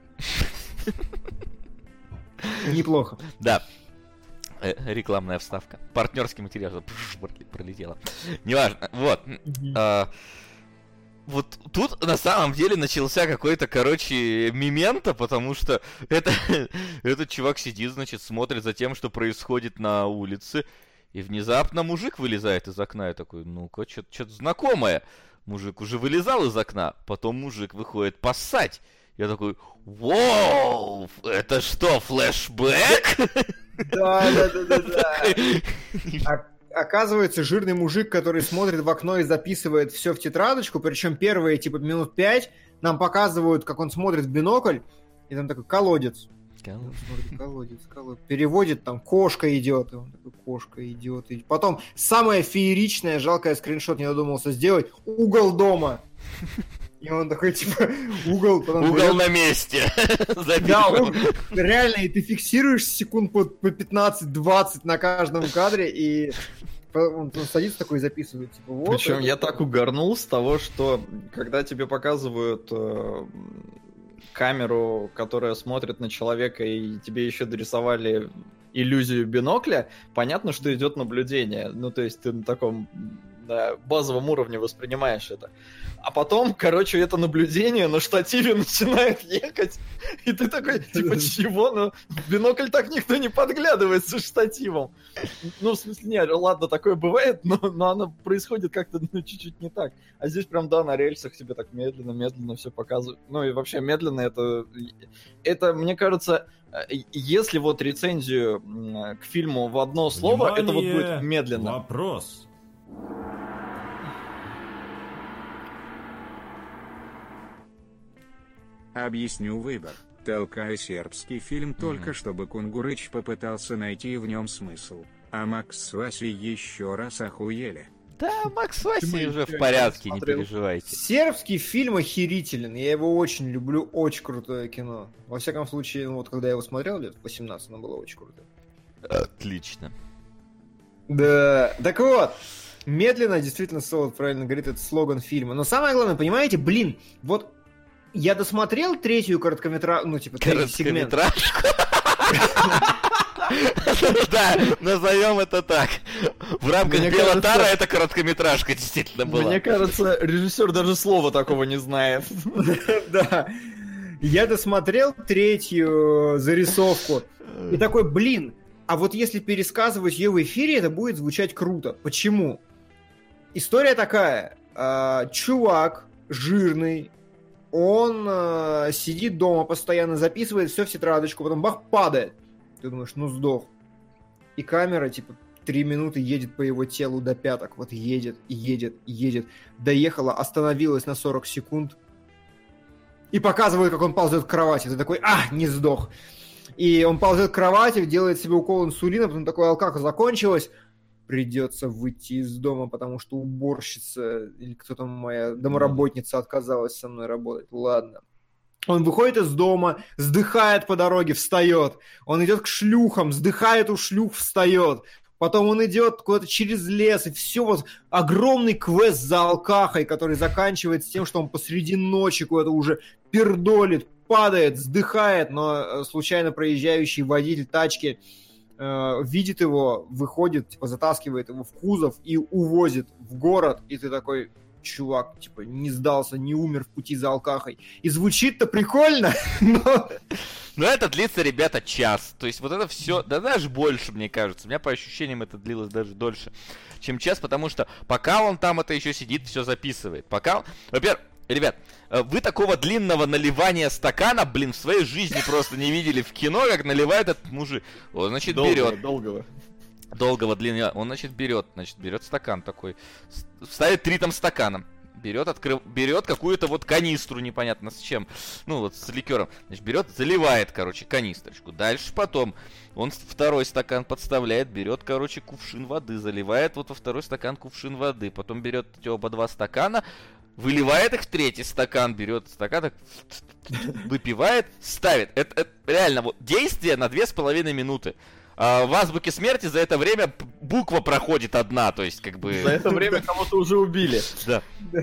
Неплохо. Да. Э, рекламная вставка. Партнерский материал пролетело. Неважно. Вот. Mm-hmm. А, вот тут на самом деле начался какой-то, короче, мементо, потому что это, этот чувак сидит, значит, смотрит за тем, что происходит на улице, и внезапно мужик вылезает из окна и такой, ну-ка, что-то, что-то знакомое. Мужик уже вылезал из окна, потом мужик выходит поссать. Я такой, воу, это что, флешбэк? Да, да, да, да, да. Оказывается, жирный мужик, который смотрит в окно и записывает все в тетрадочку, причем первые, типа, минут пять нам показывают, как он смотрит в бинокль, и там такой колодец. Колодец, колодец, колодец. Переводит, там, кошка идет, и он такой, кошка идет. И потом, самое фееричное, жалко, я скриншот не додумался сделать, угол дома. И он такой, типа, угол... Угол берет... на месте. Да, угол... реально, и ты фиксируешь секунд по, по пятнадцать-двадцать на каждом кадре, и он, он садится такой и записывает. Типа, вот Причем это... я так угорнул с того, что когда тебе показывают э, камеру, которая смотрит на человека, и тебе еще дорисовали иллюзию бинокля, понятно, что идет наблюдение. Ну, то есть ты на таком... на базовом уровне воспринимаешь это. А потом, короче, это наблюдение на штативе начинает ехать, и ты такой, типа, чего? Ну, в бинокль так никто не подглядывает со штативом. Ну, в смысле, не, ладно, такое бывает, но, но оно происходит как-то ну, чуть-чуть не так. А здесь прям, да, на рельсах тебе так медленно-медленно все показывают. Ну, и вообще медленно это... Это, мне кажется... Если вот рецензию к фильму в одно слово, внимание, это вот будет медленно. Вопрос. Объясню выбор. Толкаю сербский фильм только, mm-hmm. чтобы Кунгурыч попытался найти в нем смысл. А Макс с Васей еще раз охуели. Да, Макс Василий Почему уже я в не порядке, не смотрел? переживайте. Сербский фильм охерителен, я его очень люблю, очень крутое кино. Во всяком случае, ну, вот когда я его смотрел, лет в восемнадцать, оно было очень круто. Отлично. Да, так вот, медленно, действительно, Солод правильно говорит, это слоган фильма. Но самое главное, понимаете, блин, вот я досмотрел третью короткометражку, ну, типа, третий сегмент. Да, назовем это так. В рамках Мне Белотара кажется- это короткометражка действительно была. Мне кажется, режиссер даже слова такого не знает. Да. Я досмотрел третью зарисовку и такой, блин, а вот если пересказывать ее в эфире, это будет звучать круто. Почему? История такая. э, Чувак жирный, он э, сидит дома постоянно, записывает все в тетрадочку, потом бах, падает. Ты думаешь, ну сдох. И камера, типа, три минуты едет по его телу до пяток. Вот едет, едет, едет. Доехала, остановилась на сорок секунд. И показывает, как он ползет к кровати. Ты такой, а, не сдох. И он ползет к кровати, делает себе укол инсулина, потом такой, алкаха закончилась. Придется выйти из дома, потому что уборщица или кто там моя домоработница отказалась со мной работать. Ладно. Он выходит из дома, вздыхает по дороге, встает. Он идет к шлюхам, вздыхает у шлюх, встает. Потом он идет куда-то через лес, и все вот огромный квест за алкахой, который заканчивается тем, что он посреди ночи куда-то уже пердолит, падает, вздыхает, но случайно проезжающий водитель тачки э, видит его, выходит, типа затаскивает его в кузов и увозит в город, и ты такой... Чувак, типа, не сдался, не умер в пути за алкахой. И звучит-то прикольно, но... Но это длится, ребята, час. То есть вот это все, да даже больше, мне кажется. У меня по ощущениям это длилось даже дольше, чем час, потому что пока он там это еще сидит, все записывает. Пока... Во-первых, ребят, вы такого длинного наливания стакана, блин, в своей жизни просто не видели в кино, как наливает этот мужик. Он, значит, берет... Долгого. Долгого, длинного. Он, значит, берет, значит, берет стакан такой, ставит три там стакана, берет, открыв, берет какую-то вот канистру непонятно с чем, ну вот с ликером, значит, берет, заливает, короче, канистрочку. Дальше потом он второй стакан подставляет, берет, короче, кувшин воды, заливает вот во второй стакан кувшин воды, потом берет эти оба два стакана, выливает их в третий стакан, берет стакан, так, выпивает, ставит. Это, это реально вот действие на две с половиной минуты. А в азбуке смерти за это время буква проходит одна, то есть как бы... За это время кого-то уже убили. Да.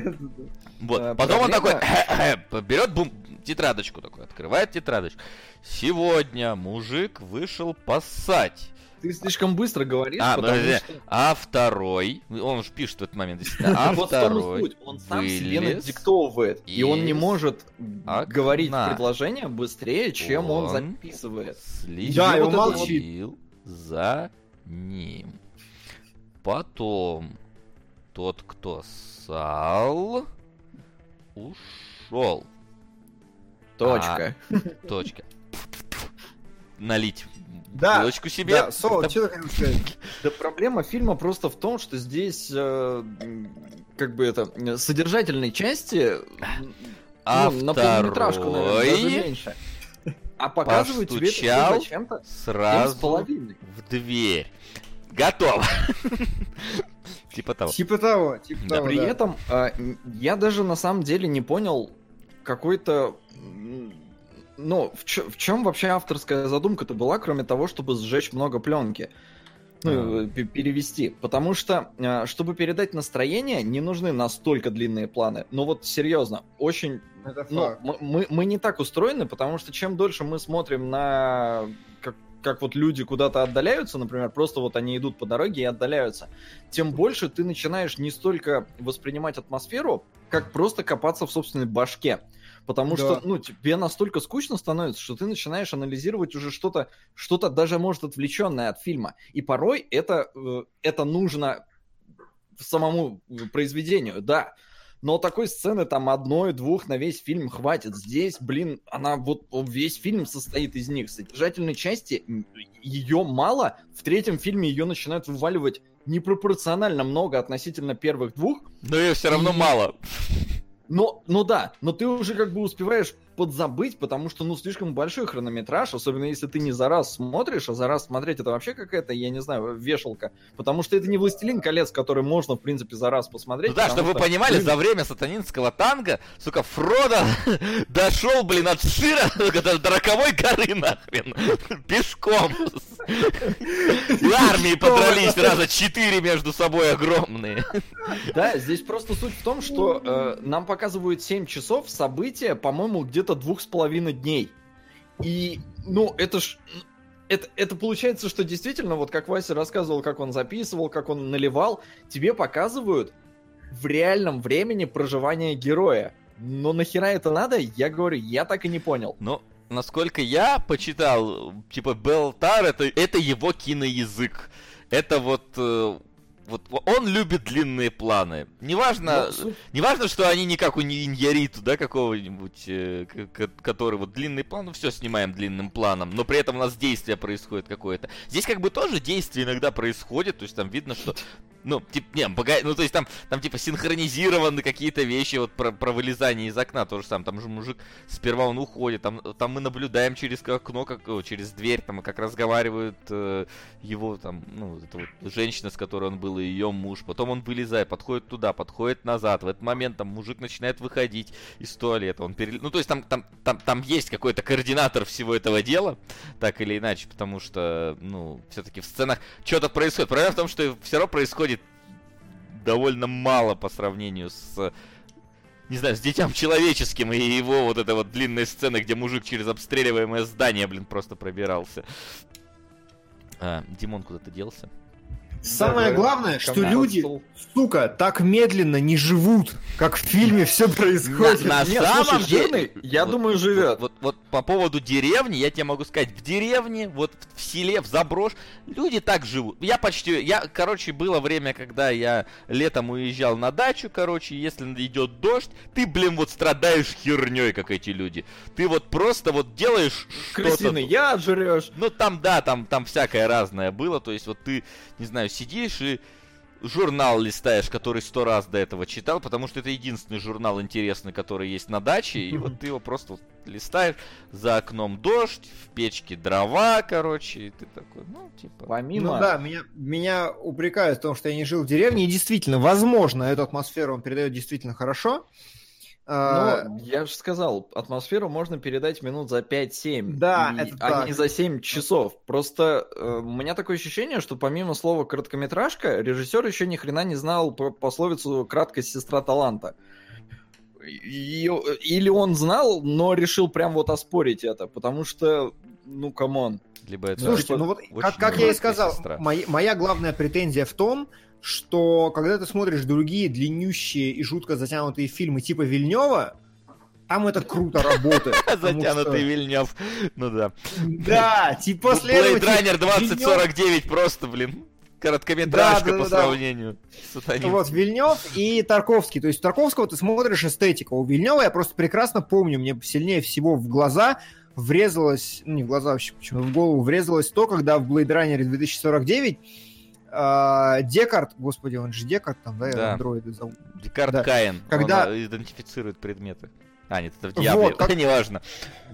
Вот. А, Потом проблема- он такой берет бум... тетрадочку такой, открывает тетрадочку. Сегодня мужик вышел поссать. Ты слишком быстро говоришь, А, потому подожди. что... А второй, он же пишет в этот момент, действительно, а Вот в том и второй суть. Он сам себе вылез надиктовывает. И он не из может окна. говорить предложение быстрее, чем он, Он записывает. Да, и он вот это молчит. следил за ним. Потом тот, кто ссал, ушел. Точка. А, точка. Налить Да, бутылочку себе. да, Соло, Да, что ты хотел сказать? Да проблема фильма просто в том, что здесь э, как бы это э, содержательной части А ну, на полнометражку, наверное, даже второй меньше. А показывают тебе это постучал всё зачем-то семь с сразу половиной. в дверь. Готово. Типа того. Типа того, типа Да, того, При да. этом э, я даже на самом деле не понял какой-то... м, Ну, в, чё- в чем вообще авторская задумка-то была, кроме того, чтобы сжечь много пленки? Ну, п- перевести. Потому что, э, чтобы передать настроение, не нужны настолько длинные планы. Ну вот, серьезно, очень... Это Ну, факт. мы, мы, мы не так устроены, потому что чем дольше мы смотрим на... Как, как вот люди куда-то отдаляются, например, просто вот они идут по дороге и отдаляются, тем больше ты начинаешь не столько воспринимать атмосферу, как просто копаться в собственной башке. Потому Да. что, ну, тебе настолько скучно становится, что ты начинаешь анализировать уже что-то, что-то даже, может, отвлеченное от фильма. И порой это, э, это нужно самому произведению, да. Но такой сцены там одной-двух на весь фильм хватит. Здесь, блин, она вот весь фильм состоит из них. Содержательной части ее мало. В третьем фильме ее начинают вываливать непропорционально много относительно первых двух. Но ее все равно И- мало. Но, ну да, но ты уже как бы успеваешь подзабыть, потому что, ну, слишком большой хронометраж, особенно если ты не за раз смотришь, а за раз смотреть это вообще какая-то, я не знаю, вешалка. Потому что это не «Властелин колец», который можно, в принципе, за раз посмотреть. Ну да, чтобы что... вы понимали, за время сатанинского танга, сука, Фродо дошел, блин, от Шира до роковой горы, нахрен, пешком. И армии подрались раза четыре между собой огромные. Да, здесь просто суть в том, что э, нам показывают семь часов события, по-моему, где-то двух с половиной дней. И, ну, это ж... Это, это получается, что действительно, вот как Вася рассказывал, как он записывал, как он наливал, тебе показывают в реальном времени проживания героя. Но нахера это надо? Я говорю, я так и не понял. Ну, насколько я почитал, типа, Белтар, это, это его киноязык. Это вот... Э... Вот он любит длинные планы. Неважно, ну, неважно, что они не как у Иньяриту, да, какого-нибудь, э, который вот длинный план, ну все снимаем длинным планом, но при этом у нас действие происходит какое-то. Здесь как бы тоже действие иногда происходит, то есть там видно, что, ну, типа, не, погоди, ну то есть там, там типа синхронизированы какие-то вещи, вот про, про вылезание из окна, то же самое, там же мужик сперва он уходит, там, там мы наблюдаем через окно, как, о, через дверь, там как разговаривает э, его там, ну, это вот женщина, с которой он был, и ее муж, потом он вылезает, подходит туда, подходит назад, в этот момент там мужик начинает выходить из туалета, он перел... ну то есть там, там, там, там есть какой-то координатор всего этого дела, так или иначе, потому что, ну, все-таки в сценах что-то происходит. Проблема в том, что все равно происходит довольно мало по сравнению с, не знаю, с Дитям Человеческим и его вот этой вот длинной сцены, где мужик через обстреливаемое здание, блин, просто пробирался. А, Димон куда-то делся? Самое да, главное, что люди, стол. сука, так медленно не живут, как в фильме все происходит. На, на Нет, самом слушай, деле, жирный, я вот, думаю, живет. Вот, вот, вот по поводу деревни, я тебе могу сказать, в деревне, вот в селе, в заброш, люди так живут. Я почти, я, короче, было время, когда я летом уезжал на дачу, короче, если идет дождь, ты, блин, вот страдаешь херней, как эти люди. Ты вот просто вот делаешь что-то. Крысиный яд жрешь. Ну там, да, там, там всякое разное было, то есть вот ты, не знаю, сидишь и журнал листаешь, который сто раз до этого читал, потому что это единственный журнал интересный, который есть на даче, и вот ты его просто вот листаешь, за окном дождь, в печке дрова, короче, и ты такой, ну, типа... Помимо... Ну да, меня, меня упрекают в том, что я не жил в деревне, и действительно, возможно, эту атмосферу он передает действительно хорошо. Ну, я же сказал, атмосферу можно передать минут за пять-семь, да, и, это а так. не за семь часов. Просто э, у меня такое ощущение, что помимо слова короткометражка, режиссер еще ни хрена не знал про пословицу «краткость сестра таланта». И, или он знал, но решил прям вот оспорить это, потому что, ну, камон. Либо это Слушайте, ну вот, как, как я и сказал, моя, моя главная претензия в том, что когда ты смотришь другие длиннющие и жутко затянутые фильмы типа Вильнёва, там это круто работает. Затянутый Вильнёв, ну да. Да, типа последователь... Blade Runner двадцать сорок девять просто, блин, короткометражка по сравнению с Сатанинским. Вот, Вильнёв и Тарковский. То есть у Тарковского ты смотришь эстетику, у Вильнёва я просто прекрасно помню, мне сильнее всего в глаза врезалось, ну не в глаза вообще, почему в голову врезалось то, когда в Blade Runner две тысячи сорок девять Uh, Декарт, господи, он же Декарт там, да, да. андроиды зовут. Декарт да. Каин, когда... он идентифицирует предметы. А, нет, это в Диабле, вот, как... неважно.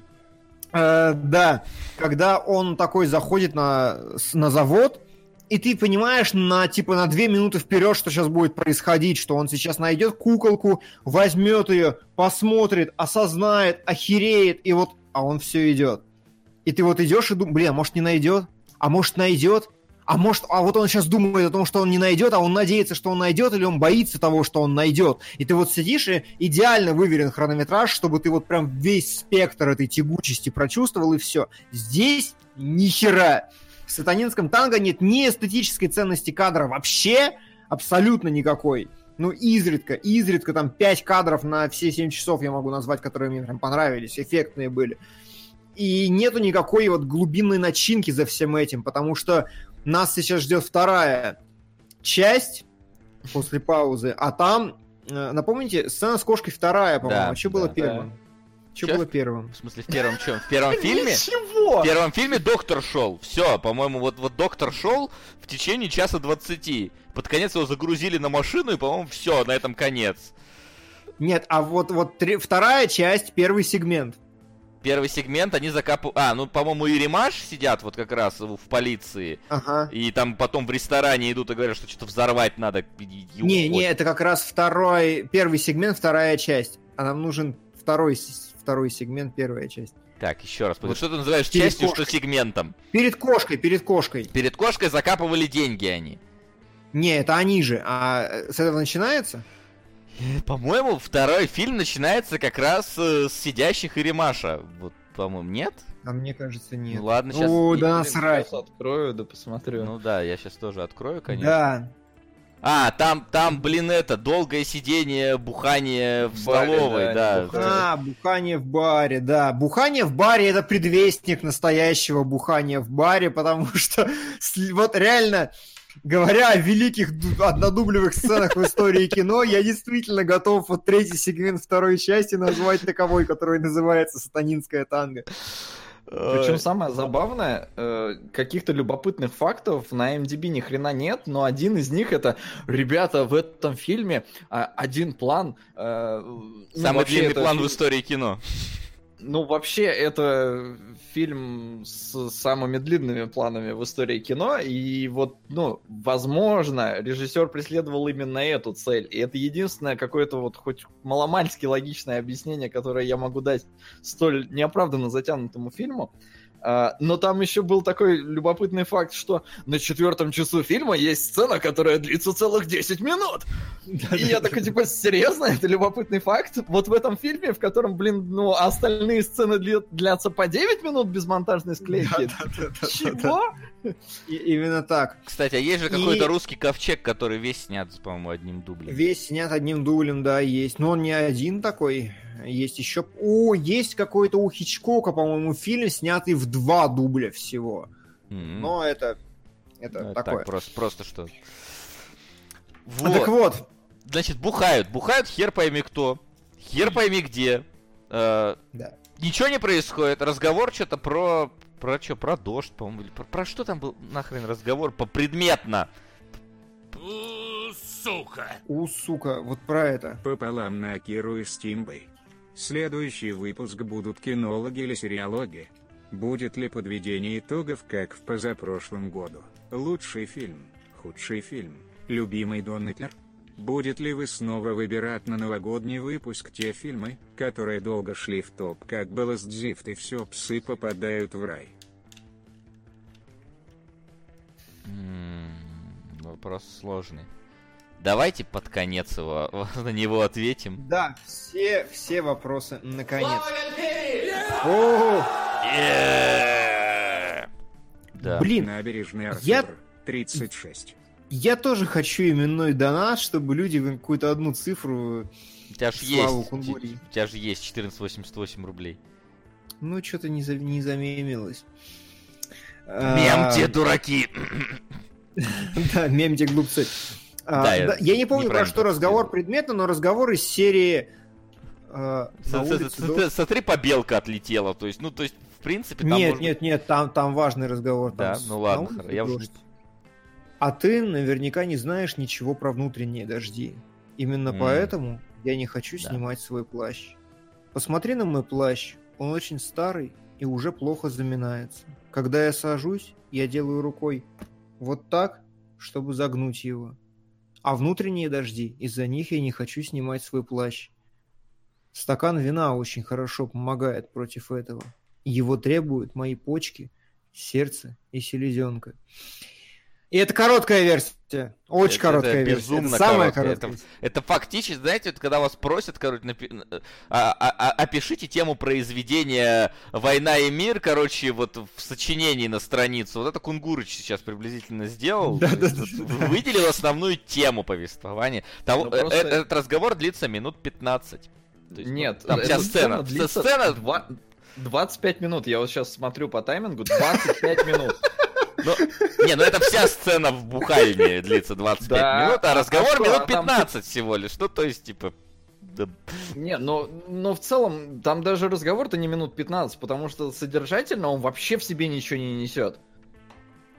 Uh, да, когда он такой заходит на, на завод, и ты понимаешь на, типа, на две минуты вперед, что сейчас будет происходить, что он сейчас найдет куколку, возьмет ее, посмотрит, осознает, охереет, и вот, а он все идет. И ты вот идешь и думаешь, блин, а может не найдет? А может найдет? А может, а вот он сейчас думает о том, что он не найдет, а он надеется, что он найдет, или он боится того, что он найдет. И ты вот сидишь, и идеально выверен хронометраж, чтобы ты вот прям весь спектр этой тягучести прочувствовал, и все. Здесь ни хера. В сатанинском танго нет ни эстетической ценности кадра вообще, абсолютно никакой. Ну, изредка, изредка там пять кадров на все семь часов я могу назвать, которые мне прям понравились, эффектные были. И нету никакой вот глубинной начинки за всем этим, потому что нас сейчас ждет вторая часть после паузы, а там, напомните, сцена с кошкой вторая, по-моему, да, что да, было первым? Да. Что было первым? В смысле, в первом чем? В первом фильме? Ничего! В первом фильме доктор шел. Все, по-моему, вот, вот доктор шел в течение часа двадцати. Под конец его загрузили на машину, и, по-моему, все, на этом конец. Нет, а вот, вот три, вторая часть, первый сегмент. Первый сегмент, они закапывают... А, ну, по-моему, и Ремаш сидят вот как раз в полиции. Ага. И там потом в ресторане идут и говорят, что что-то взорвать надо. Не, не, это как раз второй... Первый сегмент, вторая часть. А нам нужен второй, второй сегмент, первая часть. Так, еще раз. Вот. Что ты называешь Перед частью, кошкой. что сегментом? Перед кошкой, перед кошкой. Перед кошкой закапывали деньги они. Не, это они же. А с этого начинается? По-моему, второй фильм начинается как раз с сидящих и Ремаша. Вот, по-моему, нет? А мне кажется, нет. Ну ладно, сейчас... О, И, да, блин, насрать. Сейчас открою, да посмотрю. Ну да, я сейчас тоже открою, конечно. Да. А, там, там, блин, это, долгое сидение, бухание в, В баре, столовой, да, да. они бухают. А, бухание в баре, да. Бухание в баре — это предвестник настоящего бухания в баре, потому что с- вот реально, говоря о великих ду- однодублевых сценах в истории кино, я действительно готов вот третий сегмент второй части назвать таковой, который называется «Сатанинская танго». Причем самое забавное, э, каких-то любопытных фактов на эм ди би ни хрена нет, но один из них это, ребята, в этом фильме а, один план. э, ну, Самый вообще длинный это план фильм- в истории кино. Ну, вообще, это фильм с самыми длинными планами в истории кино, и вот, ну, возможно, режиссер преследовал именно эту цель, и это единственное какое-то вот хоть маломальски логичное объяснение, которое я могу дать столь неоправданно затянутому фильму. А, но там еще был такой любопытный факт, что на четвертом часу фильма есть сцена, которая длится целых десять минут. И я такой, типа, серьезно? Это любопытный факт? Вот в этом фильме, в котором, блин, ну, остальные сцены дли- длятся по девять минут без монтажной склейки. Чего? И- именно так. Кстати, а есть же И- какой-то русский ковчег, который весь снят, по-моему, одним дублем. Весь снят одним дублем, да, есть. Но он не один такой. Есть еще... О, есть какой-то у Хичкока, по-моему, фильм, снятый в два дубля всего. М-м. Но это... Это Ну, такое. Так, просто, просто что. А, Вот. так вот. Значит, бухают. Бухают хер пойми кто. Хер пойми где. Э, Да. Ничего не происходит. Разговор что-то про... Про что? Про дождь, по-моему. или Про, про что там был нахрен разговор? Попредметно. У, сука. У, сука, вот про это. Пополам на Акиру и Стимбой. Следующий выпуск будут кинологи или сериалоги. Будет ли подведение итогов, как в позапрошлом году? Лучший фильм, худший фильм, любимый Доннетлер? Будет ли вы снова выбирать на новогодний выпуск те фильмы, которые долго шли в топ, как было с Дзифт и все псы попадают в рай? М, Вопрос сложный. Давайте под конец его, на него ответим. Да, все, все вопросы наконец. О, Да. блин, Набережный я- Артур, тридцать шесть. я тоже хочу именной донат, чтобы люди в какую-то одну цифру... У тебя же Слава есть. Кунгурии. У тебя же есть четырнадцать восемьдесят восемь рублей. Ну, что-то не, за... не замемилось. Мемте, дураки! Да, мемте глупцы. А, Да, я да, я не помню, про неправильно что разговор процитировал. предметно, но разговор из серии... а, на С- с- улице с- до- Смотри, побелка отлетела. То есть, ну, то есть, в принципе, там Нет, можно- нет, нет, там, там важный разговор. там Да, с- ну на ладно, улице хоро- я уже- дождь. А ты наверняка не знаешь ничего про внутренние дожди. Именно М. поэтому я не хочу Да. снимать свой плащ. Посмотри на мой плащ. Он очень старый и уже плохо заминается. Когда я сажусь, я делаю рукой вот так, чтобы загнуть его. А внутренние дожди, из-за них я не хочу снимать свой плащ. Стакан вина очень хорошо помогает против этого. Его требуют мои почки, сердце и селезенка. И это короткая версия. Очень Это- короткая это версия. безумно это самая короткая. короткая. Это, это фактически, знаете, вот когда вас просят, короче, напи- а- а- а- опишите тему произведения «Война и мир», короче, вот в сочинении на страницу. Вот это Кунгурыч сейчас приблизительно сделал. Да, То да, есть да, вот да. Выделил основную тему повествования. Того- Ну, э- просто- э- Этот разговор длится минут пятнадцать. То есть, Нет, ну, там вся эта сцена. длится Сцена два- двадцать пять минут. Я вот сейчас смотрю по таймингу, двадцать пять минут. Ну, не, ну это вся сцена в бухальне длится двадцать пять Да, минут, а а разговор что, минут а там пятнадцать всего лишь. Ну, то есть, типа... да, Не, но, но в целом там даже разговор-то не минут пятнадцать, потому что содержательно он вообще в себе ничего не несет.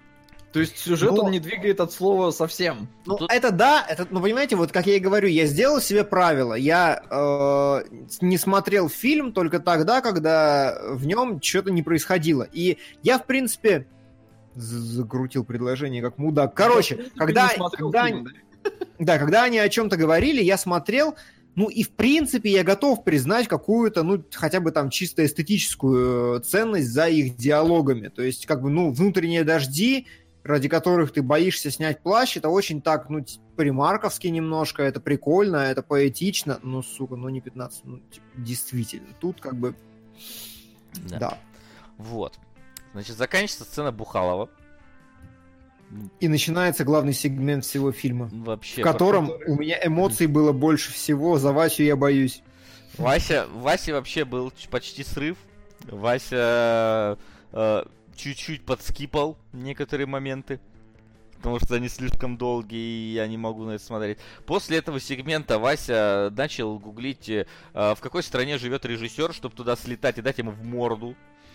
То есть сюжет Но- он не двигает от слова совсем. Ну, Тут- это да, это, ну, понимаете, вот как я и говорю, я сделал себе правило. Я э, не смотрел фильм только тогда, когда в нем что-то не происходило. И я, в принципе, з- закрутил предложение как мудак. Короче, Ты когда, не смотрел когда, фильм, да? да, когда они о чем-то говорили, я смотрел, ну и в принципе я готов признать какую-то, ну, хотя бы там чисто эстетическую ценность за их диалогами. То есть, как бы, ну, внутренние дожди, ради которых ты боишься снять плащ, это очень так, ну, типа, по-ремарковски немножко, это прикольно, это поэтично, ну, сука, ну, не пятнадцать, ну, типа, действительно, тут как бы, Да. да. Вот. Значит, заканчивается сцена Бухалова. И начинается главный сегмент всего фильма, Вообще. в котором по- у меня эмоций было больше всего, за Васю я боюсь. Вася, Васе вообще был ч- почти срыв. Вася э, чуть-чуть подскипал некоторые моменты, потому что они слишком долгие, и я не могу на это смотреть. После этого сегмента Вася начал гуглить, э, в какой стране живет режиссер, чтобы туда слетать и дать ему в морду.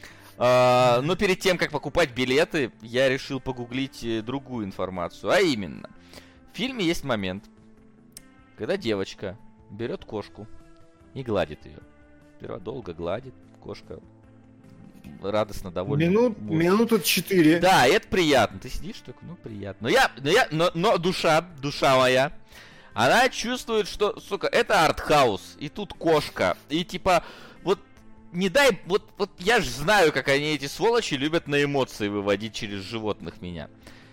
А, но перед тем, как покупать билеты, я решил погуглить э, другую информацию. А именно, в фильме есть момент, когда девочка берет кошку и гладит ее. Сперва долго гладит, кошка радостно, довольна. Минут, будет. минуту четыре. Да, это приятно. Ты сидишь такой, ну приятно. Но я, но я, но, но душа, душа моя, она чувствует, что, сука, это артхаус, и тут кошка, и типа, вот не дай, вот, вот я же знаю, как они, эти сволочи, любят на эмоции выводить через животных меня.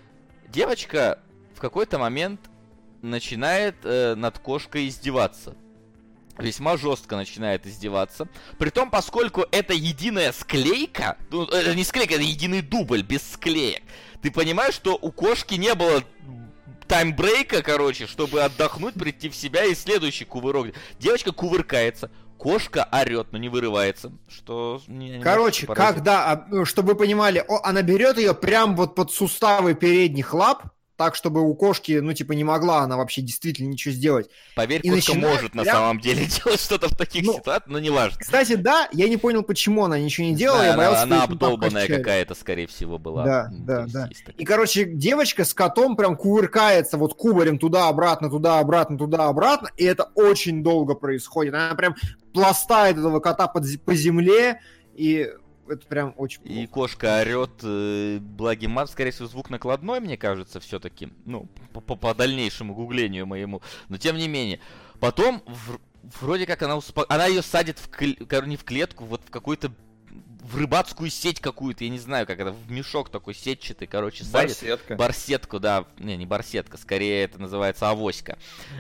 Девочка в какой-то момент начинает э, над кошкой издеваться. Весьма жестко начинает издеваться. Притом, поскольку это единая склейка, ну, это не склейка, это единый дубль без склеек. Ты понимаешь, что у кошки не было таймбрейка, короче, чтобы отдохнуть, прийти в себя и следующий кувырок. Девочка кувыркается, кошка орет, но не вырывается. Что меня немножко Короче, поразило. когда, а, ну, чтобы вы понимали, о, она берет ее прям вот под суставы передних лап, так, чтобы у кошки, ну, типа, не могла она вообще действительно ничего сделать. Поверь, и кошка начинает может на прям- самом деле делать что-то в таких Ну, ситуациях, но не важно. Кстати, да, я не понял, почему она ничего не делала, я она, боялся, она что её там обдолбанная качали. какая-то, скорее всего, была. Да, М, да, то есть да. есть такая. И, короче, девочка с котом прям кувыркается вот кубарем туда-обратно, туда-обратно, туда-обратно, и это очень долго происходит. Она прям пластает этого кота под, зе- по земле, и это прям очень И плохо. кошка орет э, благим мат, скорее всего, звук накладной, мне кажется, все-таки. Ну, по, по- по дальнейшему гуглению моему. Но тем не менее. Потом, в- вроде как она успо... Она ее садит в кл- кор- не в клетку, вот в какую-то в рыбацкую сеть какую-то, я не знаю, как это, в мешок такой сетчатый, короче, садит. Барсетка. Барсетку, да. Не, не барсетка, скорее это называется авоська.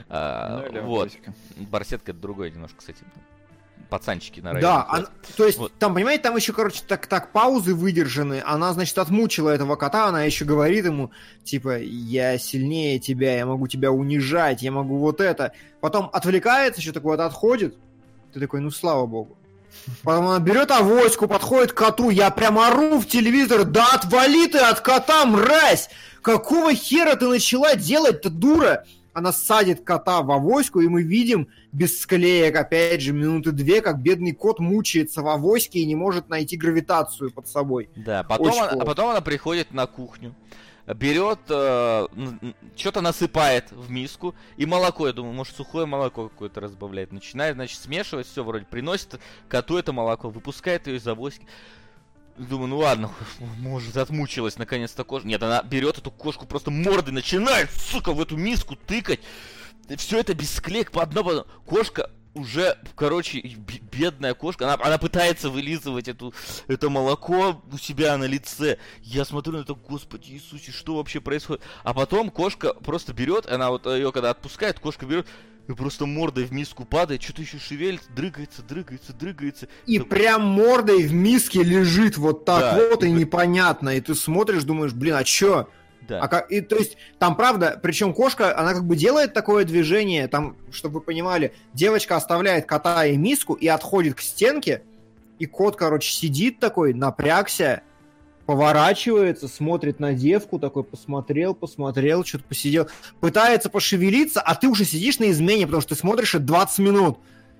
А, Ну, или вот. авоська. Барсетка это другое немножко, кстати. Пацанчики на районе. Да, она- то есть Вот. там, понимаете, там еще, короче, так, так паузы выдержаны. Она, значит, отмучила этого кота, она еще говорит ему, типа, я сильнее тебя, я могу тебя унижать, я могу вот это. Потом отвлекается, еще такой вот отходит. Ты такой, ну слава богу. Потом она берет авоську, подходит к коту, я прям ору в телевизор, да отвали ты от кота, мразь! Какого хера ты начала делать-то, дура? Она садит кота в авоську, и мы видим без склеек, опять же, минуты две, как бедный кот мучается в авоське и не может найти гравитацию под собой. Да, потом Очень она, а плохо. потом она приходит на кухню, берет, э, что-то насыпает в миску и молоко, я думаю, может сухое молоко какое-то разбавляет, начинает, значит, смешивать все вроде, приносит коту это молоко, выпускает ее из авоськи. Думаю, ну ладно, может, отмучилась наконец-то кошка. Нет, она берет эту кошку просто мордой, начинает, сука, в эту миску тыкать. Все это без склеек по одному. по одному. Кошка уже, короче, б- бедная кошка, она, она пытается вылизывать эту, это молоко у себя на лице. Я смотрю на это, Господи Иисусе, что вообще происходит? А потом кошка просто берет, она вот ее когда отпускает, кошка берет и просто мордой в миску падает, что-то еще шевелится, дрыгается, дрыгается, дрыгается. И Так- прям мордой в миске лежит вот так Да, вот, и, и- непонятно. И ты смотришь, думаешь, блин, а чё? Да. А как, и, то есть, там правда, причем кошка, она как бы делает такое движение, там, чтобы вы понимали, девочка оставляет кота и миску и отходит к стенке, и кот, короче, сидит такой, напрягся, поворачивается, смотрит на девку, такой посмотрел, посмотрел, что-то посидел, пытается пошевелиться, а ты уже сидишь на измене, потому что ты смотришь это двадцать минут.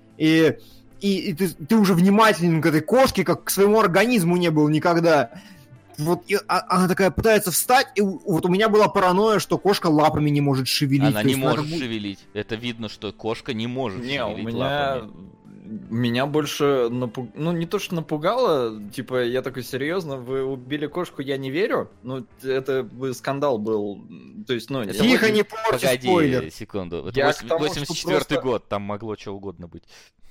И, и, и ты, ты уже внимателен к этой кошке, как к своему организму не был никогда. вот и, а, она такая пытается встать, и вот у меня была паранойя, что кошка лапами не может шевелить. Она не может надо... шевелить. Это видно, что кошка не может не, шевелить у меня... лапами. Меня больше напуг... ну не то что напугало, типа я такой, серьезно, вы убили кошку, я не верю. Ну это бы скандал был, то есть, ну... Тихо, это... не порти Погоди, спойлер. секунду. Это Я восемь... тому, восемьдесят четвёртый просто... год, там могло что угодно быть.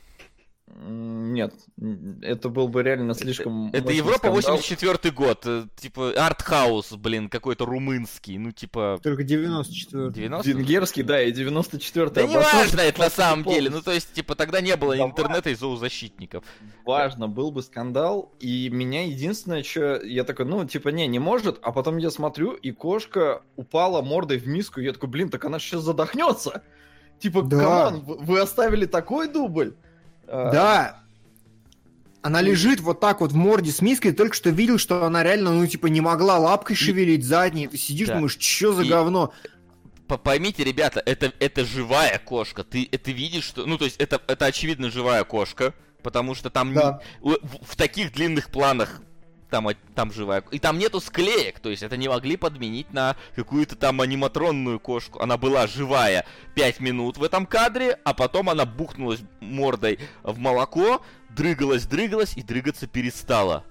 Нет, это был бы реально слишком... Это, это Европа, восемьдесят четвёртый год, типа артхаус, блин, какой-то румынский, ну типа... Только девяносто четвёртый. девяностый? Венгерский, да, и девяносто четвёртый. Да не важно это на самом деле, ну то есть, типа, тогда не было да интернета и зоозащитников. Важно, был бы скандал, и меня единственное, что я такой, ну, типа, не, не может, а потом я смотрю, и кошка упала мордой в миску, и я такой, блин, так она сейчас задохнется. Типа, да. камон, вы оставили такой дубль? Да. Она лежит вот так вот в морде с миской, только что видел, что она реально, ну, типа, не могла лапкой шевелить задней. Ты сидишь, да. думаешь, что за и... говно? Поймите, ребята, это, это живая кошка. Ты это видишь, что... Ну, то есть, это, это очевидно живая кошка, потому что там да. не... в, в таких длинных планах там, там живая... И там нету склеек, то есть, это не могли подменить на какую-то там аниматронную кошку. Она была живая пять минут в этом кадре, а потом она бухнулась мордой в молоко, дрыгалась, дрыгалась и дрыгаться перестала.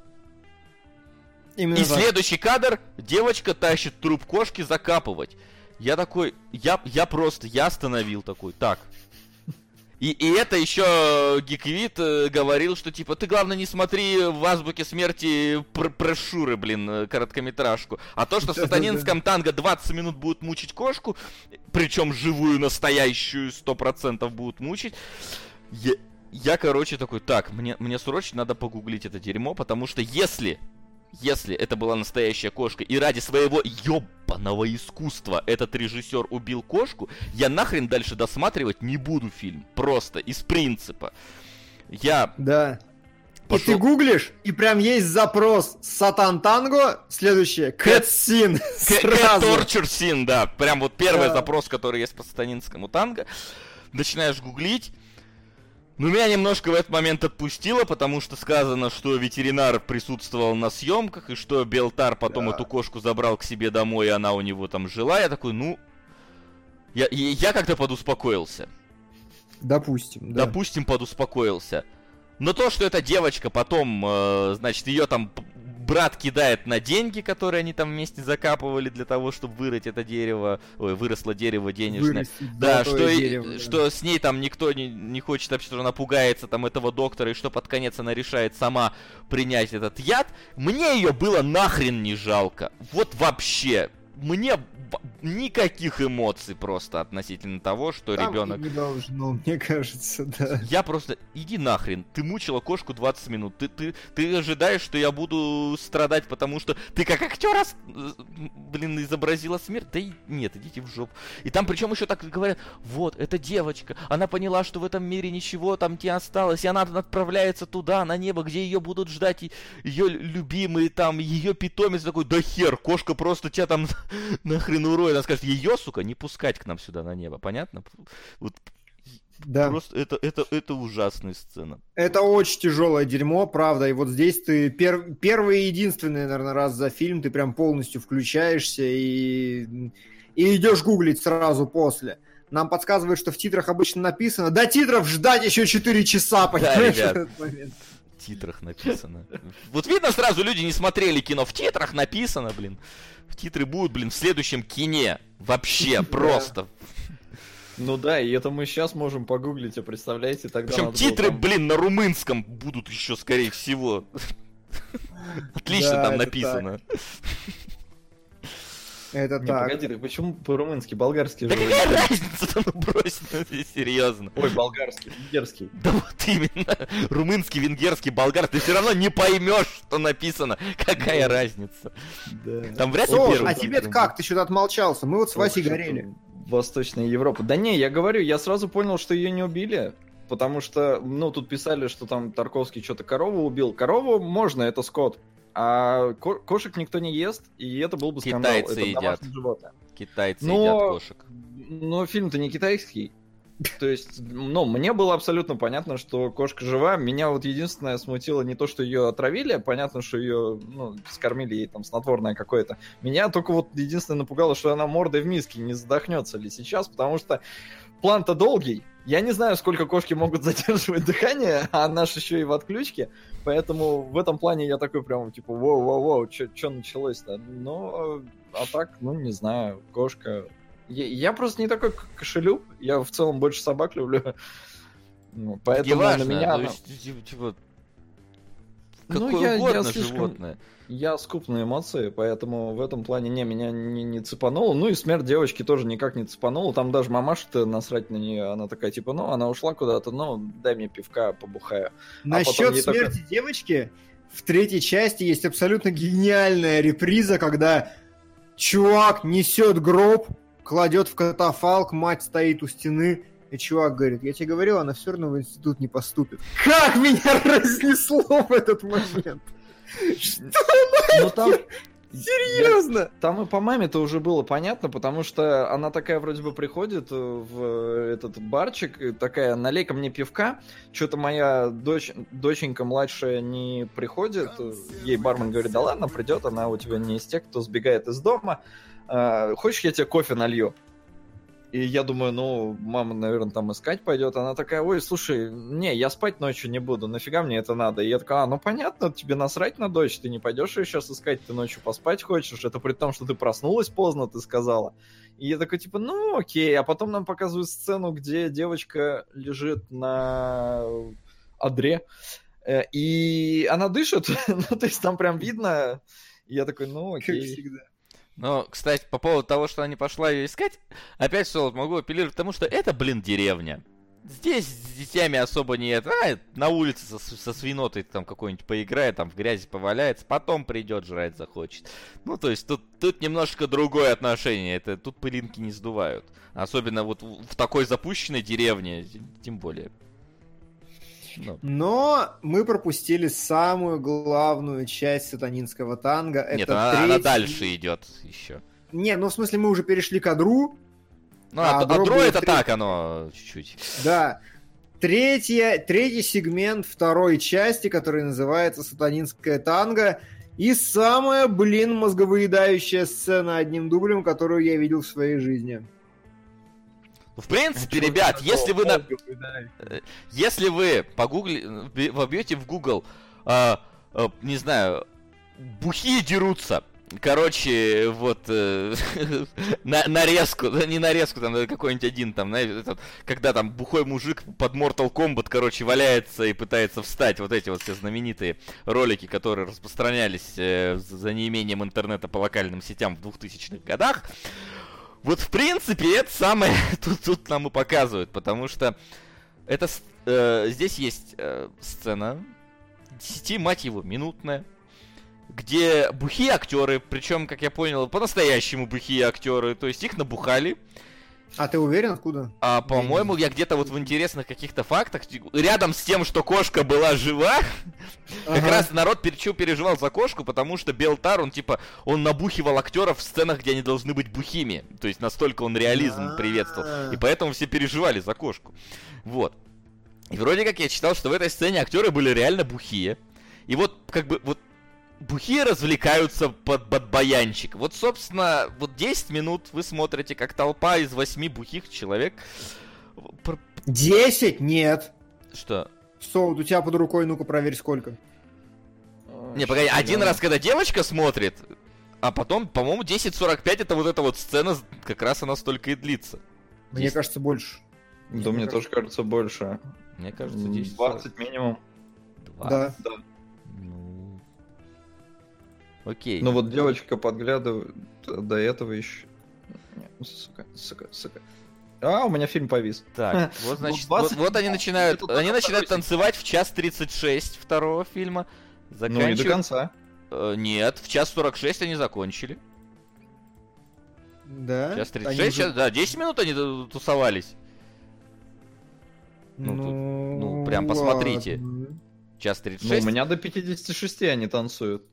Именно и так. Следующий кадр, девочка тащит труп кошки закапывать. Я такой, я, я просто, я остановил такой, так. И, и это еще Гиквит э, говорил, что типа, ты главное не смотри в азбуке смерти пр- прошуры, блин, короткометражку. А то, что в сатанинском танго двадцать минут будут мучить кошку, причем живую, настоящую, сто процентов будут мучить, я, я короче, такой, так, мне, мне срочно надо погуглить это дерьмо, потому что если... Если это была настоящая кошка, и ради своего ёбаного искусства этот режиссер убил кошку, я нахрен дальше досматривать не буду фильм. Просто, из принципа. Я... Да. Пошел... И ты гуглишь, и прям есть запрос Сатан Танго, следующее, Cat Scene. Cat Torture Scene, да. Прям вот первый да. запрос, который есть по сатанинскому танго. Начинаешь гуглить. Ну, меня немножко в этот момент отпустило, потому что сказано, что ветеринар присутствовал на съемках, и что Белтар потом да. эту кошку забрал к себе домой, и она у него там жила. Я такой, ну... Я, я как-то подуспокоился. Допустим, да. Допустим, подуспокоился. Но то, что эта девочка потом, э, значит, ее там брат кидает на деньги, которые они там вместе закапывали для того, чтобы вырыть это дерево, ой, выросло дерево денежное. Вырастить да, что, дерево, и, да. что с ней там никто не, не хочет общаться, что она пугается там этого доктора, и что под конец она решает сама принять этот яд. Мне ее было нахрен не жалко. Вот вообще. Мне никаких эмоций просто относительно того, что там ребенок... не должно, мне кажется, да. Я просто... Иди нахрен. Ты мучила кошку двадцать минут. Ты, ты, ты ожидаешь, что я буду страдать, потому что ты как актер, блин, изобразила смерть? Да и нет, идите в жопу. И там причем еще так говорят, вот, это девочка, она поняла, что в этом мире ничего там не осталось, и она отправляется туда, на небо, где ее будут ждать ее любимые, там, ее питомец такой, да хер, кошка просто тебя там... Нахрен уроет, она скажет, ее, сука, не пускать к нам сюда на небо, понятно? Вот да. Просто это, это, это ужасная сцена. Это очень тяжелое дерьмо, правда, и вот здесь ты пер... первый и единственный, наверное, раз за фильм ты прям полностью включаешься и, и идешь гуглить сразу после. Нам подсказывают, что в титрах обычно написано, до титров ждать еще четыре часа, понимаешь, да, в этот момент. В титрах написано. Вот видно сразу, люди не смотрели кино. В титрах написано, блин. Титры будут, блин, в следующем кине. Вообще, просто. Ну да, и это мы сейчас можем погуглить, а представляете, тогда... Причем титры, там... блин, на румынском будут еще, скорее всего. Отлично да, там написано. Это не, так. Погоди, так почему по-румынски? Болгарский да же. Да какая разница, ну брось, ну серьезно. Ой, болгарский, венгерский. Да вот именно. Румынский, венгерский, болгарский. Ты все равно не поймешь, что написано. Какая да. разница. Да. Там вряд ли первый. А тебе-то как? Ты что-то отмолчался. Мы вот с Васей горели. Восточная Европа. Да не, я говорю, я сразу понял, что ее не убили. Потому что, ну, тут писали, что там Тарковский что-то корову убил. Корову можно, это скот. А ко- кошек никто не ест, и это был бы скандал. Китайцы это едят. Животное. Китайцы но, едят кошек. Но фильм-то не китайский. То есть, ну, мне было абсолютно понятно, что кошка жива. Меня вот единственное смутило не то, что ее отравили, понятно, что ее, ну, скормили ей там снотворное какое-то. Меня только вот единственное напугало, что она мордой в миске, не задохнется ли сейчас, потому что план-то долгий. Я не знаю, сколько кошки могут задерживать дыхание, а наш еще и в отключке. Поэтому в этом плане я такой прям, типа, воу-воу-воу, что началось-то? Ну, а так, ну, не знаю, кошка... Я, я просто не такой кошелюб, я в целом больше собак люблю. Ну, поэтому важно, на меня... То есть, типа, типа, ну, какое я, угодно я слишком... животное. Я скуп на эмоции, поэтому в этом плане не, меня не, не цепануло. Ну и смерть девочки тоже никак не цепанула. Там даже мамаша-то насрать на нее. Она такая, типа, ну, она ушла куда-то, ну, дай мне пивка, побухаю. Насчет а смерти такой... девочки, в третьей части есть абсолютно гениальная реприза, когда чувак несет гроб, кладет в катафалк, мать стоит у стены, и чувак говорит, я тебе говорил, она все равно в институт не поступит. Как меня разнесло в этот момент? Что ну, там... Серьезно? Я... Там и по маме-то уже было понятно, потому что она такая вроде бы приходит в этот барчик, и такая, налей-ка мне пивка. Что-то моя дочь, доченька младшая не приходит. Ей бармен говорит, да ладно, придет, она у тебя не из тех, кто сбегает из дома. А, хочешь, я тебе кофе налью? И я думаю, ну, мама, наверное, там искать пойдет. Она такая, ой, слушай, не, я спать ночью не буду, нафига мне это надо? И я такая, а, ну понятно, тебе насрать на дочь, ты не пойдешь ее сейчас искать, ты ночью поспать хочешь, это при том, что ты проснулась поздно, ты сказала. И я такой, типа, ну, окей. А потом нам показывают сцену, где девочка лежит на одре, и она дышит, ну, то есть там прям видно. И я такой, ну, окей. Как всегда. Но, кстати, по поводу того, что она не пошла ее искать, опять что могу апеллировать к тому, что это, блин, деревня. Здесь с детьми особо нет. А, на улице со, со свинотой там какой-нибудь поиграет, там в грязи поваляется, потом придет, жрать захочет. Ну, то есть тут, тут немножко другое отношение. Это, тут пылинки не сдувают. Особенно вот в, в такой запущенной деревне, тем более. Ну. Но мы пропустили самую главную часть сатанинского танго. Нет, это она, третий... она дальше идет еще. Не, ну в смысле мы уже перешли к адру. Ну, а а адро это треть... так, оно чуть-чуть. Да. Третья, третий сегмент второй части, который называется «Сатанинское танго». И самая, блин, мозговыедающая сцена одним дублем, которую я видел в своей жизни. В принципе, ребят, если вы на... Если вы погугли... вобьете в Google, а, а, не знаю, бухие дерутся, короче, вот, э, на, нарезку, не нарезку, там, какой-нибудь один, там, знаете, этот, когда там бухой мужик под Mortal Kombat, короче, валяется и пытается встать, вот эти вот все знаменитые ролики, которые распространялись э, за неимением интернета по локальным сетям в двухтысячных годах. Вот, в принципе, это самое тут, тут нам и показывают, потому что это, э, здесь есть э, сцена, десяти, мать его, минутная, где бухие актеры, причем, как я понял, по-настоящему бухие актеры, то есть их набухали. А ты уверен, откуда? А, по-моему, я где-то вот в интересных каких-то фактах, рядом с тем, что кошка была жива, ага. Как раз народ перечу переживал за кошку, потому что Белтар, он типа, он набухивал актеров в сценах, где они должны быть бухими. То есть настолько он реализм приветствовал. И поэтому все переживали за кошку. Вот. И вроде как я читал, что в этой сцене актеры были реально бухие. И вот, как бы, вот бухие развлекаются под, под баянчик. Вот, собственно, вот десять минут вы смотрите, как толпа из восьми бухих человек... десять? Нет. Что? Соут, у тебя под рукой, ну-ка проверь, сколько. Не, погоди, один раз, когда девочка смотрит, а потом, по-моему, десять сорок пять это вот эта вот сцена, как раз она столько и длится. Мне десять... кажется, больше. Да, мне, мне тоже кажется больше. Мне кажется, десять двадцать минимум. двадцать? Да. Да. Ну... Окей. Ну вот девочка подглядывает до этого еще. Сука, сука, сука. А, у меня фильм повис. Так, вот значит, вот, вот они начинают, они начинают танцевать в час тридцать шесть второго фильма. Ну не до конца. Э, нет, в час сорок шесть они закончили. Да? Час тридцать шесть, уже... час, да, десять минут они тусовались. Ну, ну, тут, ну прям посмотрите. Час тридцать шесть. Ну, у меня до пятидесяти шести они танцуют.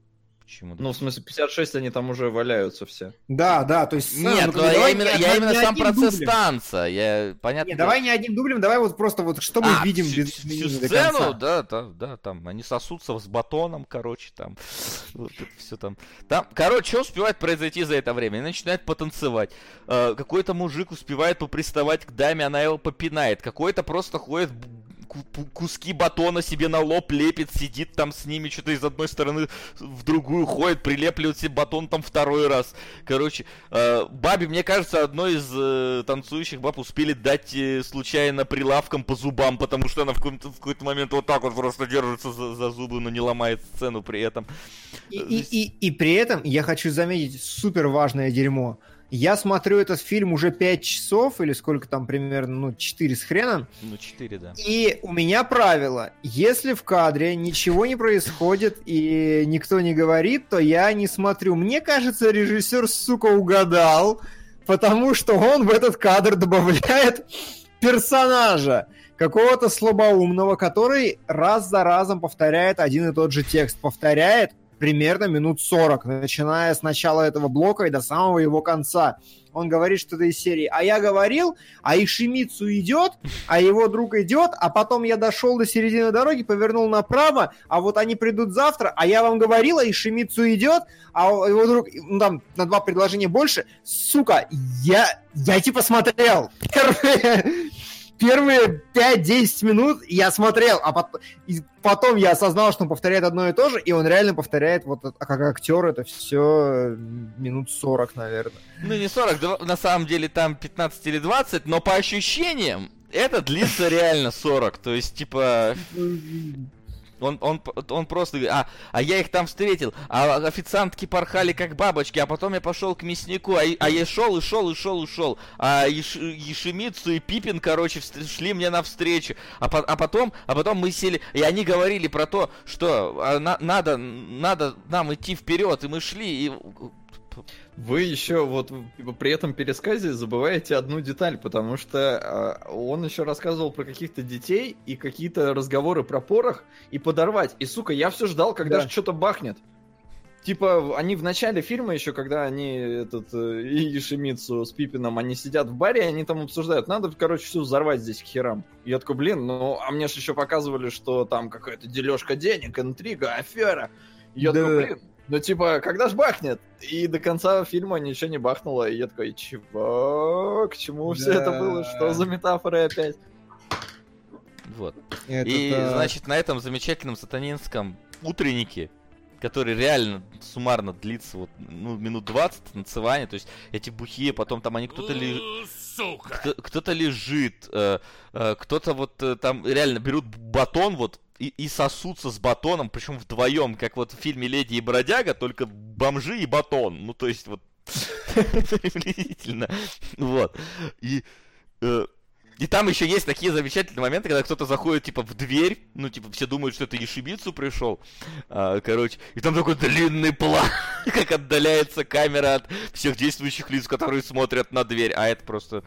Почему? Ну, в смысле, пятьдесят шесть они там уже валяются все. Да, да, то есть... Нет, ну, ну, я давай именно, не- я не именно сам одним процесс дублем. танца. Я, понятно. Не, давай не одним дублем, давай вот просто вот что мы А, видим всю, без всю изменений до сцену, конца. да, да, да, там они сосутся с батоном, короче, там, вот это все там. Там, короче, что успевает произойти за это время? Они начинают потанцевать. Э, какой-то мужик успевает поприставать к даме, она его попинает. Какой-то просто ходит, куски батона себе на лоб лепит, сидит там с ними, что-то из одной стороны в другую ходит, прилепливает себе батон там второй раз. Короче, э, бабе, мне кажется, одной из э, танцующих баб успели дать э, случайно прилавком по зубам, потому что она в какой-то, в какой-то момент вот так вот просто держится за, за зубы, но не ломает сцену при этом. И, и, и, и при этом я хочу заметить супер важное дерьмо. Я смотрю этот фильм уже пять часов, или сколько там примерно, ну, четыре с хреном. Ну, четыре, да. И у меня правило, если в кадре ничего не происходит и никто не говорит, то я не смотрю. Мне кажется, режиссер, сука, угадал, потому что он в этот кадр добавляет персонажа, какого-то слабоумного, который раз за разом повторяет один и тот же текст. Повторяет примерно минут сорок, начиная с начала этого блока и до самого его конца. Он говорит что-то из серии «А я говорил, а Ишимицу идет, а его друг идет, а потом я дошел до середины дороги, повернул направо, а вот они придут завтра, а я вам говорил, а Ишимицу идет, а его друг...» Ну, там на два предложения больше. Сука, я, я типа смотрел первые... Первые пять-десять минут я смотрел, а потом, и потом я осознал, что он повторяет одно и то же, и он реально повторяет, вот как актер, это все минут сорок, наверное. Ну, не сорок, на самом деле там пятнадцать или двадцать, но по ощущениям это длится реально сорок, то есть, типа... Он, он, он просто говорит, а, а я их там встретил, а официантки порхали как бабочки, а потом я пошел к мяснику, а, а я шел и шел и шел и шел, а Еш, Ешемицу и Пипин, короче, шли мне навстречу, а, по, а потом, а потом мы сели, и они говорили про то, что а, на, надо, надо нам идти вперед, и мы шли, и... Вы еще вот при этом пересказе забываете одну деталь, потому что э, он еще рассказывал про каких-то детей и какие-то разговоры про порох и подорвать. И, сука, я все ждал, когда Да. же что-то бахнет. Типа, они в начале фильма еще, когда они, этот, э, и Ешемицу с Пипином, они сидят в баре, они там обсуждают, надо, короче, все взорвать здесь к херам. И я такой, блин, ну, а мне же еще показывали, что там какая-то дележка денег, интрига, афера. И я Да. такой, блин, ну, типа, когда ж бахнет? И до конца фильма ничего не бахнуло, и я такой, чего? К чему все Да. это было? Что за метафоры опять? Вот. Это И, так. значит, на этом замечательном сатанинском утреннике, который реально суммарно длится вот, ну, минут двадцать танцевания, то есть эти бухие, потом там они кто-то ли... Сука! кто- кто-то лежит, э, э, кто-то вот э, там реально берут батон вот и, и сосутся с батоном, причем вдвоем, как вот в фильме «Леди и бродяга», только бомжи и батон, ну то есть вот приблизительно, вот, и... э, И там еще есть такие замечательные моменты, когда кто-то заходит, типа, в дверь, ну, типа, все думают, что это Ешемицу пришел, а, короче, и там такой длинный план, как отдаляется камера от всех действующих лиц, которые смотрят на дверь, а это просто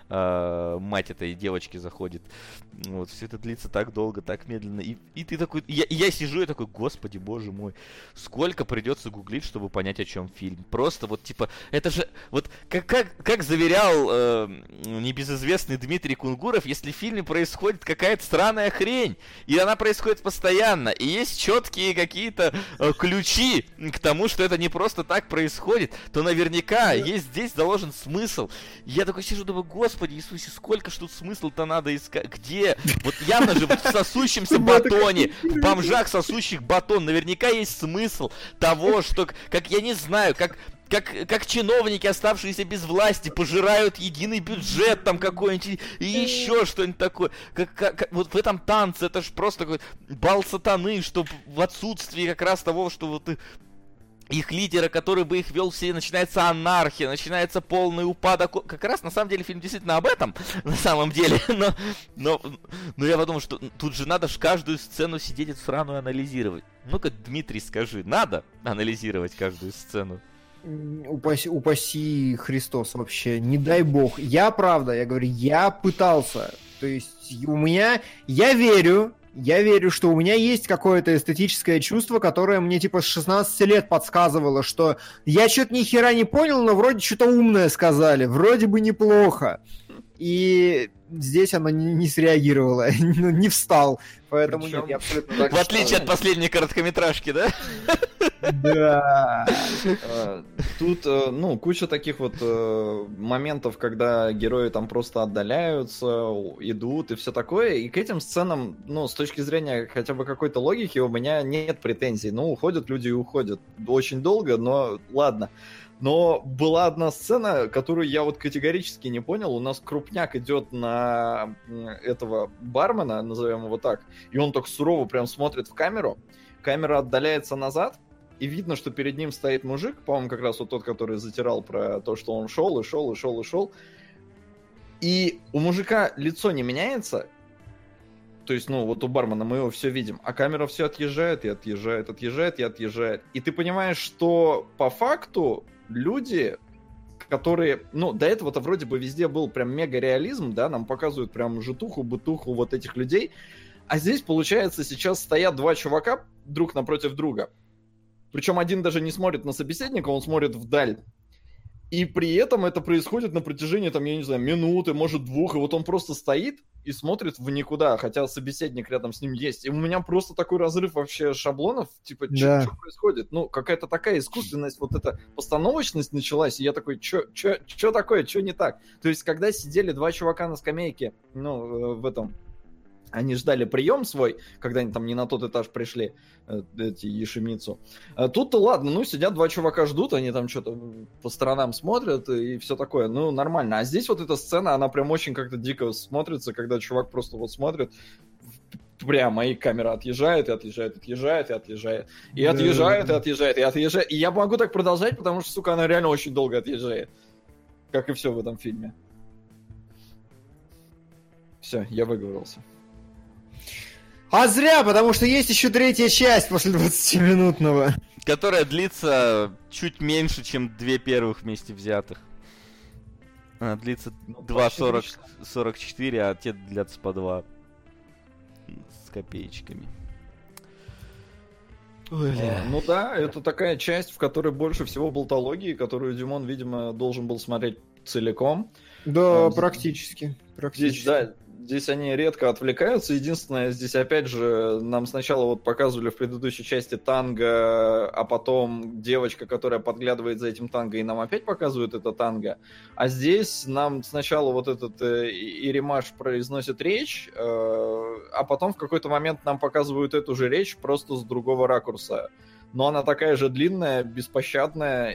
а, мать этой девочки заходит. Вот, все это длится так долго, так медленно, и, и ты такой, и я, и я сижу и такой, господи, боже мой, сколько придется гуглить, чтобы понять, о чем фильм. Просто вот, типа, это же, вот, как, как, как заверял э, небезызвестный Дмитрий Кунгуров, если в фильме происходит какая-то странная хрень, и она происходит постоянно, и есть четкие какие-то э, ключи к тому, что это не просто так происходит, то наверняка есть здесь заложен смысл. И я такой сижу, думаю, господи Иисусе, сколько ж тут смысл-то надо искать, где? Вот явно же в сосущемся батоне, в бомжах, сосущих батон, наверняка есть смысл того, что, как я не знаю, как... Как, как чиновники, оставшиеся без власти, пожирают единый бюджет там какой-нибудь и еще что-нибудь такое. Как, как, как, вот в этом танце это же просто какой-то бал сатаны, что в отсутствии как раз того, что вот их лидера, который бы их вел, все начинается анархия, начинается полный упадок. Как раз на самом деле фильм действительно об этом, на самом деле. Но, но, но я подумал, что тут же надо ж каждую сцену сидеть и сраную анализировать. Ну-ка, Дмитрий, скажи, надо анализировать каждую сцену? Упаси, упаси Христос вообще, не дай бог. Я, правда, я говорю, я пытался. То есть у меня, я верю, я верю, что у меня есть какое-то эстетическое чувство, которое мне типа с шестнадцати лет подсказывало, что я что-то ни хера не понял, но вроде что-то умное сказали, вроде бы неплохо. И здесь оно не, не среагировало, не встал. Поэтому Причем, нет, я абсолютно так В отличие от последней короткометражки, да? Да. Тут, ну, куча таких вот моментов, когда герои там просто отдаляются, идут и все такое. И к этим сценам, ну, с точки зрения хотя бы какой-то логики, у меня нет претензий. Ну, уходят люди и уходят. Очень долго, но ладно. Но была одна сцена, которую я вот категорически не понял. У нас крупняк идет на этого бармена, назовем его так, и он так сурово прям смотрит в камеру. Камера отдаляется назад, и видно, что перед ним стоит мужик, по-моему, как раз вот тот, который затирал про то, что он шел и шел и шел и шел. И у мужика лицо не меняется. То есть, ну, вот у бармена мы его все видим, а камера все отъезжает и отъезжает, отъезжает и отъезжает. И ты понимаешь, что по факту люди, которые... Ну, до этого-то вроде бы везде был прям мега-реализм, да, нам показывают прям житуху, бытуху вот этих людей. А здесь, получается, сейчас стоят два чувака друг напротив друга. Причем один даже не смотрит на собеседника, он смотрит вдаль. И при этом это происходит на протяжении, там, я не знаю, минуты, может, двух. И вот он просто стоит и смотрит в никуда, хотя собеседник рядом с ним есть. И у меня просто такой разрыв вообще шаблонов. Типа, Да. что происходит? Ну, какая-то такая искусственность, вот эта постановочность началась. И я такой, что такое, что не так? То есть, когда сидели два чувака на скамейке, ну, в этом... Они ждали прием свой, когда они там не на тот этаж пришли, эти Ешемицу. А тут-то ладно, ну сидят два чувака, ждут, они там что-то по сторонам смотрят и все такое, ну нормально. А здесь вот эта сцена, она прям очень как-то дико смотрится, когда чувак просто вот смотрит, прямо, и камера отъезжает, и отъезжает, отъезжает, и отъезжает, и Да. отъезжает, и отъезжает, и отъезжает. И я могу так продолжать, потому что, сука, она реально очень долго отъезжает. Как и все в этом фильме. Все, я выговорился. А зря, потому что есть еще третья часть после двадцатиминутного. Которая длится чуть меньше, чем две первых вместе взятых. Она длится Ну, два почти сорок три часа. сорок четыре, а те длятся по два. С копеечками. Ой, А, Ну да, это такая часть, в которой больше всего болтологии, которую Димон, видимо, должен был смотреть целиком. Да, А, практически. Здесь, Практически. да, здесь они редко отвлекаются. Единственное, здесь опять же нам сначала вот показывали в предыдущей части танго, а потом девочка, которая подглядывает за этим танго, и нам опять показывают это танго. А здесь нам сначала вот этот э, Иремаш произносит речь, э, а потом в какой-то момент нам показывают эту же речь просто с другого ракурса. Но она такая же длинная, беспощадная,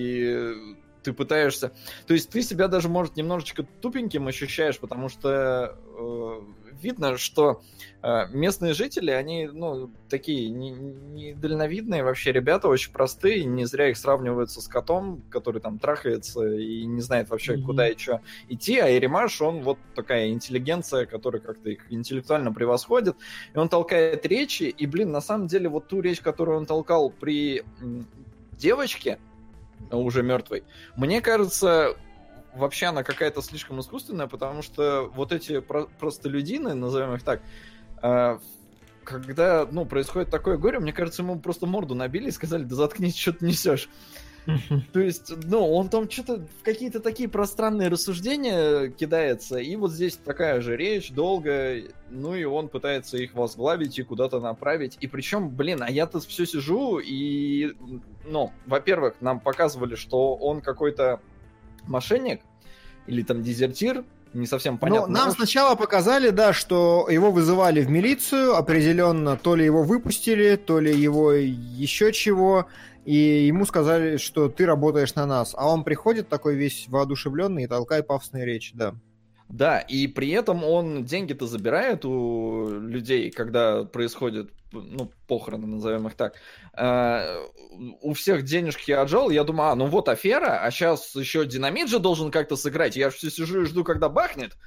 и ты пытаешься... То есть ты себя даже, может, немножечко тупеньким ощущаешь, потому что э, видно, что э, местные жители, они, ну, такие недальновидные вообще ребята, очень простые, не зря их сравнивают со скотом, который там трахается и не знает вообще, Мгм. куда и что идти, а Иремаш, он вот такая интеллигенция, которая как-то их интеллектуально превосходит, и он толкает речи, и, блин, на самом деле, вот ту речь, которую он толкал при м, девочке, уже мертвой, мне кажется, вообще она какая-то слишком искусственная, потому что вот эти про- простолюдины, назовем их так, э, когда, ну, происходит такое горе, мне кажется, ему просто морду набили и сказали, да заткнись, что ты несешь. То есть, ну, он там что-то в какие-то такие пространные рассуждения кидается, и вот здесь такая же речь долгая, ну и он пытается их возглавить и куда-то направить. И причем, блин, а я-то все сижу и, ну, во-первых, нам показывали, что он какой-то мошенник или там дезертир, не совсем понятно. Ну, нам сначала показали, да, что его вызывали в милицию, определенно, то ли его выпустили, то ли его еще чего, и ему сказали, что ты работаешь на нас. А он приходит такой весь воодушевленный и толкает пафосные речи, да. Да, и при этом он деньги-то забирает у людей, когда происходит, ну, похороны, назовем их так. Uh, у всех денежки отжал, я думаю, а, ну вот афера, а сейчас еще динамит же должен как-то сыграть, я же все сижу и жду, когда бахнет.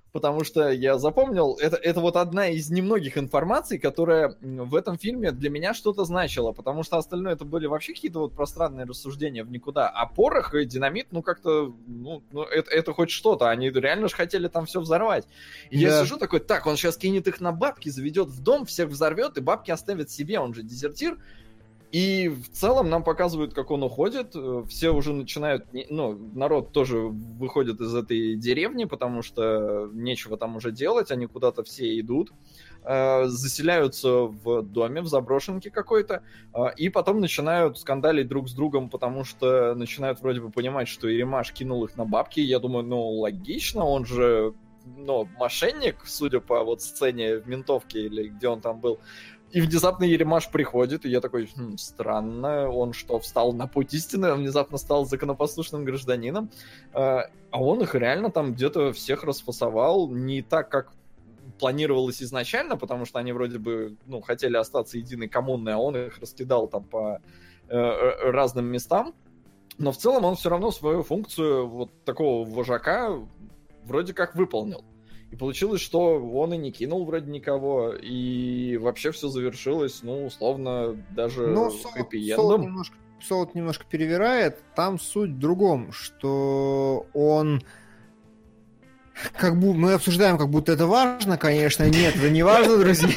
потому что я запомнил, это, это вот одна из немногих информаций, которая в этом фильме для меня что-то значила, потому что остальное это были вообще какие-то вот пространные рассуждения в никуда, а порох и динамит, ну как-то, ну, ну это, это хоть что-то, они реально же хотели там все взорвать. И да. Я сижу такой, так, он сейчас кинет их на бабки, заведет в дом, всех взорвет, и бабки оставит себе, он же дезертир. И в целом нам показывают, как он уходит. Все уже начинают... Ну, народ тоже выходит из этой деревни, потому что нечего там уже делать. Они куда-то все идут. Заселяются в доме, в заброшенке какой-то. И потом начинают скандалить друг с другом, потому что начинают вроде бы понимать, что Иремаш кинул их на бабки. Я думаю, ну, логично, он же... Ну, мошенник, судя по вот сцене в ментовке или где он там был. И внезапно Еремаш приходит, и я такой, хм, странно, он что, встал на путь истины, он внезапно стал законопослушным гражданином, а он их реально там где-то всех расфасовал, не так, как планировалось изначально, потому что они вроде бы, ну, хотели остаться единой коммуной, а он их раскидал там по э, разным местам, но в целом он все равно свою функцию вот такого вожака вроде как выполнил. И получилось, что он и не кинул вроде никого, и вообще все завершилось, ну, условно, даже ну, хэппи-эндом. Солод немножко, Солод немножко перевирает. Там суть в другом, что он... Как бы мы обсуждаем, как будто это важно, конечно. Нет, это не важно, друзья.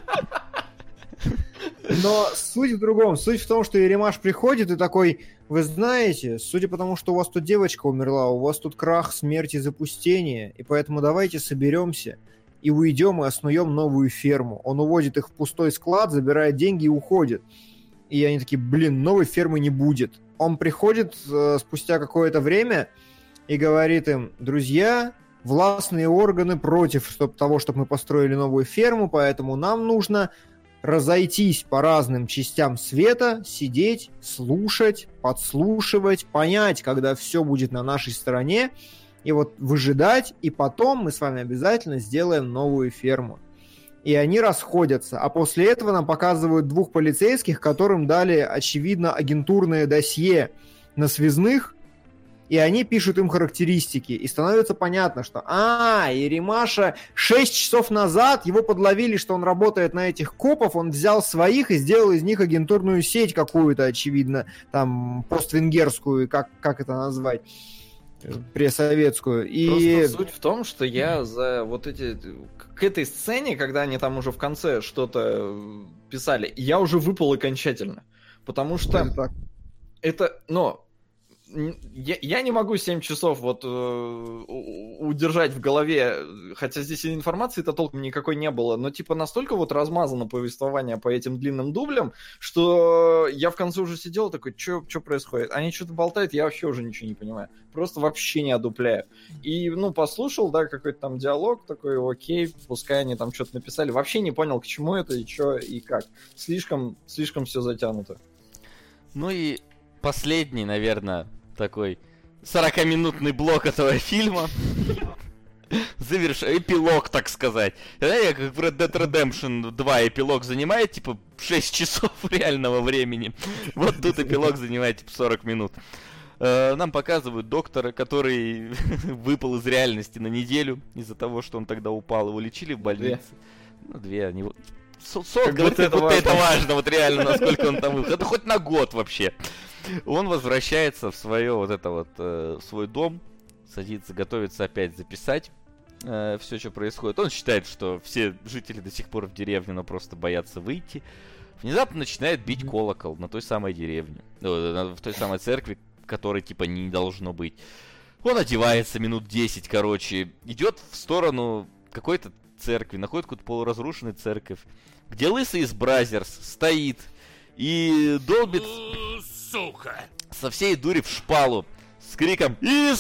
Но суть в другом. Суть в том, что Еремаш приходит и такой... Вы знаете, судя по тому, что у вас тут девочка умерла, у вас тут крах, смерть и запустение, и поэтому давайте соберемся и уйдем и основем новую ферму. Он уводит их в пустой склад, забирает деньги и уходит. И они такие, блин, новой фермы не будет. Он приходит э, спустя какое-то время и говорит им, друзья, властные органы против чтоб, того, чтобы мы построили новую ферму, поэтому нам нужно... разойтись по разным частям света, сидеть, слушать, подслушивать, понять, когда все будет на нашей стороне, и вот выжидать, и потом мы с вами обязательно сделаем новую ферму. И они расходятся. А после этого нам показывают двух полицейских, которым дали, очевидно, агентурное досье на связных, и они пишут им характеристики, и становится понятно, что а, Еремаша шесть часов назад его подловили, что он работает на этих копов, он взял своих и сделал из них агентурную сеть какую-то, очевидно, там, поственгерскую, как, как это назвать, пресоветскую. И... Просто суть в том, что я за вот эти... К этой сцене, когда они там уже в конце что-то писали, я уже выпал окончательно, потому что это, это ну... Я, я не могу семь часов вот э, удержать в голове, хотя здесь информации-то толком никакой не было, но типа настолько вот размазано повествование по этим длинным дублям, что я в конце уже сидел такой, что происходит? Они что-то болтают, я вообще уже ничего не понимаю. Просто вообще не одупляю. И, ну, послушал, да, какой-то там диалог такой, окей, пускай они там что-то написали. Вообще не понял, к чему это и что и как. Слишком, слишком все затянуто. Ну и последний, наверное, такой сорокаминутный блок этого фильма. Заверш... Эпилог, так сказать. Знаете, как в Red Dead Redemption два эпилог занимает, типа, шесть часов реального времени. Вот тут эпилог занимает, типа, сорок минут. Нам показывают доктора, который выпал из реальности на неделю из-за того, что он тогда упал. Его лечили в больнице. Две. Ну, две, они... Солод говорит, это, важно. это важно, вот реально, насколько он там выпал. Это хоть на год вообще. Он возвращается в свое вот это вот, э, свой дом, садится, готовится опять записать э, все, что происходит. Он считает, что все жители до сих пор в деревне, но просто боятся выйти. Внезапно начинает бить колокол на той самой деревне, в той самой церкви, которой типа не должно быть. Он одевается минут десять, короче, идет в сторону какой-то церкви, находит какую-то полуразрушенную церковь, где лысый из Бразерс стоит и долбит... Сука! Со всей дури в шпалу. С криком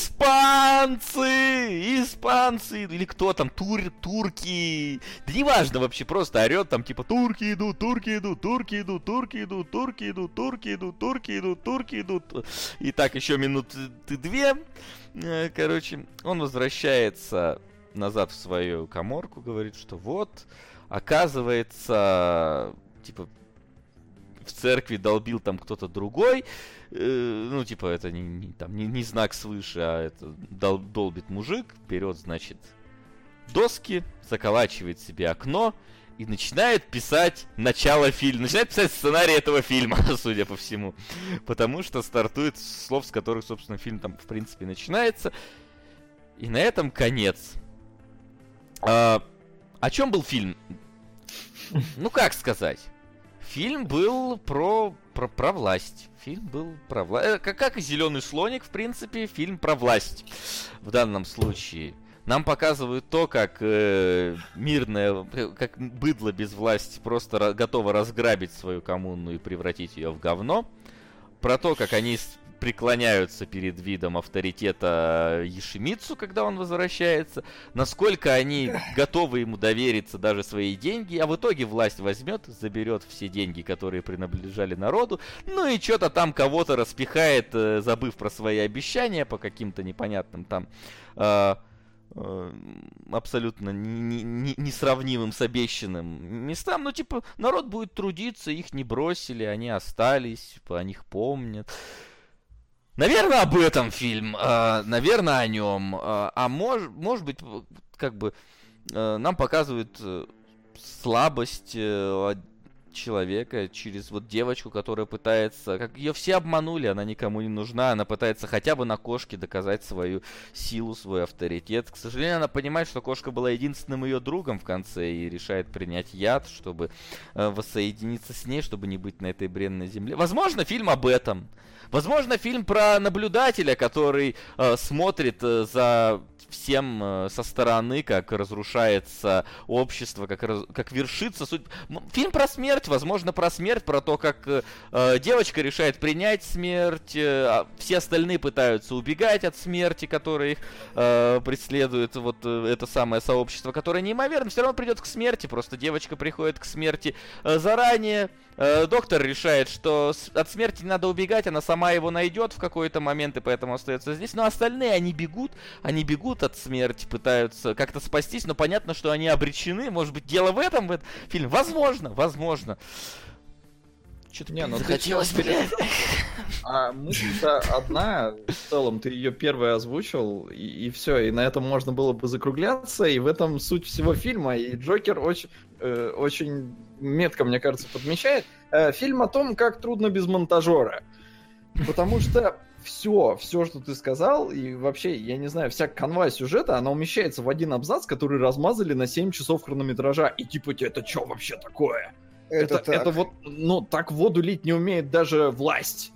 «Испанцы! Испанцы!» Или кто там? Тур... Турки! Да неважно вообще, просто орет там типа «Турки идут! Турки идут! Турки идут! Турки идут! Турки идут! Турки идут! Турки идут! Турки идут!» И так еще минуты две. Короче, он возвращается назад в свою каморку, говорит, что вот, оказывается, типа, в церкви долбил там кто-то другой, э, ну, типа, это не, не, там, не, не знак свыше, а это дол, долбит мужик, берет, значит, доски, заколачивает себе окно и начинает писать начало фильма. Начинает писать сценарий этого фильма, судя по всему. Потому что стартует с слов, с которых, собственно, фильм там, в принципе, начинается. И на этом конец. А, о чем был фильм? Ну, как сказать? Фильм был про, про, про власть. Фильм был про власть. Как, как и «Зеленый слоник», в принципе, фильм про власть. В данном случае. Нам показывают то, как э, мирное, как быдло без власти просто ra- готово разграбить свою коммуну и превратить ее в говно. Про то, как они преклоняются перед видом авторитета Йошимицу, когда он возвращается. Насколько они готовы ему довериться даже свои деньги. А в итоге власть возьмет, заберет все деньги, которые принадлежали народу. Ну и что-то там кого-то распихает, э, забыв про свои обещания по каким-то непонятным там... Э, абсолютно несравнимым с обещанным местам. Ну, типа, народ будет трудиться, их не бросили, они остались, о них помнят. Наверное, об этом фильм, наверное, о нем. А мож, может быть, как бы нам показывают слабость человека через вот девочку, которая пытается, как ее все обманули, она никому не нужна, она пытается хотя бы на кошке доказать свою силу, свой авторитет. К сожалению, она понимает, что кошка была единственным ее другом в конце и решает принять яд, чтобы э, воссоединиться с ней, чтобы не быть на этой бренной земле. Возможно, фильм об этом. Возможно, фильм про наблюдателя, который э, смотрит э, за всем э, со стороны, как разрушается общество, как, раз, как вершится суть. Фильм про смерть, возможно, про смерть, про то, как э, девочка решает принять смерть, э, а все остальные пытаются убегать от смерти, которая их э, преследует, вот э, это самое сообщество, которое неимоверно все равно придет к смерти, просто девочка приходит к смерти э, заранее, э, доктор решает, что с, от смерти не надо убегать, она сама его найдет в какой-то момент и поэтому остается здесь, но остальные, они бегут, они бегут от смерти, пытаются как-то спастись, но понятно, что они обречены. Может быть, дело в этом, в этом фильме? Возможно, возможно. Что-то не, ну захотелось, блядь. А мысль-то одна, в целом, ты ее первой озвучил, и, и все, и на этом можно было бы закругляться, и в этом суть всего фильма, и Джокер очень, э, очень метко, мне кажется, подмечает. Э, фильм о том, как трудно без монтажера. Потому что все, все, что ты сказал, и вообще, я не знаю, вся канва сюжета, она умещается в один абзац, который размазали на семь часов хронометража. И типа, это что вообще такое? Это, это, это вот, ну, так воду лить не умеет даже власть.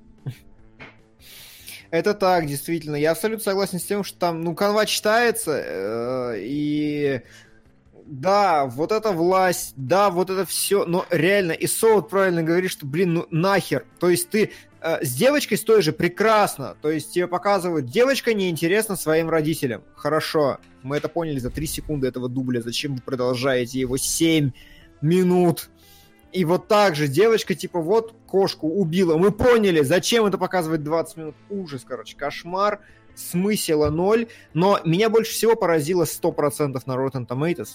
Это так, действительно. Я абсолютно согласен с тем, что там, ну, канва читается, э, и... Да, вот эта власть, да, вот это все, но реально, и Соут правильно говорит, что, блин, ну нахер. То есть ты э, с девочкой с той же прекрасно, то есть тебе показывают, девочка неинтересна своим родителям. Хорошо, мы это поняли за три секунды этого дубля, зачем вы продолжаете его семь минут? И вот так же девочка, типа, вот кошку убила, мы поняли, зачем это показывать двадцать минут? Ужас, короче, кошмар, смысла ноль, но меня больше всего поразило сто процентов на Rotten Tomatoes.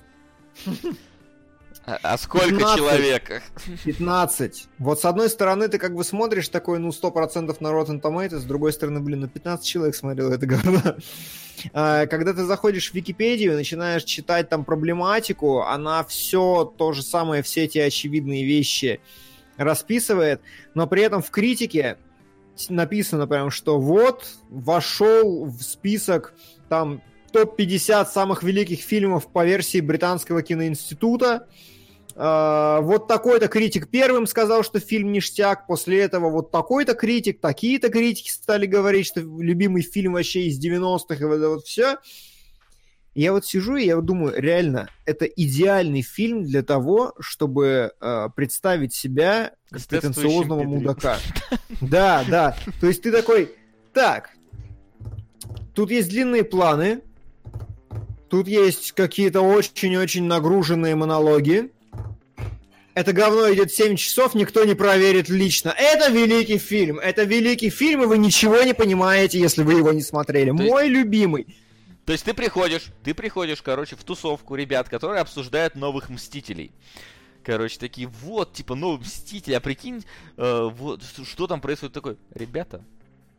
А, а сколько пятнадцать человек? пятнадцать. Вот с одной стороны ты как бы смотришь такой, ну, сто процентов на Rotten Tomatoes, с другой стороны, блин, ну, пятнадцать человек смотрело это говно. А, когда ты заходишь в Википедию, начинаешь читать там проблематику, она все то же самое, все эти очевидные вещи расписывает, но при этом в критике написано прям, что вот, вошел в список там топ пятьдесят самых великих фильмов по версии Британского киноинститута. Uh, вот такой-то критик первым сказал, что фильм ништяк. После этого вот такой-то критик, такие-то критики стали говорить, что любимый фильм вообще из девяностых, и вот это вот все. Я вот сижу и я вот думаю, реально, это идеальный фильм для того, чтобы uh, представить себя как претенциозного мудака. Да, да. То есть ты такой, так, тут есть длинные планы, тут есть какие-то очень-очень нагруженные монологи. Это говно идет семь часов, никто не проверит лично. Это великий фильм, это великий фильм, и вы ничего не понимаете, если вы его не смотрели. То Мой есть... любимый. То есть ты приходишь, ты приходишь, короче, в тусовку ребят, которые обсуждают новых Мстителей. Короче, такие, вот, типа, новый Мститель, а прикинь, э, вот, что там происходит такой. Ребята,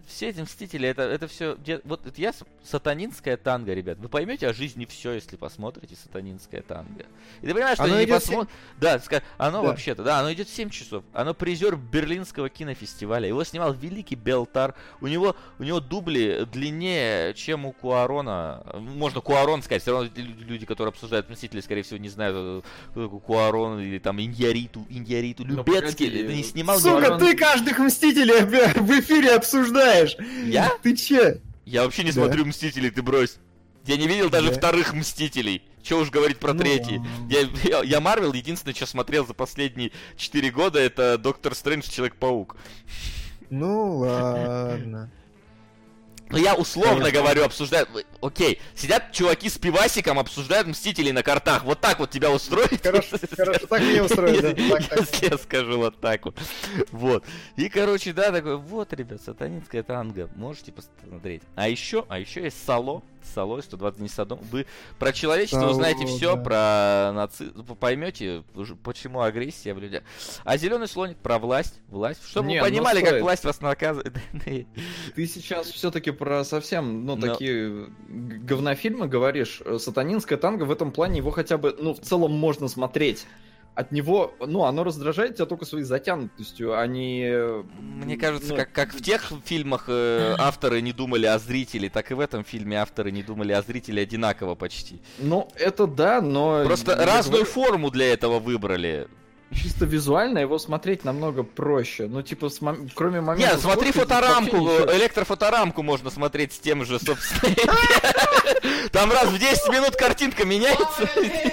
все эти Мстители, это, это все... Вот я сатанинская танго, ребят. Вы поймете о жизни все, если посмотрите сатанинская танго. И ты понимаешь, что оно они не посмотрят... семь... Да, оно да. вообще-то, да, оно идет семь часов. Оно призер Берлинского кинофестиваля. Его снимал великий Белтар. У него, у него дубли длиннее, чем у Куарона. Можно Куарон сказать. Все равно люди, которые обсуждают Мстители, скорее всего, не знают, кто такой Куарон или там Иньяриту, Иньяриту. Любецкий. Это не снимал... Сука, ты каждых Мстителей в эфире обсуждаешь. Я? Ты че? Я вообще не да. смотрю Мстителей, ты брось. Я не видел даже да. вторых Мстителей. Че уж говорить про ну, третий. Я, я Марвел единственное, что смотрел за последние четыре года, это Доктор Стрэндж, Человек-паук. Ну ладно. Ну я условно Конечно. говорю, обсуждают... Окей, сидят чуваки с пивасиком, обсуждают Мстителей на картах. Вот так вот тебя устроит? Хорошо, хорошо, так меня устроит, да. Если я скажу вот так вот. Вот. И, короче, да, такой, вот, ребят, сатанинская танго. Можете посмотреть. А еще, а еще есть Сало. Сало, сто двадцать дней Содом. Вы про человечество Сало, узнаете все, да. про нацизм, поймете, почему агрессия в людях. А зеленый слоник про власть, власть. Чтобы Не, вы понимали, ну, как власть вас наказывает. Ты сейчас все-таки про совсем, ну, Но... такие говнофильмы говоришь. Сатанинская танго в этом плане его хотя бы, ну, в целом можно смотреть. От него, ну, оно раздражает тебя только своей затянутостью, а не... Мне кажется, ну... как, как в тех фильмах э, авторы не думали о зрителе, так и в этом фильме авторы не думали о зрителе одинаково почти. Ну, это да, но... Просто разную говорю... форму для этого выбрали. Чисто визуально его смотреть намного проще. Ну, типа, с мом... кроме момента... Нет, смотри фоторамку, электрофоторамку можно смотреть с тем же, собственно. Там раз в десять минут картинка меняется.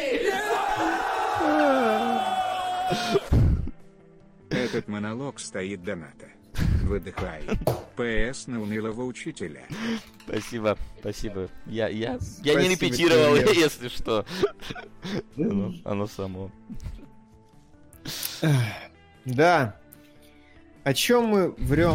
Этот монолог стоит доната. Выдыхай. ПС на унылого учителя. Спасибо, спасибо. Я, я, я не репетировал, если что. Оно, оно само. Да. О чем мы врем?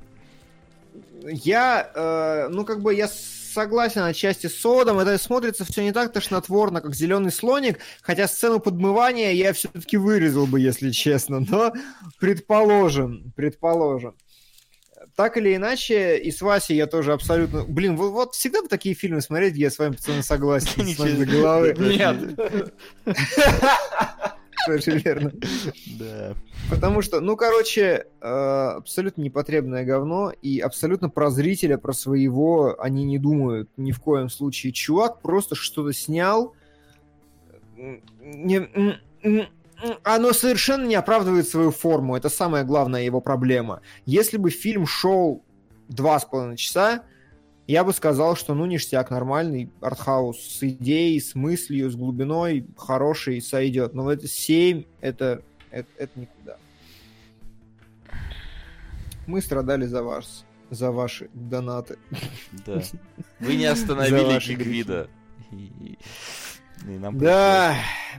Я, э, ну как бы я согласен отчасти с Содом, это смотрится все не так тошнотворно, как «Зеленый слоник», хотя сцену подмывания я все-таки вырезал бы, если честно, но предположим, предположим. Так или иначе, и с Васей я тоже абсолютно... Блин, вот, вот всегда бы такие фильмы смотреть, где я с вами, пацаны, согласен. С вами до головы. Нет. Совершенно верно. Да. Потому что, ну, короче, э, абсолютно непотребное говно, и абсолютно про зрителя, про своего они не думают ни в коем случае. Чувак просто что-то снял, не, оно совершенно не оправдывает свою форму, это самая главная его проблема. Если бы фильм шел два с половиной часа, я бы сказал, что ну ништяк, нормальный артхаус с идеей, с мыслью, с глубиной, хороший, сойдет. Но это семь, это, это, это никуда. Мы страдали за вас, за ваши донаты. Да. Вы не остановили Гигвида. Да.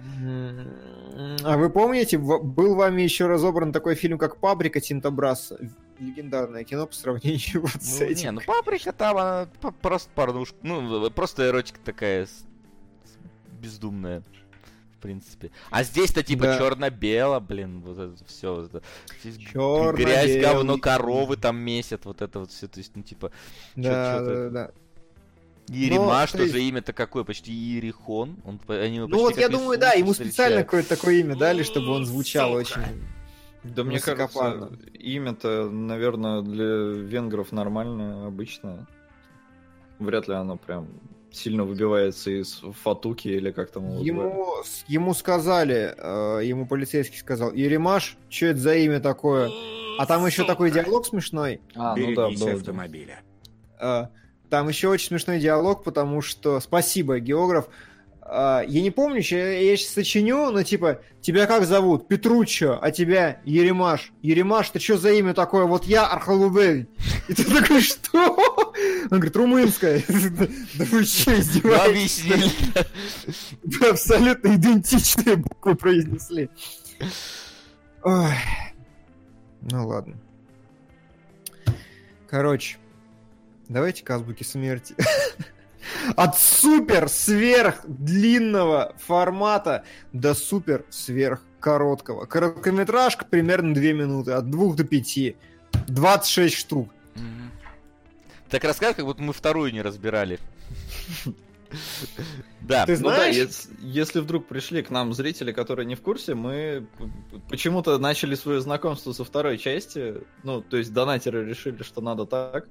А вы помните, был вами еще разобран такой фильм, как «Паприка» Тинто Брасса? Легендарное кино по сравнению вот с ну, этим. Не, ну «Паприка» там, она просто порнушка. Ну, просто эротика такая бездумная, в принципе. А здесь-то типа да. черно-бело, блин, вот это все. Вот это, грязь, говно, коровы там месят, вот это вот все. То есть, ну, типа... Да, да, да. Еремаш, что же имя-то какое? Почти Иерихон. Он, они ну вот я думаю, да, ему специально какое-то такое имя дали, чтобы он звучал очень... Да мне кажется, имя-то, наверное, для венгров нормальное, обычное. Вряд ли оно прям сильно выбивается из фатуки или как там его ему, ему сказали, э, ему полицейский сказал: Еремаш, что это за имя такое? А там еще такой диалог смешной. А, ну да, да, автомобиля. Э, там еще очень смешной диалог, потому что... Спасибо, географ. Uh, я не помню, я, я сейчас сочиню, но типа, тебя как зовут? Петруччо, а тебя Еремаш. Еремаш, ты что за имя такое? Вот я Архалубель. И ты такой, что? Он говорит, румынская. Да вы что, издеваетесь? Абсолютно идентичные буквы произнесли. Ну ладно. Короче, давайте к азбуке смерти. От супер сверх длинного формата до супер сверх короткого. Короткометражка примерно две минуты, от двух до пяти. двадцать шесть штук. Так расскажешь, как будто мы вторую не разбирали. Да. Ты Ну да, знаешь? ес- если вдруг пришли к нам зрители, которые не в курсе, мы п- п- почему-то начали свое знакомство со второй части. Ну, то есть донатеры решили, что надо так.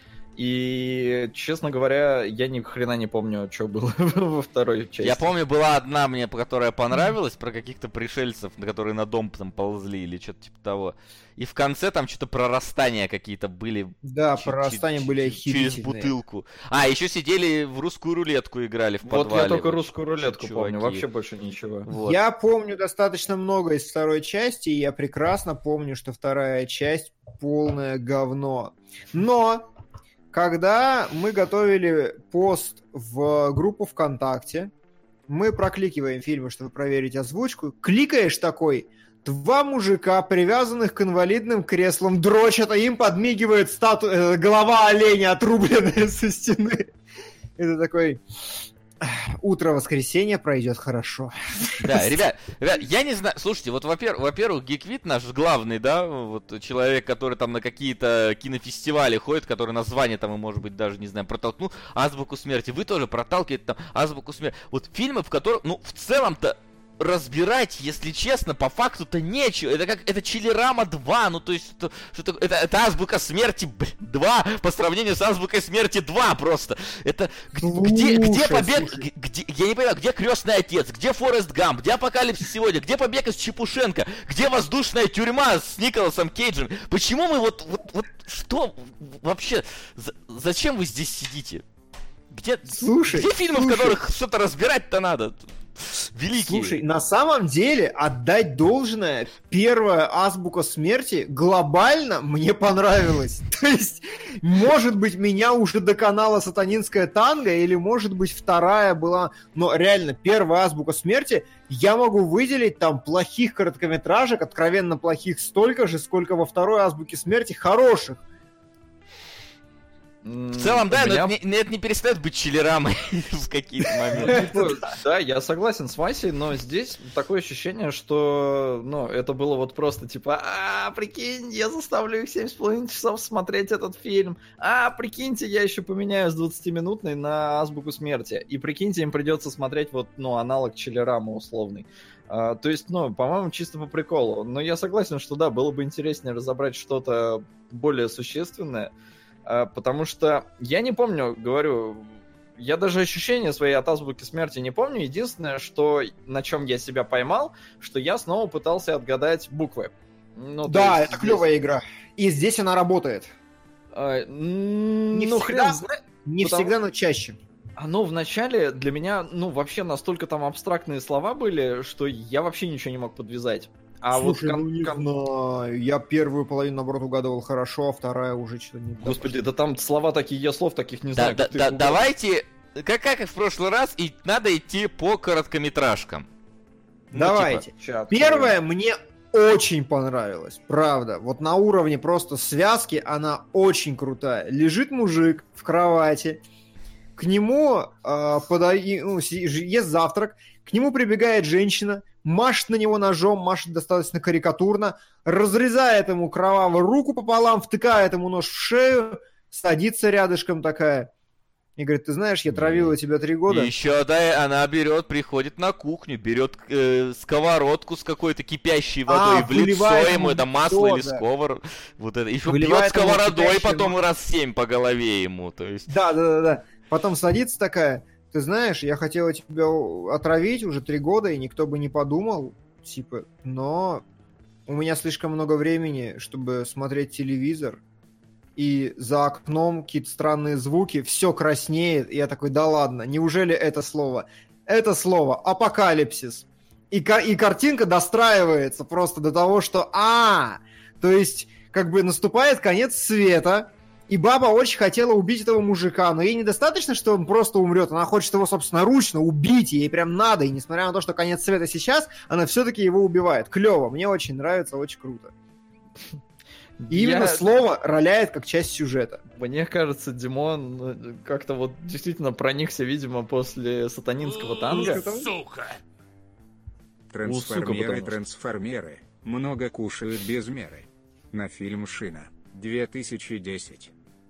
И, честно говоря, я ни хрена не помню, что было во второй части. Я помню, была одна мне, которая понравилась, про каких-то пришельцев, которые на дом там ползли или что-то типа того. И в конце там что-то прорастания какие-то были. Да, Ч- прорастания ч- были ч- Через охерительные. бутылку. А, еще сидели в русскую рулетку играли в Вот подвале. я только вот русскую рулетку чуваки. помню, вообще больше ничего. Вот. Я помню достаточно много из второй части, и я прекрасно помню, что вторая часть полное говно. Но когда мы готовили пост в группу ВКонтакте, мы прокликиваем фильмы, чтобы проверить озвучку, кликаешь такой, два мужика, привязанных к инвалидным креслам, дрочат, а им подмигивает стату... э, голова оленя, отрубленная со стены. Это такой... Утро воскресенья пройдет хорошо. Да, ребят, ребят, я не знаю, слушайте, вот, во-первых, во-первых, Гиквит наш главный, да, вот человек, который там на какие-то кинофестивали ходит, который название там, и, может быть, даже, не знаю, протолкнул, Азбуку смерти, вы тоже проталкиваете там Азбуку смерти. Вот фильмы, в которых, ну, в целом-то, разбирать, если честно, по факту-то нечего. Это как, это Чилирама два, ну, то есть, это, что это, это Азбука смерти два по сравнению с Азбукой смерти два просто. Это, г- где, где Слушай, побег, слушай. г- где, я не понимаю, где Крестный отец, где Форест Гамп, где Апокалипсис сегодня, где побег из Чепушенко, где воздушная тюрьма с Николасом Кейджем? Почему мы вот, вот, вот, что вообще, за- зачем вы здесь сидите? Где, Слушай, где фильмы, слушай. в которых что-то разбирать-то надо? Великие. Слушай, на самом деле, отдать должное, первая азбука смерти глобально мне понравилась. То есть, может быть, меня уже доконала сатанинская танго, или, может быть, вторая была... Но реально, первая азбука смерти, я могу выделить там плохих короткометражек, откровенно плохих, столько же, сколько во второй азбуке смерти хороших. В целом, да, меня... но это не, это не перестает быть чилерамой в какие-то моменты. Да, я согласен с Васей, но здесь такое ощущение, что, ну, это было вот просто типа, а, прикинь, я заставлю их семь с половиной часов смотреть этот фильм, а, прикиньте, я еще поменяю с двадцатиминутной на Азбуку смерти, и прикиньте, им придется смотреть вот, ну, аналог Чилерама условный. А, то есть, ну, по-моему, чисто по приколу. Но я согласен, что да, было бы интереснее разобрать что-то более существенное, потому что я не помню, говорю, я даже ощущения свои от Азбуки смерти не помню. Единственное, что на чем я себя поймал, что я снова пытался отгадать буквы. Ну, Да, есть это здесь... клевая игра. И здесь она работает. А, Не ну, всегда, хрен знает. не потому- всегда, но чаще. Оно вначале для меня, ну, вообще настолько там абстрактные слова были, что я вообще ничего не мог подвязать. А Слушай, вот кон- ну не кон- знаю. Я первую половину, наоборот, угадывал хорошо, а вторая уже что-то не... Господи, да там слова такие, я слов таких не Да, знаю. да, как ты да, их угадал. давайте, как, как и в прошлый раз, и надо идти по короткометражкам. Ну, Давайте. типа, Ща, Первая мне очень понравилась, правда. Вот на уровне просто связки она очень крутая. Лежит мужик в кровати, к нему э, подай- ну, си- ж- ест завтрак, к нему прибегает женщина, машет на него ножом, машет достаточно карикатурно, разрезает ему кроваво руку пополам, втыкает ему нож в шею, садится рядышком такая и говорит, ты знаешь, я травила тебя три года. И еще, да, она берет, приходит на кухню, берет э, сковородку с какой-то кипящей водой А, в лицо выливает ему, ему это в масло лицо, или да. сковор. Вот это. Еще Выливает бьет ему сковородой, кипящее потом раз семь по голове ему. То есть. Да, да, да, да. Потом садится такая, ты знаешь, я хотела тебя отравить уже три года, и никто бы не подумал, типа, но у меня слишком много времени, чтобы смотреть телевизор, и за окном какие-то странные звуки, все краснеет, и я такой, да ладно, неужели это слово? Это слово апокалипсис. И, ка- и картинка достраивается просто до того, что а, то есть как бы наступает конец света, и баба очень хотела убить этого мужика, но ей недостаточно, что он просто умрет, она хочет его собственноручно убить, и ей прям надо, и несмотря на то, что конец света сейчас, она все-таки его убивает. Клево, мне очень нравится, очень круто. И Я- именно слово роляет как часть сюжета. Мне кажется, Димон ну, как-то вот действительно проникся, видимо, после сатанинского танго. Сука! Трансформеры, потому что. трансформеры. Много кушают без меры. На фильм «Шина». две тысячи десять.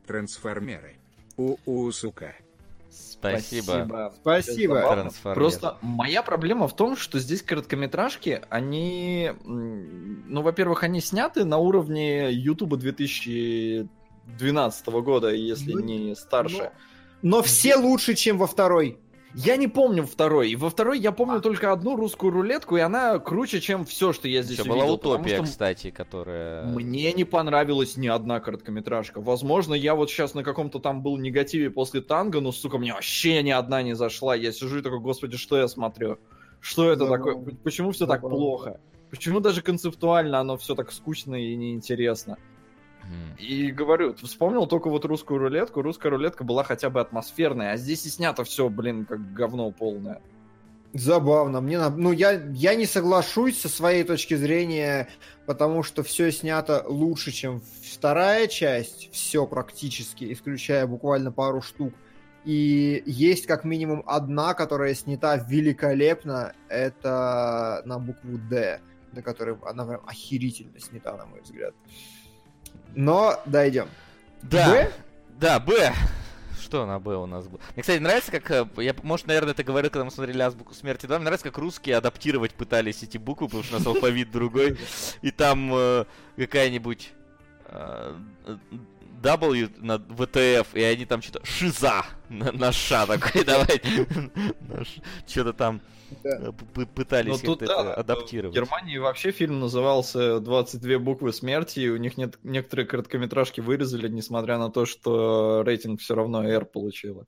Трансформеры. У-у, сука. Спасибо. Спасибо. Трансформер. Просто моя проблема в том, что здесь короткометражки, они, м, ну, во-первых, они сняты на уровне Ютуба две тысячи двенадцатого года, если Ну, не старше. Но все лучше, чем во второй. Я не помню второй. И во второй я помню только одну русскую рулетку, и она круче, чем все, что я здесь Еще увидел. была потому Утопия, что кстати, которая... Мне не понравилась ни одна короткометражка. Возможно, я вот сейчас на каком-то там был негативе после Танго, но, сука, мне вообще ни одна не зашла. Я сижу и такой, господи, что я смотрю? Что это Забавно. такое? Почему все так Забавно. плохо? Почему даже концептуально оно все так скучно и неинтересно? Мгм. И говорю, вспомнил только вот русскую рулетку. Русская рулетка была хотя бы атмосферная, а здесь и снято все, блин, как говно полное. Забавно. Мне, на- ну, я, я не соглашусь со своей точки зрения, потому что все снято лучше, чем вторая часть. Все практически, исключая буквально пару штук. И есть как минимум одна, которая снята великолепно. Это на букву «Д», на которой она прям охерительно снята, на мой взгляд. Но дойдем. Да, Б? да, Б. Что на Б у нас было? Мне, кстати, нравится, как... э, Я, может, наверное, это говорил, когда мы смотрели «Азбуку смерти два». Мне нравится, как русские адаптировать пытались эти буквы, потому что у нас алфавит другой. И там э, какая-нибудь... э, W на вэ тэ эф, и они там что-то шиза на, на ша такой, давай. Что-то там Да. э, п- пытались Но тут, как-то это да, адаптировать. В Германии вообще фильм назывался «двадцать две буквы смерти», и у них нет, некоторые короткометражки вырезали, несмотря на то, что рейтинг все равно R получила.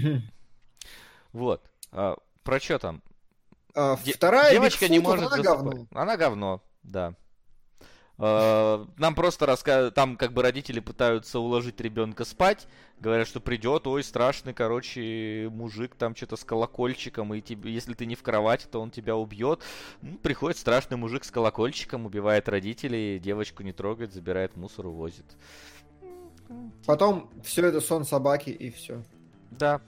Вот. А, про что там? А, Де- Вторая Девочка не Бигфут, может она засыпать. говно. Она говно, да. А, Нам просто рассказывают, там как бы родители пытаются уложить ребенка спать, говорят, что придет, ой, страшный, короче, мужик там что-то с колокольчиком, и тебе, если ты не в кровати, то он тебя убьет. Ну, приходит страшный мужик с колокольчиком, убивает родителей, девочку не трогает, забирает мусор, увозит. Потом все это сон собаки и все. Да.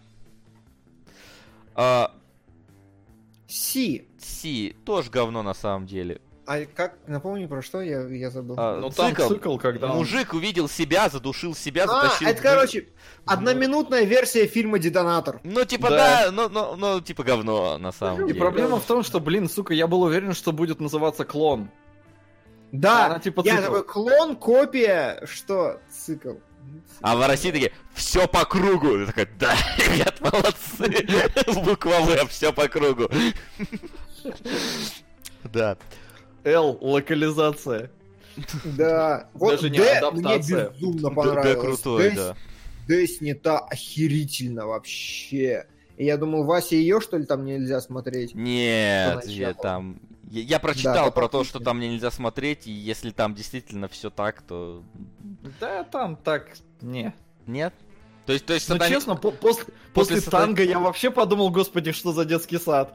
А, Си. Си, тоже говно на самом деле. А как, напомни, про что я, я забыл. А, Ну там цикл. цикл, когда он- Мужик увидел себя, задушил себя, А, затащил... это, в- короче, одноминутная версия фильма «Детонатор». Ну, типа, Да. да, но, но, но, типа, говно, на самом И деле. проблема в том, что, блин, сука, я был уверен, что будет называться «Клон». Да, Она типа я цикл. такой, клон, копия, что? Цикл. А в России такие, все по кругу. Ты такой, да, ребят, молодцы. Буква В, все по кругу. Да. L, локализация. Да, вот Даже не Д мне адаптация. безумно Д понравилось. крутой, Д- да. Д снята охерительно вообще. И я думал, Вася, ее что ли там нельзя смотреть? Нет, Поначалу. я там... Я, я прочитал Да, про потом то, что там нельзя смотреть, и если там действительно все так, то... Да, там так, не. Нет? То есть, то есть Ну, сатани- честно, по- после, после сатани- танго я вообще подумал, господи, что за детский сад.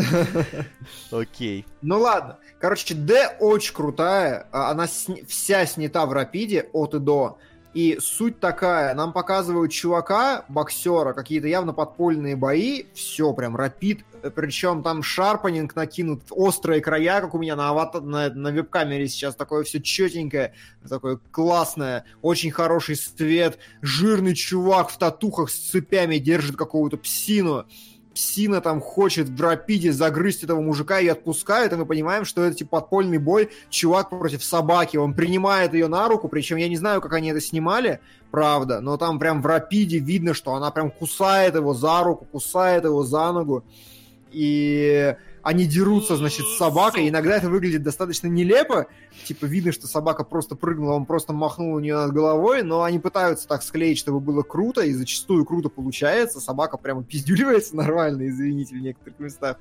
Окей. Ну ладно. Короче, Д очень крутая. А, Она сни- вся снята в рапиде от и до. И суть такая. Нам показывают чувака, боксера, какие-то явно подпольные бои. Все, прям рапид. Причем там шарпанинг накинут, острые края, как у меня на, аватар, на, на веб-камере сейчас. Такое все четенькое, такое классное. Очень хороший свет. Жирный чувак в татухах с цепями держит какую-то псину. Псина там хочет в рапиде загрызть этого мужика и отпускает, и мы понимаем, что это типа подпольный бой, чувак против собаки, он принимает ее на руку, причем я не знаю, как они это снимали, правда, но там прям в рапиде видно, что она прям кусает его за руку, кусает его за ногу, и они дерутся, значит, с собакой, иногда это выглядит достаточно нелепо, типа видно, что собака просто прыгнула, он просто махнул у нее над головой, но они пытаются так склеить, чтобы было круто, и зачастую круто получается, собака прямо пиздюливается нормально, извините, в некоторых местах.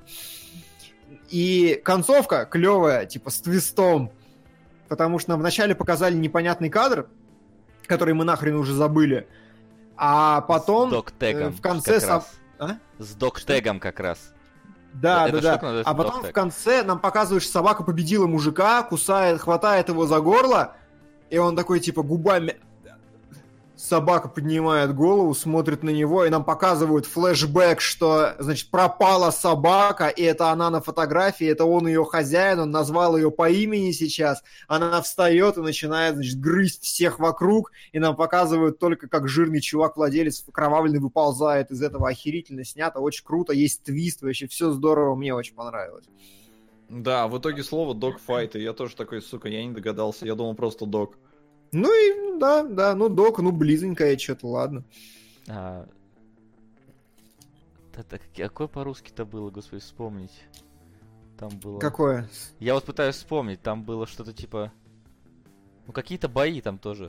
И концовка клевая, типа с твистом, потому что нам вначале показали непонятный кадр, который мы нахрен уже забыли, а потом С док-тегом э, в конце... как сам- раз. А? С док-тегом как раз. Да, Эта да, штука да. называется А потом dog-tag. в конце нам показывают, что собака победила мужика, кусает, хватает его за горло, и он такой, типа, губами... собака поднимает голову, смотрит на него, и нам показывают флешбэк, что, значит, пропала собака, и это она на фотографии, это он ее хозяин, он назвал ее по имени сейчас, она встает и начинает, значит, грызть всех вокруг, и нам показывают только, как жирный чувак-владелец окровавленный выползает из этого. Охерительно снято, очень круто, есть твист, вообще все здорово, мне очень понравилось. Да, в итоге слово dogfight, и я тоже такой, сука, я не догадался, я думал просто дог. Ну и да, да, ну док, ну близенькое что-то, ладно. А... Так, какое по-русски-то было, господи, вспомнить? Там было... Какое? Я вот пытаюсь вспомнить, там было что-то типа... Ну, какие-то бои там тоже.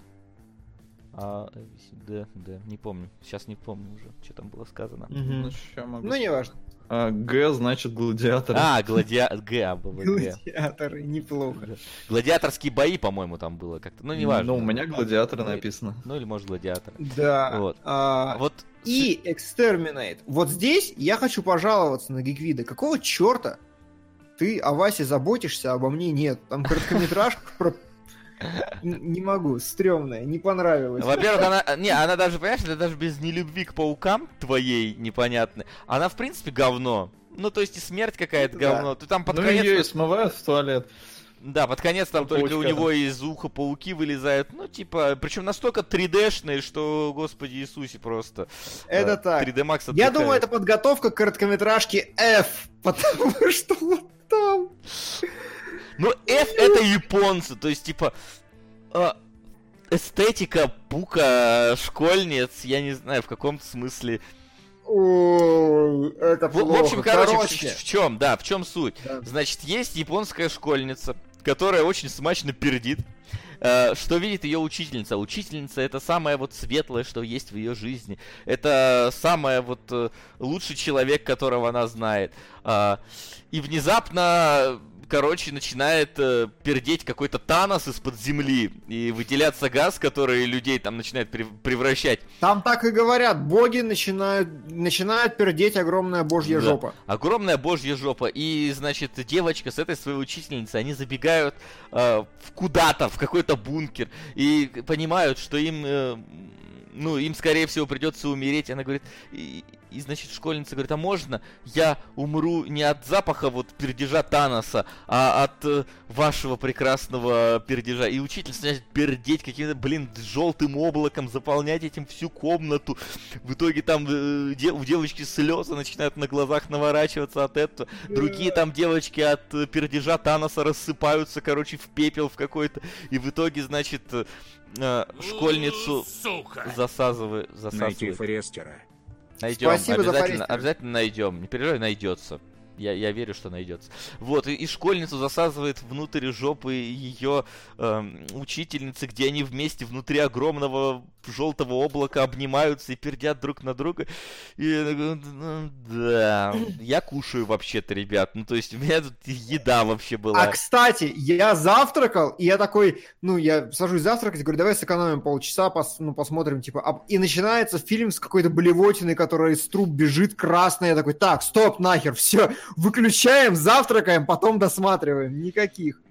А, да, да, не помню. Сейчас не помню уже, что там было сказано. Угу. Ну, ща могу... Ну, не важно. А, Г, значит, гладиатор. А, гладиатор. Г, было Г. Гладиаторы, неплохо. Гладиаторские бои, по-моему, там было как-то. Ну, не важно. Ну, у меня гладиаторы ну, написано. Ну, или, может, гладиатор. Да. Вот. А, вот. И Exterminate. Вот здесь я хочу пожаловаться на Гиквида. Какого черта ты о Васе заботишься, а обо мне нет? Там короткометражка про... Не могу, стрёмная, не понравилось. Во-первых, она... Не, она даже, понимаешь, это даже без нелюбви к паукам твоей непонятной. Она, в принципе, говно. Ну, то есть и смерть какая-то да. говно. Ты там под ну, конец... ее и смывают в туалет. Да, под конец там только Паучка. у него из уха пауки вылезают. Ну, типа, причем настолько три дэ-шные, что, господи Иисусе, просто. Это да, так. три дэ Max Я отдыхает. думаю, это подготовка к короткометражке F, потому что вот там... Ну, F это японцы, то есть, типа, э, эстетика пука школьниц, я не знаю, в каком-то смысле. О, это В, плохо. в общем, короче, короче. В, в чем, да, в чем суть? Да. Значит, есть японская школьница, которая очень смачно пердит. Э, что видит ее учительница? Учительница — это самое вот светлое, что есть в ее жизни. Это самое вот э, лучший человек, которого она знает. Э, и внезапно, короче, начинает э, пердеть какой-то Танос из-под земли и выделяться газ, который людей там начинает прев- превращать. Там так и говорят, боги начинают, начинают пердеть огромная божья Да. жопа. Огромная божья жопа. И, значит, девочка с этой своей учительницей, они забегают э, в куда-то, в какой-то бункер, и понимают, что им, э, ну, им, скорее всего, придется умереть. Она говорит, и, и, значит, школьница говорит, а можно я умру не от запаха вот пердежа Таноса, а от э, вашего прекрасного пердежа? И учитель начинает пердеть каким-то, блин, желтым облаком, заполнять этим всю комнату. В итоге там э, де- у девочки слезы начинают на глазах наворачиваться от этого. Другие там девочки от э, пердежа Таноса рассыпаются, короче, в пепел в какой-то. И в итоге, значит, э, э, школьницу Сука! засасывает. Найти засасывает. Форестера. Найдем, Спасибо за обязательно, Форестера. обязательно найдем. Не переживай, найдется. Я, я верю, что найдется. Вот, и, и школьницу засасывает внутрь жопы ее эм, учительницы, где они вместе внутри огромного желтого облака обнимаются и пердят друг на друга. И я такой, ну, да, я кушаю вообще-то, ребят. Ну, то есть у меня тут еда вообще была. А, кстати, я завтракал, и я такой, ну, я сажусь завтракать, говорю, давай сэкономим полчаса, пос, ну, посмотрим, типа, а, и начинается фильм с какой-то блевотиной, которая из труб бежит, красная, я такой, так, стоп, нахер, все, выключаем, завтракаем, потом досматриваем, никаких.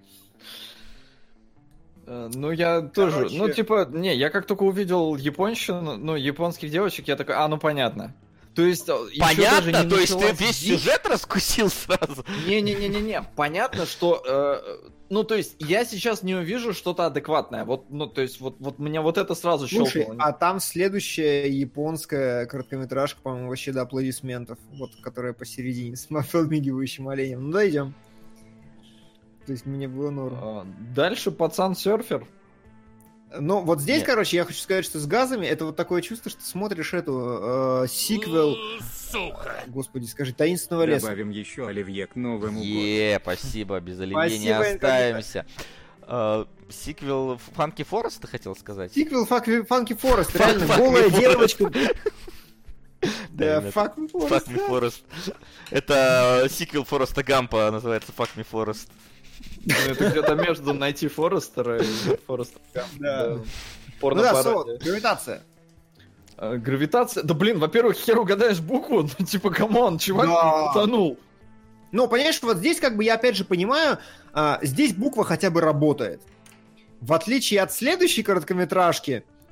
Э, Ну, я тоже, Короче. ну, типа, не, я как только увидел японщину, ну, японских девочек, я такой, а, ну, понятно. То есть, э, ещё даже Понятно? не То есть ты началась весь дичь. сюжет раскусил сразу? Не-не-не-не-не, понятно, что, э, ну, то есть, я сейчас не увижу что-то адекватное, вот, ну, то есть, вот, вот мне вот это сразу Слушай, щелкнуло. а там следующая японская короткометражка, по-моему, вообще до аплодисментов, вот, которая посередине с подмигивающим оленем. Ну, дойдем. То есть, мне было норм. Э, Дальше пацан-серфер. Ну, вот здесь, Нет. короче, я хочу сказать, что с газами это вот такое чувство, что смотришь эту э, сиквел, Сука! господи, скажи, таинственного леса. Добавим еще оливье к Новому году. Е, спасибо, без оливье не Спасибо, оставимся. Э, Сиквел Фанки Форест, ты хотел сказать? Сиквел Фанки Форест, Fuck- реально, Fuck голая Me Forest. девочка. Да, именно Fuck Me Fuck Forest. Me Forest. Это сиквел Фореста Гампа, называется Fuck Me Forest. Ну, это где-то между найти Форестера и Форестера. Да. Ну Порно да, пародия. Солод, гравитация. Э, Гравитация. Да блин, во-первых, хер угадаешь букву, ну типа, камон, чувак Да. утонул. Ну, понимаешь, вот здесь как бы я опять же понимаю, а, здесь буква хотя бы работает. В отличие от следующей короткометражки,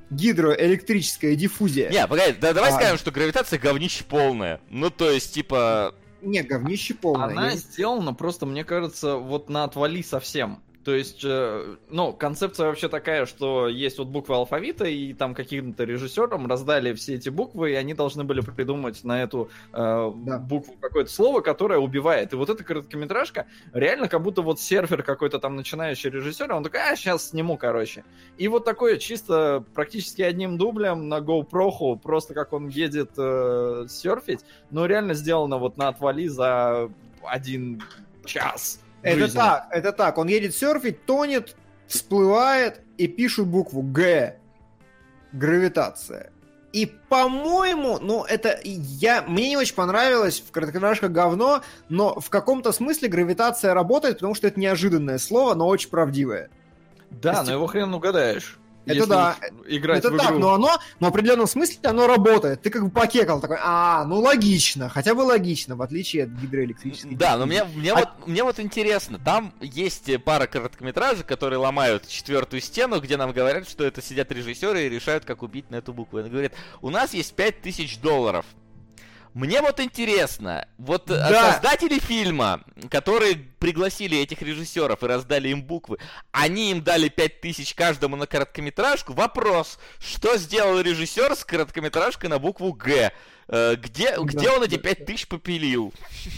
гидроэлектрическая диффузия. Не, погоди, да, давай А. скажем, что гравитация говнище полная. Ну, то есть, типа... Не, говнище полное. Она Я- сделана просто, мне кажется, вот на отвали совсем. То есть, э, ну, концепция вообще такая, что есть вот буквы алфавита, и там каким-то режиссерам раздали все эти буквы, и они должны были придумать на эту э, Да. букву какое-то слово, которое убивает. И вот эта короткометражка реально как будто вот сервер какой-то там начинающий режиссер, он такой, а, сейчас сниму, короче. И вот такое чисто практически одним дублем на GoPro, просто как он едет э, серфить, но реально сделано вот на отвали за один час. Это жизни. так, это так. Он едет серфить, тонет, всплывает и пишут букву Г. Гравитация. И, по-моему, ну, это я... Мне не очень понравилось в короткометражках говно, но в каком-то смысле гравитация работает, потому что это неожиданное слово, но очень правдивое. Да, Есть- но его хрен угадаешь. Это если да. уж играть Это в так, игру. но оно, но в определенном смысле оно работает. Ты как бы покекал такой, а, ну логично, хотя бы логично, в отличие от гидроэлектрической. Да, но мне, диффузии. мне, А- вот, мне вот интересно, там есть пара короткометражек, которые ломают четвертую стену, где нам говорят, что это сидят режиссеры и решают, как убить на эту букву. Они говорят, у нас есть пять тысяч долларов. Мне вот интересно, вот э, Да. создатели фильма, которые пригласили этих режиссеров и раздали им буквы, они им дали пять тысяч каждому на короткометражку. Вопрос, что сделал режиссер с короткометражкой на букву Г? Э, Где, где он эти пять тысяч попилил?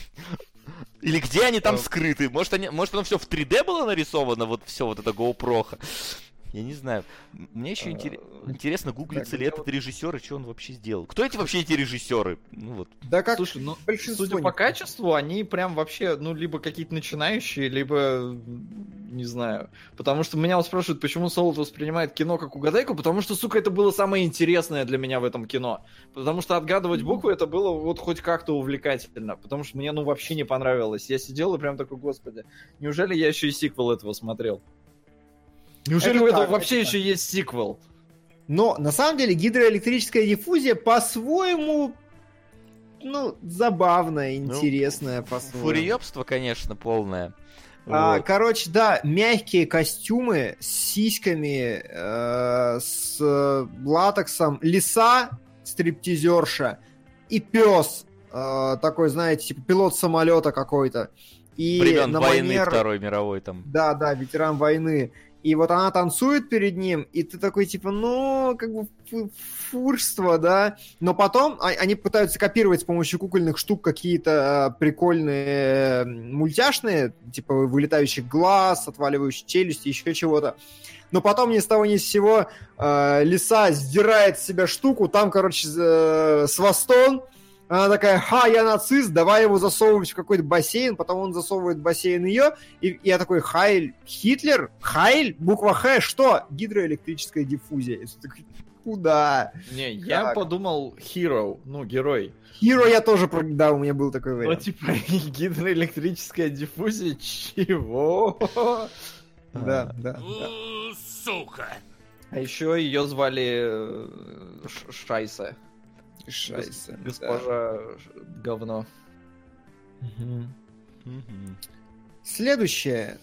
Или где они там скрыты? Может, они, может, оно все в три дэ было нарисовано, вот все вот это GoPro? Я не знаю. М- Мне еще интерес- интересно, гуглится так, ли я этот режиссер и что он вообще сделал. Кто эти вообще эти режиссеры? Ну вот. Да как Слушай, ну, большинство судя не- по качеству, они прям вообще, ну, либо какие-то начинающие, либо, м, не знаю. Потому что меня вот спрашивают, почему Солод воспринимает кино как угадайку, потому что, сука, это было самое интересное для меня в этом кино. Потому что отгадывать буквы, это было вот хоть как-то увлекательно. Потому что мне, ну, вообще не понравилось. Я сидел и прям такой, господи, неужели я еще и сиквел этого смотрел? Неужели Это у этого так, вообще это еще есть сиквел? Но на самом деле гидроэлектрическая диффузия по-своему, ну, забавная, интересная по-своему. Фуриёбство, конечно, полное. А, Вот. короче, да, мягкие костюмы с сиськами, э, с э, латексом, лиса, стриптизерша и пес, э, такой, знаете, типа пилот самолета какой-то. И Времен на войны манер- Второй мировой там. Да, да, ветеран войны. И вот она танцует перед ним, и ты такой, типа, ну, как бы фу- фурство, да. Но потом а- они пытаются копировать с помощью кукольных штук какие-то а, прикольные м, мультяшные, типа вылетающих глаз, отваливающих челюсти, еще чего-то. Но потом ни с того ни с сего э, лиса сдирает с себя штуку, там, короче, э, свастон. Она такая, ха, я нацист, давай его засовывать в какой-то бассейн, потом он засовывает в бассейн ее, и я такой, Хайль, Хитлер? Хайль? Буква Х, что? Гидроэлектрическая диффузия. Я такой, куда? Не, я Как? подумал Hero, ну, герой. Hero я тоже, про- да, у меня был такой Ну, вариант. типа, гидроэлектрическая диффузия, чего? Да, да, да. У, сука! А еще ее звали э, Ш- Шайса. Шайса. Гос- Госпожа Ш- говно. да. Мгм. Мгм. Следующее.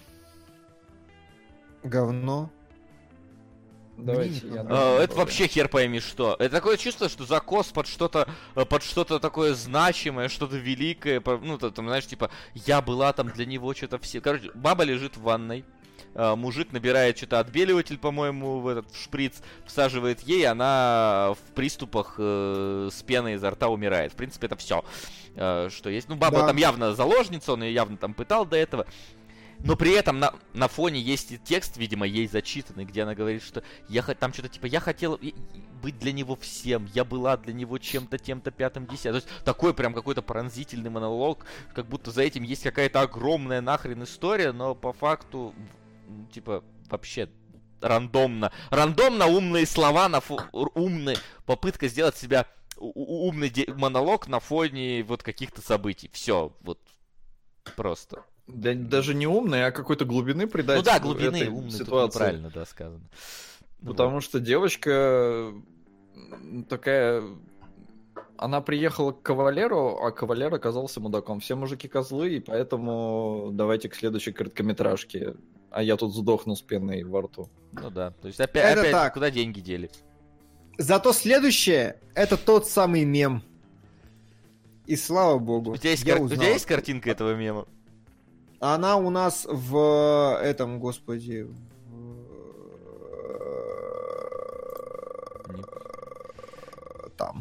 Говно. Давайте не я... понравилось. А, добавлю. это вообще хер пойми что. Это такое чувство, что закос под что-то, э, под что-то такое значимое, что-то великое. по- Ну, ты, там, знаешь, типа, я была там для него что-то все. Короче, баба лежит в ванной. э, Мужик набирает что-то отбеливатель, по-моему, в этот в шприц, всаживает ей, она в приступах э, с пеной изо рта умирает. В принципе, это все, что есть. Ну, баба Да. там явно заложница, он ее явно там пытал до этого. Но при этом на, на фоне есть и текст, видимо, ей зачитанный, где она говорит, что я хо- там что-то типа я хотела и- и быть для него всем, я была для него чем-то, тем-то, пятым, десятым. То есть такой прям какой-то пронзительный монолог, как будто за этим есть какая-то огромная нахрен история, но по факту, м, типа, вообще рандомно. Рандомно умные слова, на фо- р- умные, попытка сделать себя у- у- умный де- монолог на фоне вот каких-то событий. Все, вот просто. Да, даже не умный, а какой-то глубины придать Ну да, этой глубины, умный, тут ситуации. правильно, да, сказано. Ну Потому вот. что девочка м, такая... Она приехала к кавалеру, а кавалер оказался мудаком. Все мужики козлы, и поэтому давайте к следующей короткометражке. А я тут сдохну с пеной во рту. Ну да, то есть опять, Это опять так. куда деньги дели? Зато следующее — это тот самый мем. И слава богу. У тебя есть, я кар... у узнал. тебя есть картинка этого мема? Она у нас в этом, господи... В... Там.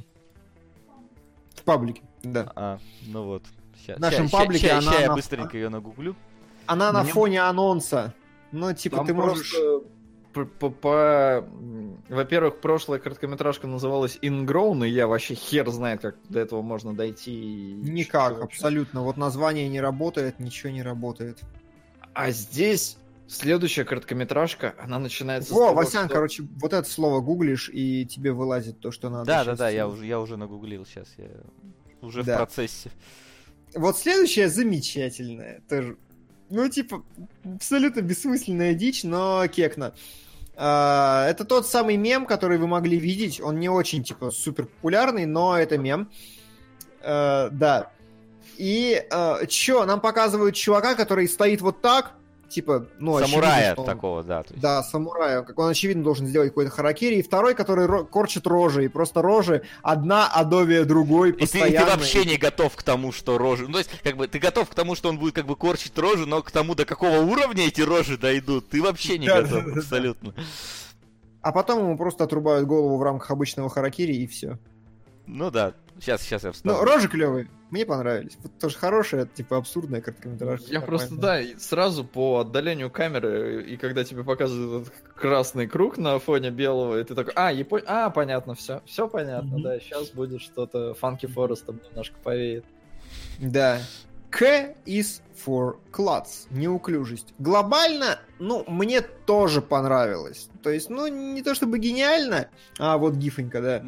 В паблике, да. А, ну вот. Ща, В нашем ща, паблике ща, она ща я на- быстренько ее нагуглю. Она на Мне- фоне анонса. Ну, типа, Там ты можешь... просто по- по- по- м, Во-первых, прошлая короткометражка называлась Ingrown, и я вообще хер знает, как до этого можно дойти. и Никак, что вообще. абсолютно. Вот название не работает, ничего не работает. А здесь следующая короткометражка, она начинается с Во, того, Васян, что- короче, вот это слово гуглишь, и тебе вылазит то, что надо. Да, да, щас. да, я уже, я уже нагуглил сейчас. Я уже Да. в процессе. Вот следующее замечательное. Тоже. Ну, типа, абсолютно бессмысленная дичь, но кекно. А, это тот самый мем, который вы могли видеть. Он не очень, типа, супер популярный, но это мем. А, да. И а, чё, нам показывают чувака, который стоит вот так, типа, ну, Самурая очевидно, что он- такого, да. То есть. Да, самурая. Как он, очевидно, должен сделать какой-то харакири. И второй, который ро- корчит рожи. И просто рожи одна адовее другой И ты, и ты постоянно. вообще не готов к тому, что рожи... Ну, то есть, как бы, ты готов к тому, что он будет, как бы, корчить рожи, но к тому, до какого уровня эти рожи дойдут, ты вообще не Да, готов, да, да, абсолютно. А потом ему просто отрубают голову в рамках обычного харакири, и все. Ну да, сейчас, сейчас я Ну, вставлю. рожи клевые. Мне понравились. Вот тоже хорошая, типа, абсурдная короткометражка. Я просто, Нормально. да, и сразу по отдалению камеры, и когда тебе показывают этот красный круг на фоне белого, и ты такой, а, Япония, а, понятно, все, все понятно, Мгм. да, сейчас будет что-то Funky Forest'ом немножко повеет. Да. K is for клац. Неуклюжесть. Глобально, ну, мне тоже понравилось. То есть, ну, не то чтобы гениально. А, вот гифонька, да.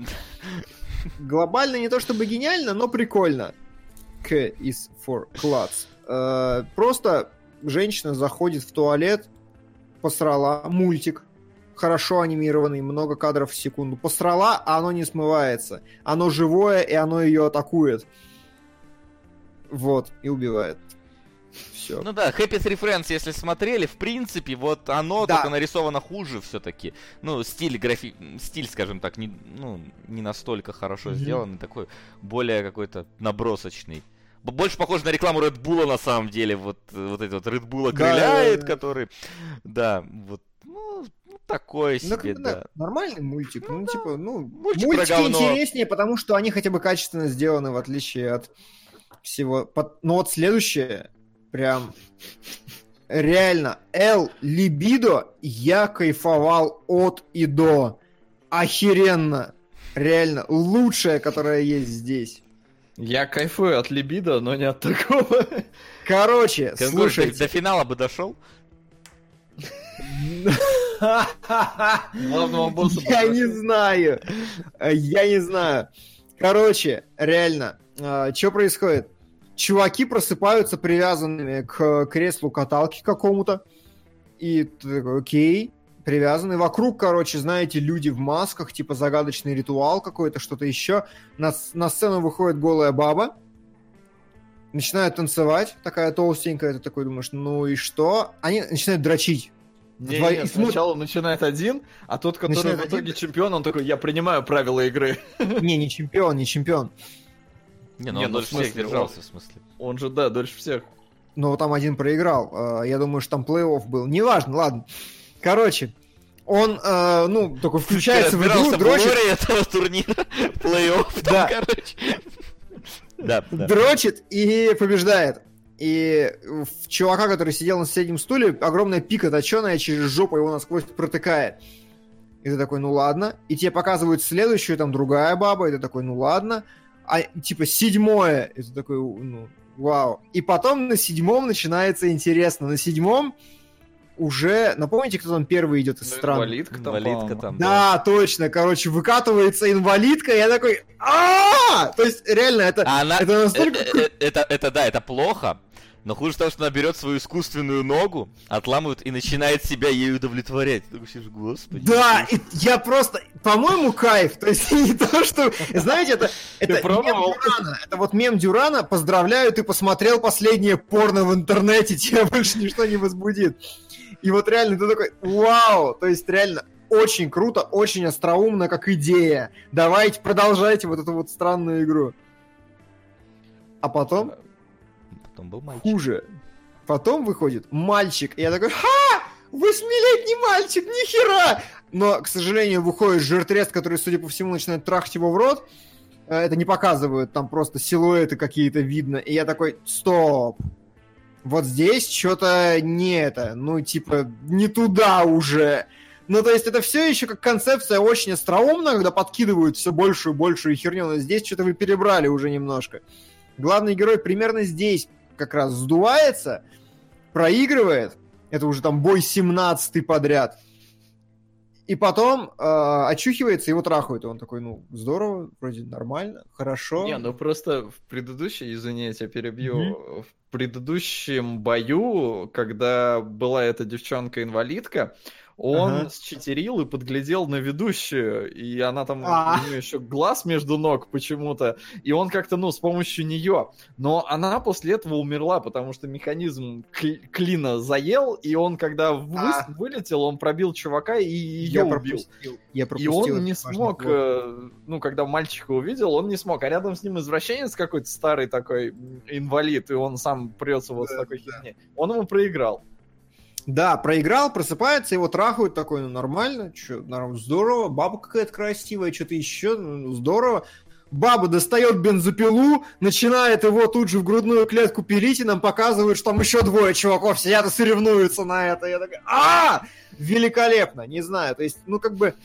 Глобально не то чтобы гениально, но прикольно. K is for клац. Э, Просто женщина заходит в туалет, посрала, мультик, хорошо анимированный, много кадров в секунду. Посрала, а оно не смывается. Оно живое, и оно ее атакует. Вот, и убивает. Все. Ну да, Happy Three Friends, если смотрели, в принципе, вот оно Да. только нарисовано хуже все-таки. Ну, стиль графи... стиль, скажем так, не, ну, не настолько хорошо Мгм. сделанный, такой более какой-то набросочный. Б- Больше похож на рекламу Red Bull на самом деле. Вот, э, вот эти вот Red Bull Да, окрыляет, да, да. который... Да, вот, ну, ну, такое Ну, себе, как бы, да. да, нормальный мультик. Ну, типа, ну, Мультик про мультики говно. интереснее, потому что они хотя бы качественно сделаны, в отличие от всего. Под- Но вот следующее, прям реально, Эл Либидо, я кайфовал от и до. Охеренно. Реально, лучшее, которое есть здесь. Я кайфую от либидо, но не от такого. Короче, Конгур, до, слушайте. до финала бы дошел? Главного босса Я попросил. не знаю. Я не знаю. Короче, реально, что происходит? Чуваки просыпаются привязанными к креслу каталки какому-то. И ты такой, окей, привязаны. Вокруг, короче, знаете, люди в масках, типа загадочный ритуал какой-то, что-то еще. На, с- на сцену выходит голая баба. Начинают танцевать, такая толстенькая. Ты такой думаешь, ну и что? Они начинают дрочить. Не, Вдво- не, и смотр- сначала начинает один, а тот, который Начинает в итоге один. чемпион, он такой, я принимаю правила игры. Не, не чемпион, не чемпион. Не, ну Не, он ну, дольше в смысле, всех держался, в смысле. Он же, да, дольше всех. Но там один проиграл. Э, Я думаю, что там плей-офф был. Неважно, ладно. Короче, он, э, ну, только включается в игру, разбирался в дрочит, лоре этого турнира, плей-офф там, Да. короче. Да, да. дрочит и побеждает. И в чувака, который сидел на соседнем стуле, огромная пика точеная через жопу его насквозь протыкает. И ты такой, ну ладно. И тебе показывают следующую, там другая баба, и ты такой, ну ладно. А типа седьмое, и ты такой, ну, вау. И потом на седьмом начинается интересно. На седьмом уже, напомните, кто там первый идет из Ну, стран? инвалидка там, Инвалидка по-моему. там, Да, точно, короче, выкатывается инвалидка, и я такой, а То есть, реально, это, А она... это настолько... э, э, Это, это, да, это плохо, но хуже того, что она берет свою искусственную ногу, отламывает и начинает себя ею удовлетворять. Ты думаешь, господи. Да, и я просто, по-моему, кайф. То есть не то, что, знаете, это, это мем пробовал? Дюрана. Это вот мем Дюрана. Поздравляю, ты посмотрел последнее порно в интернете, тебя больше ничто не возбудит. И вот реально ты такой, вау, то есть реально очень круто, очень остроумно, как идея. Давайте, продолжайте вот эту вот странную игру. А потом... Потом был мальчик. Хуже. Потом выходит мальчик, и я такой, ха! Восьмилетний мальчик, нихера! Но, к сожалению, выходит жиртрест, который, судя по всему, начинает трахать его в рот. Это не показывают, там просто силуэты какие-то видно. И я такой, стоп. Вот здесь что-то не это, ну, типа, не туда уже. Ну, то есть это все еще как концепция очень остроумная, когда подкидывают все большую и большую херню, но здесь что-то вы перебрали уже немножко. Главный герой примерно здесь как раз сдувается, проигрывает, это уже там бой семнадцатый подряд, и потом э, очухивается, его трахают, и он такой, ну, здорово, вроде нормально, хорошо. Не, ну просто в предыдущей, извини, я тебя перебью, Mm-hmm. в предыдущем бою, когда была эта девчонка-инвалидка, он Ага. считерил и подглядел на ведущую, и она там, А. у нее еще глаз между ног почему-то, и он как-то, ну, с помощью нее. Но она после этого умерла, потому что механизм кли- клина заел, и он, когда вы- А. вылетел, он пробил чувака и ее Я убил. пропустил. Я И пропустил он этот не важный смог, плод. э, ну, когда мальчика увидел, он не смог. А рядом с ним извращенец какой-то старый такой, м, инвалид, и он сам прется вот с Да, такой да. херней. Он ему проиграл. Да, проиграл, просыпается, его трахают, такой, ну, нормально, чё, норм- здорово, баба какая-то красивая, что-то еще, ну, здорово. Баба достает бензопилу, начинает его тут же в грудную клетку пилить, и нам показывают, что там еще двое чуваков сидят и соревнуются на это. Я такой, а великолепно, не знаю, то есть, ну, как бы...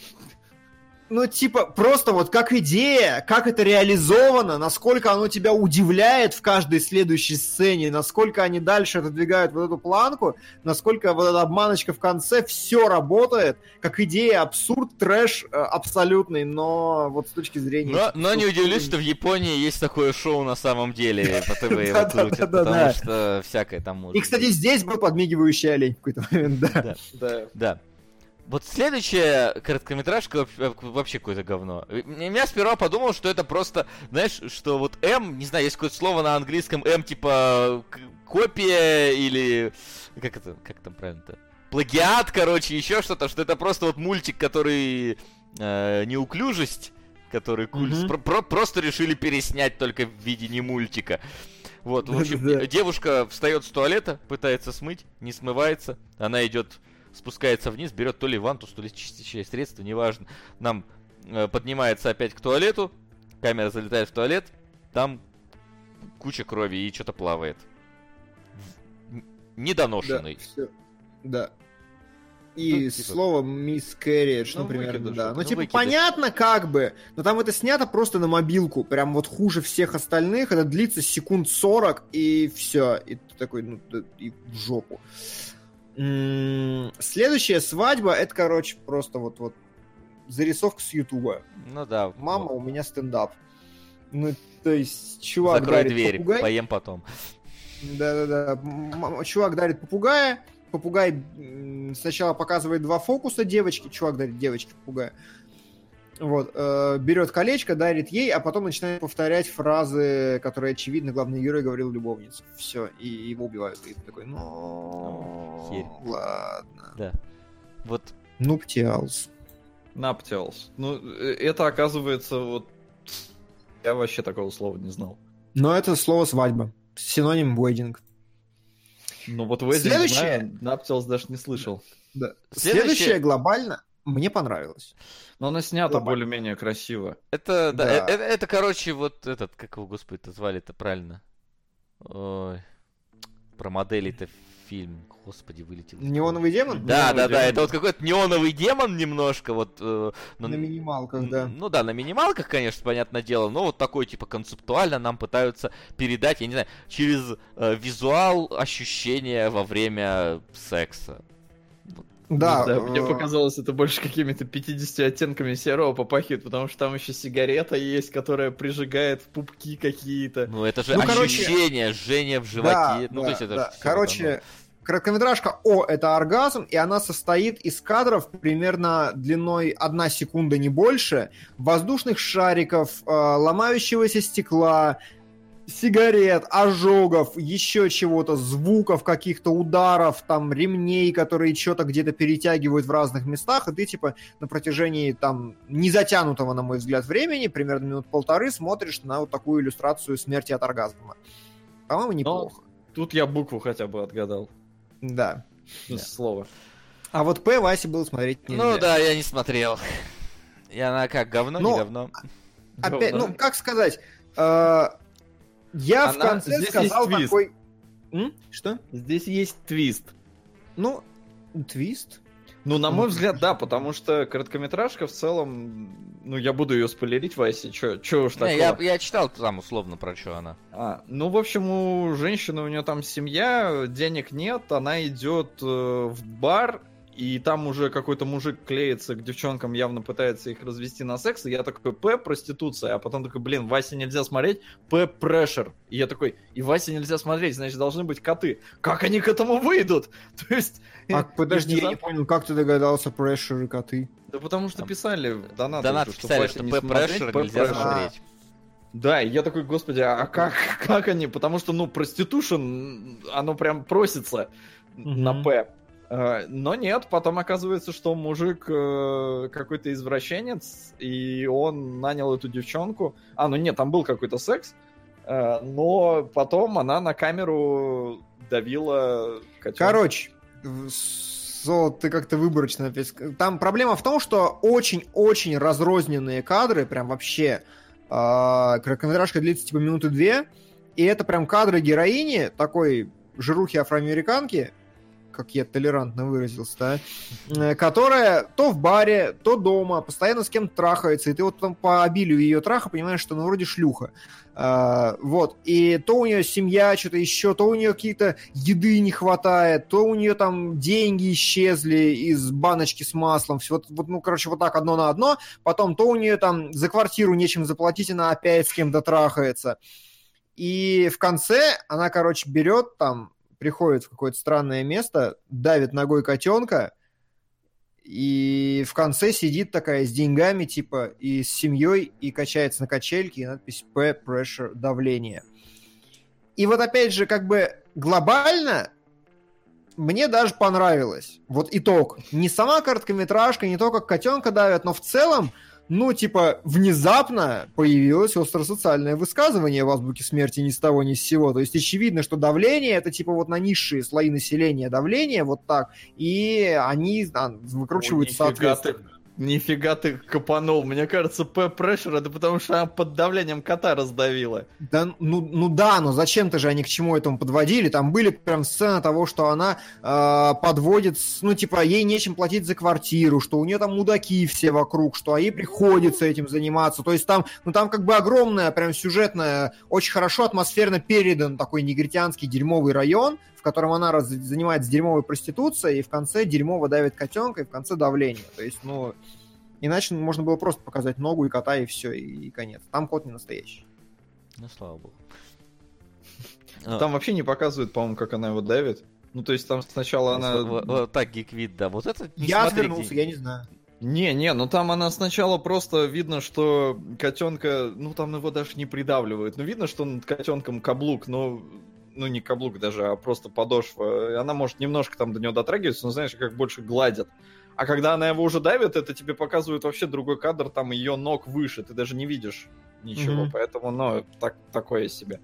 Ну, типа, просто вот как идея, как это реализовано, насколько оно тебя удивляет в каждой следующей сцене, насколько они дальше отодвигают вот эту планку, насколько вот эта обманочка в конце, все работает, как идея, абсурд, трэш э, абсолютный, но вот с точки зрения... Но, но не удивлюсь, что в Японии есть такое шоу на самом деле по ТВ его Да-да-да-да-да. крутят, потому что всякое там может И, кстати, быть. здесь был подмигивающий олень в какой-то момент, да. Да. Да. Да. Вот следующая короткометражка вообще, вообще какое-то говно. Я сперва подумал, что это просто, знаешь, что вот М, не знаю, есть какое-то слово на английском М, типа к- копия или... Как это, как там правильно-то? Плагиат, короче, еще что-то, что это просто вот мультик, который... Э, неуклюжесть, который культ, Мгм. про- про- просто решили переснять только в виде не мультика. Вот, в общем, Да-да-да. девушка встает с туалета, пытается смыть, не смывается, она идет... спускается вниз, берет то ли вантус, то ли чистящее средство, неважно. Нам э, поднимается опять к туалету, камера залетает в туалет, там куча крови и что-то плавает. Н- Да, Недоношенный. всё. Да. И Ну, типа- слово miscarriage, ну, Ну, примерно, выкидыш, да. вот. Ну, Ну, типа, выкидыш. понятно как бы, но там это снято просто на мобилку, прям вот хуже всех остальных, это длится секунд сорок, и все. И ты такой, ну, да, и в жопу. М, Следующая свадьба, это, короче, просто вот, вот зарисовка с Ютуба. Ну да. Мама, вот. у меня стендап. Ну, то есть, чувак Закрой дарит дверь, попугай. поем потом. Да-да-да. М- Чувак дарит попугая. Попугай м, сначала показывает два фокуса девочки. Чувак дарит девочке попугая. Вот. э, берет колечко, дарит ей, а потом начинает повторять фразы, которые, очевидно, главный герой говорил любовнице. Все. И его убивают. И ты такой, ну... Херь. Ладно. Да. Вот. Нуптиалс. Nuptials. Ну, э, это оказывается вот... Я вообще такого слова не знал. Но это слово свадьба. Синоним wedding. Ну вот wedding Следующее. знаю, Nuptials даже не слышал. Да. Следующее- Следующее глобально мне понравилось. Но она снята Глобально. более-менее красиво. Это, да, Да. э- это, это, короче, вот этот, как его, господи-то звали-то правильно? Ой. Про модели-то фильм, господи, вылетел. из Неоновый демон? головы. Да, Неоновый да, да, демон. это вот какой-то неоновый демон немножко, вот. э, но- На минималках, да. Ну да, на минималках, конечно, понятное дело, но вот такой, типа, концептуально нам пытаются передать, я не знаю, через э, визуал ощущения во время секса. Да, Ну мне э, показалось, это больше какими-то пятьюдесятью оттенками серого попахивает, потому что там еще сигарета есть, которая прижигает в пупки какие-то. Ну это же Ну, короче, ощущение, жжение в да, животе. ну, да, то есть это да. ж всё Короче, короткометражка О — это оргазм, и она состоит из кадров примерно длиной одна секунда, не больше, воздушных шариков, э, ломающегося стекла, сигарет, ожогов, еще чего-то, звуков, каких-то ударов, там, ремней, которые что-то где-то перетягивают в разных местах, и ты, типа, на протяжении, там, незатянутого, на мой взгляд, времени, примерно минут полторы, смотришь на вот такую иллюстрацию смерти от оргазма. По-моему, неплохо. Но тут я букву хотя бы отгадал. Да. Ну, да. Слово. А вот П Васе было смотреть нельзя. Ну да, я не смотрел. И она как, говно, Но... не говно? Опять, Говно. ну, как сказать... Э- Я Она... в конце Здесь сказал есть такой... М? Что? Здесь есть твист. Ну, твист? Ну, на Ну, мой взгляд, да, потому что короткометражка в целом... Ну, я буду ее спойлерить, Васе, чё, чё уж такого. Не, я, я читал там условно про что она. А, ну, в общем, у женщины, у нее там семья, денег нет, она идет э, в бар, и там уже какой-то мужик клеится к девчонкам, явно пытается их развести на секс, и я такой, П, проституция, а потом такой, блин, Васе нельзя смотреть, П, прешер. И я такой, и Васе нельзя смотреть, значит, должны быть коты. Как они к этому выйдут? То есть... А, подожди, я не понял, как ты догадался, прешер и коты? Да потому что писали в донаты, Донат уже, писали, Вася что не П, смотреть, прешер П, нельзя прешер. смотреть. Да, и я такой, господи, а как, как они? Потому что, ну, проститушен, оно прям просится Мгм. на П. Э, Но нет, потом оказывается, что мужик э, какой-то извращенец, и он нанял эту девчонку. А, ну нет, там был какой-то секс, э, но потом она на камеру давила котенка. Короче, в- Золот, ты как-то выборочно опять... ск- Там проблема в том, что очень-очень разрозненные кадры, прям вообще... а, Короткометражка длится типа минуты две, и это прям кадры героини, такой жирухи афроамериканки, как я толерантно выразился, да, э, которая то в баре, то дома, постоянно с кем-то трахается, и ты вот там по обилию ее траха понимаешь, что ну вроде шлюха. А, вот, и то у нее семья, что-то еще, то у нее какие-то еды не хватает, то у нее там деньги исчезли из баночки с маслом, все вот, вот, ну, короче, вот так одно на одно, потом то у нее там за квартиру нечем заплатить, она опять с кем-то трахается. И в конце она, короче, берет там, приходит в какое-то странное место, давит ногой котенка, и в конце сидит такая с деньгами, типа, и с семьей, и качается на качельке, и надпись P, pressure, давление. И вот опять же, как бы глобально мне даже понравилось. Вот итог. Не сама короткометражка, не то, как котенка давят, но в целом, ну, типа, внезапно появилось остросоциальное высказывание в азбуке смерти ни с того, ни с сего. То есть очевидно, что давление — это, типа, вот на низшие слои населения давление, вот так, и они а, выкручивают О, соответственно. Ты, нифига ты копанул. Мне кажется, П-прешер — это потому что она под давлением кота раздавила. Да, ну, ну да, но зачем-то же они к чему этому подводили? Там были прям сцены того, что она э, подводит, ну, типа, ей нечем платить за квартиру, что у нее там мудаки все вокруг, что ей приходится этим заниматься. То есть там, ну, там как бы огромная, прям сюжетная, очень хорошо атмосферно передан такой негритянский дерьмовый район, в котором она раз, занимается дерьмовой проституцией, и в конце дерьмово давит котенка, и в конце давление. То есть, ну, иначе можно было просто показать ногу и кота, и все, и, и конец. Там кот не настоящий. Ну, слава богу. Там вообще не показывают, по-моему, как она его давит. Ну, то есть там сначала она... Вот, вот так, гиквид, да. Вот это не Я смотри, отвернулся, где- я не знаю. Не-не, ну там она сначала просто видно, что котенка, ну там его даже не придавливают. Ну видно, что над котенком каблук, но ну не каблук даже, а просто подошва. И она может немножко там до него дотрагиваться, но знаешь, как больше гладят. А когда она его уже давит, это тебе показывает вообще другой кадр, там ее ног выше, ты даже не видишь ничего. Мгм. Поэтому, ну, так, такое себе.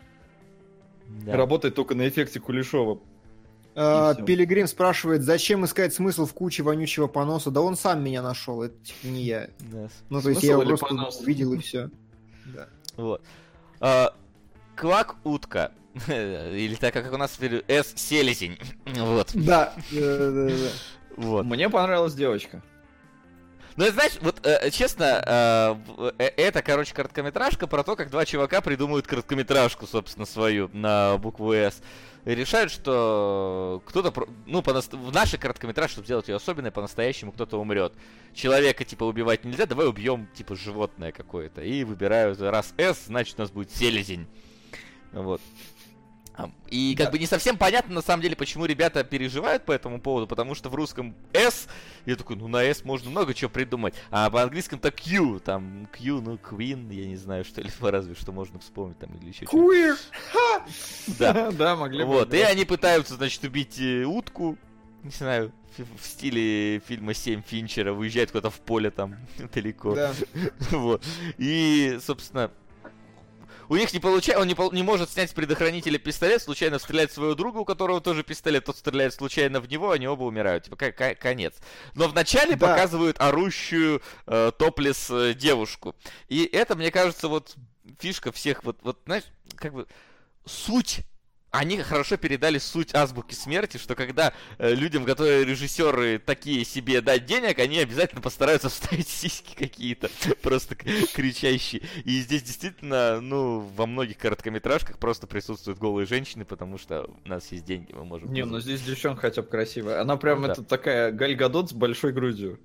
Да. Работает только на эффекте Кулешова. А, всё. Пилигрим спрашивает, зачем искать смысл в куче вонючего поноса? Да он сам меня нашел, это типа не я. Да. Ну, то есть Смысл я его или просто понос? увидел и все. Да. Вот. А, Квак-утка. Или так, как у нас теперь С-селезень. Вот. Да, да, да, да. Вот. Мне понравилась девочка. Ну, знаешь, вот э, честно, э, в- э, это, короче, короткометражка про то, как два чувака придумывают короткометражку, собственно, свою на букву «С». И решают, что кто-то, про- ну, по наст- в нашей короткометражке, чтобы сделать ее особенной, по-настоящему кто-то умрет. Человека, типа, убивать нельзя, давай убьем, типа, животное какое-то. И выбирают, раз «С», значит, у нас будет селезень. Вот. И как Да. бы не совсем понятно, на самом деле, почему ребята переживают по этому поводу, потому что в русском S, я такой, ну на S можно много чего придумать, а по-английскому-то Q, там Q, ну Queen, я не знаю, что ли, разве что можно вспомнить там или еще что-то. Queer! Да, Да, могли бы. вот, и да. они пытаются, значит, убить э, утку, не знаю, в, в стиле фильма «Семь» Финчера, выезжает куда-то в поле там далеко. Да. Вот. И, собственно, у них не получается, он не, пол- не может снять с предохранителя пистолет, случайно стреляет в своего друга, у которого тоже пистолет, тот стреляет случайно в него, они оба умирают. Типа, к- к- конец. Но вначале Да. показывают орущую э, топлес э, девушку. И это, мне кажется, вот фишка всех, вот, вот, знаешь, как бы суть. Они хорошо передали суть азбуки смерти, что когда э, людям, которые режиссеры такие себе дать денег, они обязательно постараются вставить сиськи какие-то, просто к- кричащие. И здесь действительно, ну, во многих короткометражках просто присутствуют голые женщины, потому что у нас есть деньги, мы можем... Не, ну позволить. здесь девчонка хотя бы красивая. Она прям, Ну да. это такая Галь Гадот с большой грудью.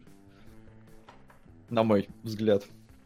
На мой взгляд.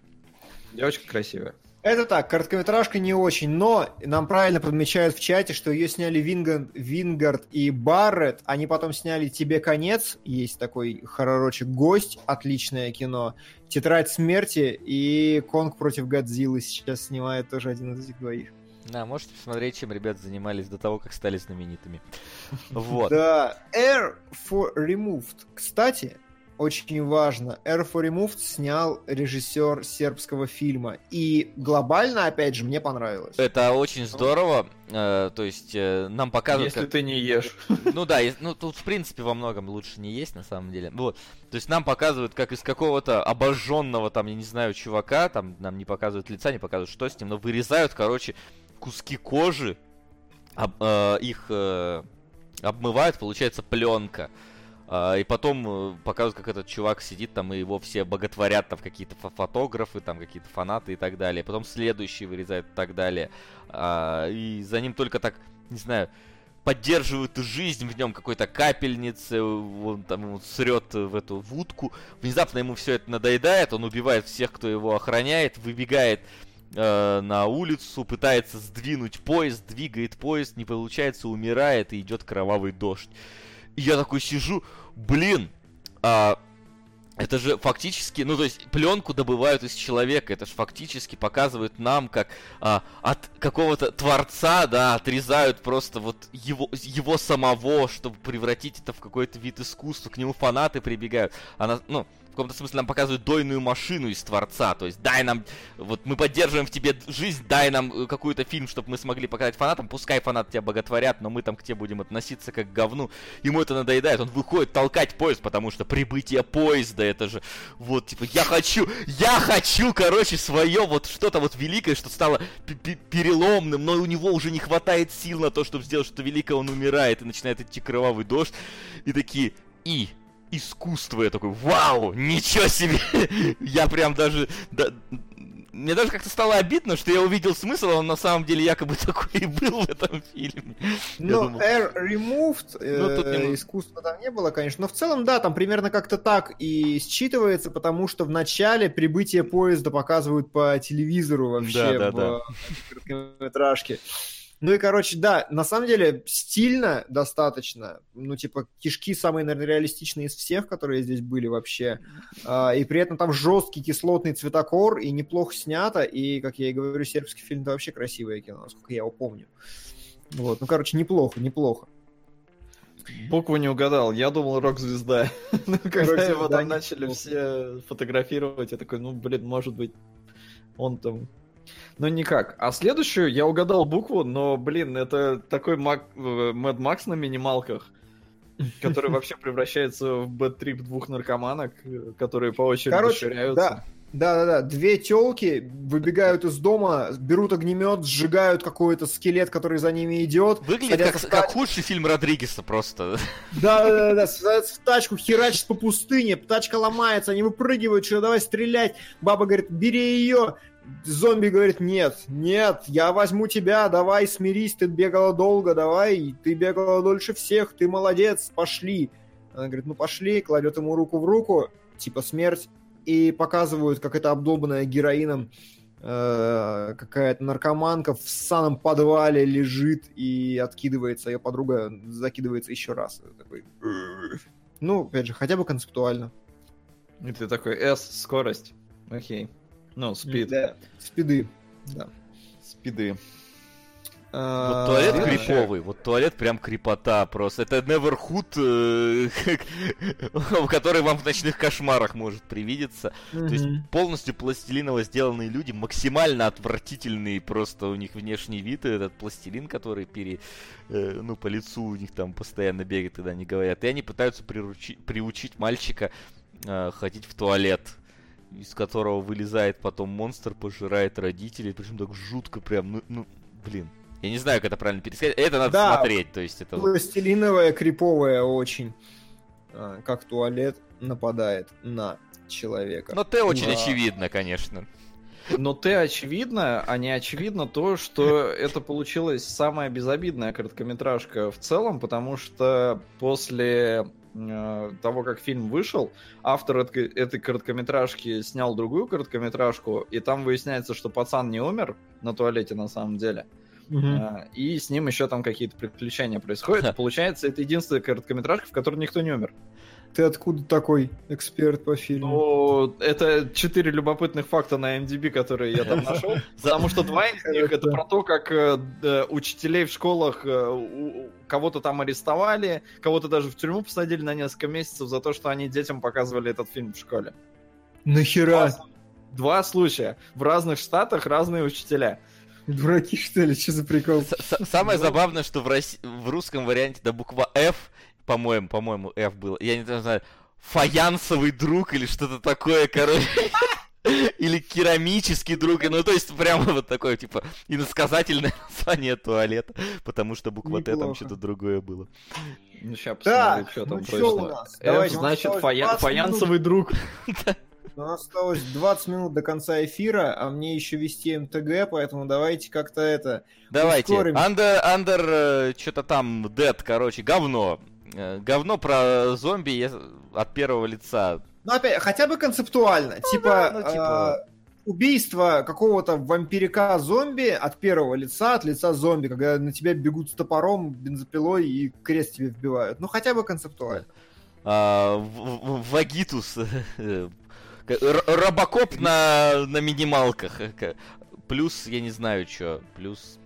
Девочка красивая. Это так, короткометражка не очень, но нам правильно подмечают в чате, что ее сняли Вингард, Вингард и Барретт, они потом сняли «Тебе конец», есть такой хорророчек «Гость», отличное кино, «Тетрадь смерти» и «Конг против Годзиллы» сейчас снимает тоже один из этих двоих. Да, можете посмотреть, чем ребята занимались до того, как стали знаменитыми. Вот. Да, R for Removed. Кстати, очень важно, R for Removed снял режиссер сербского фильма. И глобально, опять же, мне понравилось. Это очень здорово, э, то есть э, нам показывают... Если как- ты не ешь. Ну да, и- ну тут в принципе во многом лучше не есть на самом деле. Вот. То есть нам показывают, как из какого-то обожженного там, я не знаю, чувака, там нам не показывают лица, не показывают, что с ним, но вырезают, короче, куски кожи, об- э, их э, обмывают, получается пленка. А, и потом э, показывают, как этот чувак сидит там, и его все боготворят, там какие-то фо- фотографы, там какие-то фанаты и так далее. Потом следующий вырезают и так далее. А, и за ним только так, не знаю, поддерживают жизнь в нем какой-то капельницы, он там ему срет в эту в утку. Внезапно ему все это надоедает, он убивает всех, кто его охраняет, выбегает э, на улицу, пытается сдвинуть поезд, двигает поезд, не получается, умирает, и идет кровавый дождь. И я такой сижу, блин, а, это же фактически, ну то есть пленку добывают из человека, это же фактически показывает нам, как а, от какого-то творца, да, отрезают просто вот его, его самого, чтобы превратить это в какой-то вид искусства, к нему фанаты прибегают, она, ну, в каком-то смысле нам показывают дойную машину из творца, то есть дай нам, вот мы поддерживаем в тебе жизнь, дай нам какой-то фильм, чтобы мы смогли показать фанатам, пускай фанаты тебя боготворят, но мы там к тебе будем относиться как к говну, ему это надоедает, он выходит толкать поезд, потому что прибытие поезда, это же, вот, типа, я хочу, я хочу, короче, свое, вот что-то вот великое, что стало п- переломным, но у него уже не хватает сил на то, чтобы сделать что-то великое, он умирает, и начинает идти кровавый дождь, и такие, и... искусство, я такой, вау, ничего себе, я прям даже, да, мне даже как-то стало обидно, что я увидел смысл, а он на самом деле якобы такой и был в этом фильме. Но R Removed, Ну, тут э, немного- искусства там не было, конечно, но в целом, да, там примерно как-то так и считывается, потому что в начале прибытие поезда показывают по телевизору вообще Да, да, в да. короткометражке. Ну и, короче, да, на самом деле стильно достаточно. Ну, типа, кишки самые, наверное, реалистичные из всех, которые здесь были вообще. А, и при этом там жесткий кислотный цветокор, и неплохо снято. И, как я и говорю, сербский фильм — это вообще красивое кино, насколько я его помню. Вот, ну, короче, неплохо, неплохо. Букву не угадал, я думал рок-звезда. Ну, когда Рок-звезда его там не начали плохо. все фотографировать, я такой, ну, блин, может быть, он там... Ну, никак. А следующую я угадал букву, но, блин, это такой Мак... э, Мэд Макс на минималках, который вообще превращается в бэд-трип двух наркоманок, э, которые по очереди Короче, ширяются. да. Да-да-да, две телки выбегают из дома, берут огнемет, сжигают какой-то скелет, который за ними идет. Выглядит как, садятся в как тачку. худший фильм Родригеса просто. Да-да-да, садятся в тачку, херачат по пустыне, тачка ломается, они выпрыгивают, что давай стрелять. Баба говорит, бери ее. Зомби говорит, нет, нет, я возьму тебя, давай смирись, ты бегала долго, давай, ты бегала дольше всех, ты молодец, пошли. Она говорит, ну пошли, кладет ему руку в руку, типа смерть, и показывают, как эта обдолбанная героином э, какая-то наркоманка в ссаном подвале лежит и откидывается, ее подруга закидывается еще раз. Такой... Ну, опять же, хотя бы концептуально. И ты такой, S, скорость. Окей. Ну, спид. Да, спиды. Да. Спиды. Вот туалет криповый, вот туалет прям крипота просто. Это Neverhood, который вам в ночных кошмарах может привидеться. То есть полностью пластилиново сделанные люди, максимально отвратительные просто у них внешний вид. Этот пластилин, который пере, ну, по лицу у них там постоянно бегает, когда они говорят. И они пытаются приручить, приучить мальчика ходить в туалет, из которого вылезает потом монстр, пожирает родителей. Причем так жутко прям, ну, ну блин. Я не знаю, как это правильно пересказать. Это надо да, смотреть. То есть это пластилиновая, криповая очень. А, как туалет нападает на человека. Но ты очень да. очевидно, конечно. Но ты очевидно, а не очевидно то, что это получилась самая безобидная короткометражка в целом, потому что после э, того, как фильм вышел, автор этой, этой короткометражки снял другую короткометражку, и там выясняется, что пацан не умер на туалете на самом деле. Uh-huh. И с ним еще там какие-то приключения происходят. Получается, это единственная короткометражка, в которой никто не умер. Ты откуда такой эксперт по фильму? Ну, это четыре любопытных факта на эм ди би, которые я там нашел. Потому что два из них это про то, как учителей в школах кого-то там арестовали, кого-то даже в тюрьму посадили на несколько месяцев за то, что они детям показывали этот фильм в школе. Нахера? Два случая. В разных штатах разные учителя. Дураки, что ли? Что за прикол? Самое забавное, что в, Росси... в русском варианте да буква F, по-моему, по-моему, F было. Я не знаю, фаянсовый друг или что-то такое, короче. Или керамический друг. Ну, то есть, прямо вот такое, типа, иносказательное название туалета. Потому что буква Т там что-то другое было. Ну, сейчас посмотрим, что там происходит. F, значит, фаянсовый друг. У нас осталось двадцать минут до конца эфира, а мне еще вести эм тэ гэ, поэтому давайте как-то это... Давайте. Under, under что-то там, dead, короче, говно. Говно про зомби от первого лица. Ну, опять, хотя бы концептуально. Ну, типа, да, ну, типа... Э, убийство какого-то вампирика-зомби от первого лица, от лица зомби, когда на тебя бегут с топором, бензопилой и крест тебе вбивают. Ну, хотя бы концептуально. А, в, в, Вагитус... Робокоп на, на минималках. Плюс, я не знаю, что. Плюс...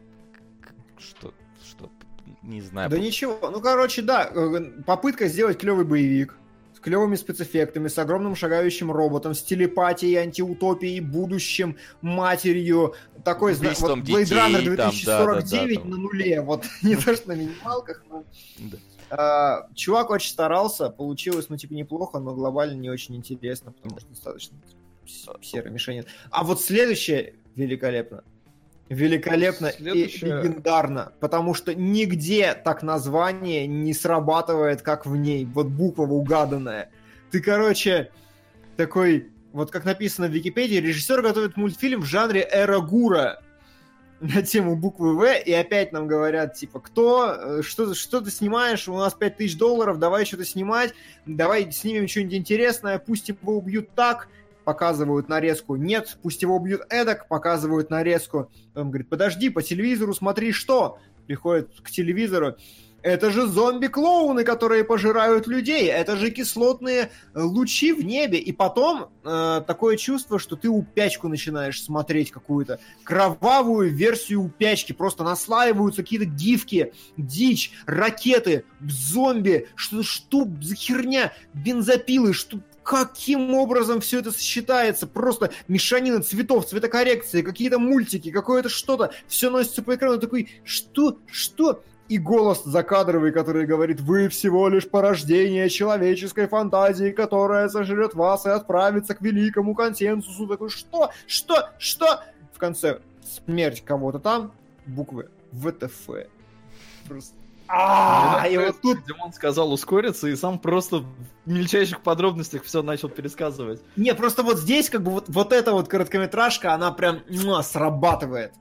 Что? Что? Не знаю. Да ничего. Ну, короче, да. Попытка сделать клевый боевик. С клевыми спецэффектами, с огромным шагающим роботом, с телепатией, антиутопией, будущим, матерью. Такой, вот, Blade Runner две тысячи сорок девять там, да, да, да, на нуле. Вот не то, что на минималках, но... Да. Uh, чувак очень старался, получилось, ну, типа, неплохо, но глобально не очень интересно, потому что достаточно серая мишень. А вот следующее великолепно. Великолепно следующее... и легендарно, потому что нигде так название не срабатывает, как в ней. Вот буква угаданная. Ты, короче, такой, вот как написано в Википедии, режиссер готовит мультфильм в жанре эрогура на тему буквы В, и опять нам говорят, типа, кто, что, что ты снимаешь, у нас пять тысяч долларов, давай что-то снимать, давай снимем что-нибудь интересное, пусть его убьют так, показывают нарезку, нет, пусть его убьют эдак, показывают нарезку. Он говорит, подожди, по телевизору смотри, что? Приходит к телевизору, это же зомби-клоуны, которые пожирают людей, это же кислотные лучи в небе. И потом э, такое чувство, что ты упячку начинаешь смотреть какую-то кровавую версию упячки. Просто наслаиваются какие-то гифки, дичь, ракеты, зомби, что, что за херня, бензопилы, что... Каким образом все это сочетается? Просто мешанина цветов, цветокоррекции, какие-то мультики, какое-то что-то. Все носится по экрану. Такой, что? Что? И голос закадровый, который говорит, вы всего лишь порождение человеческой фантазии, которая сожрет вас и отправится к великому консенсусу. Такой, что? Что? Что? В конце смерть кого-то там, буквы вэ тэ эф. Просто... А, и вот тут Димон сказал ускориться, и сам просто в мельчайших подробностях все начал пересказывать. Не, просто вот здесь как бы вот, вот эта вот короткометражка, она прям муа, срабатывает.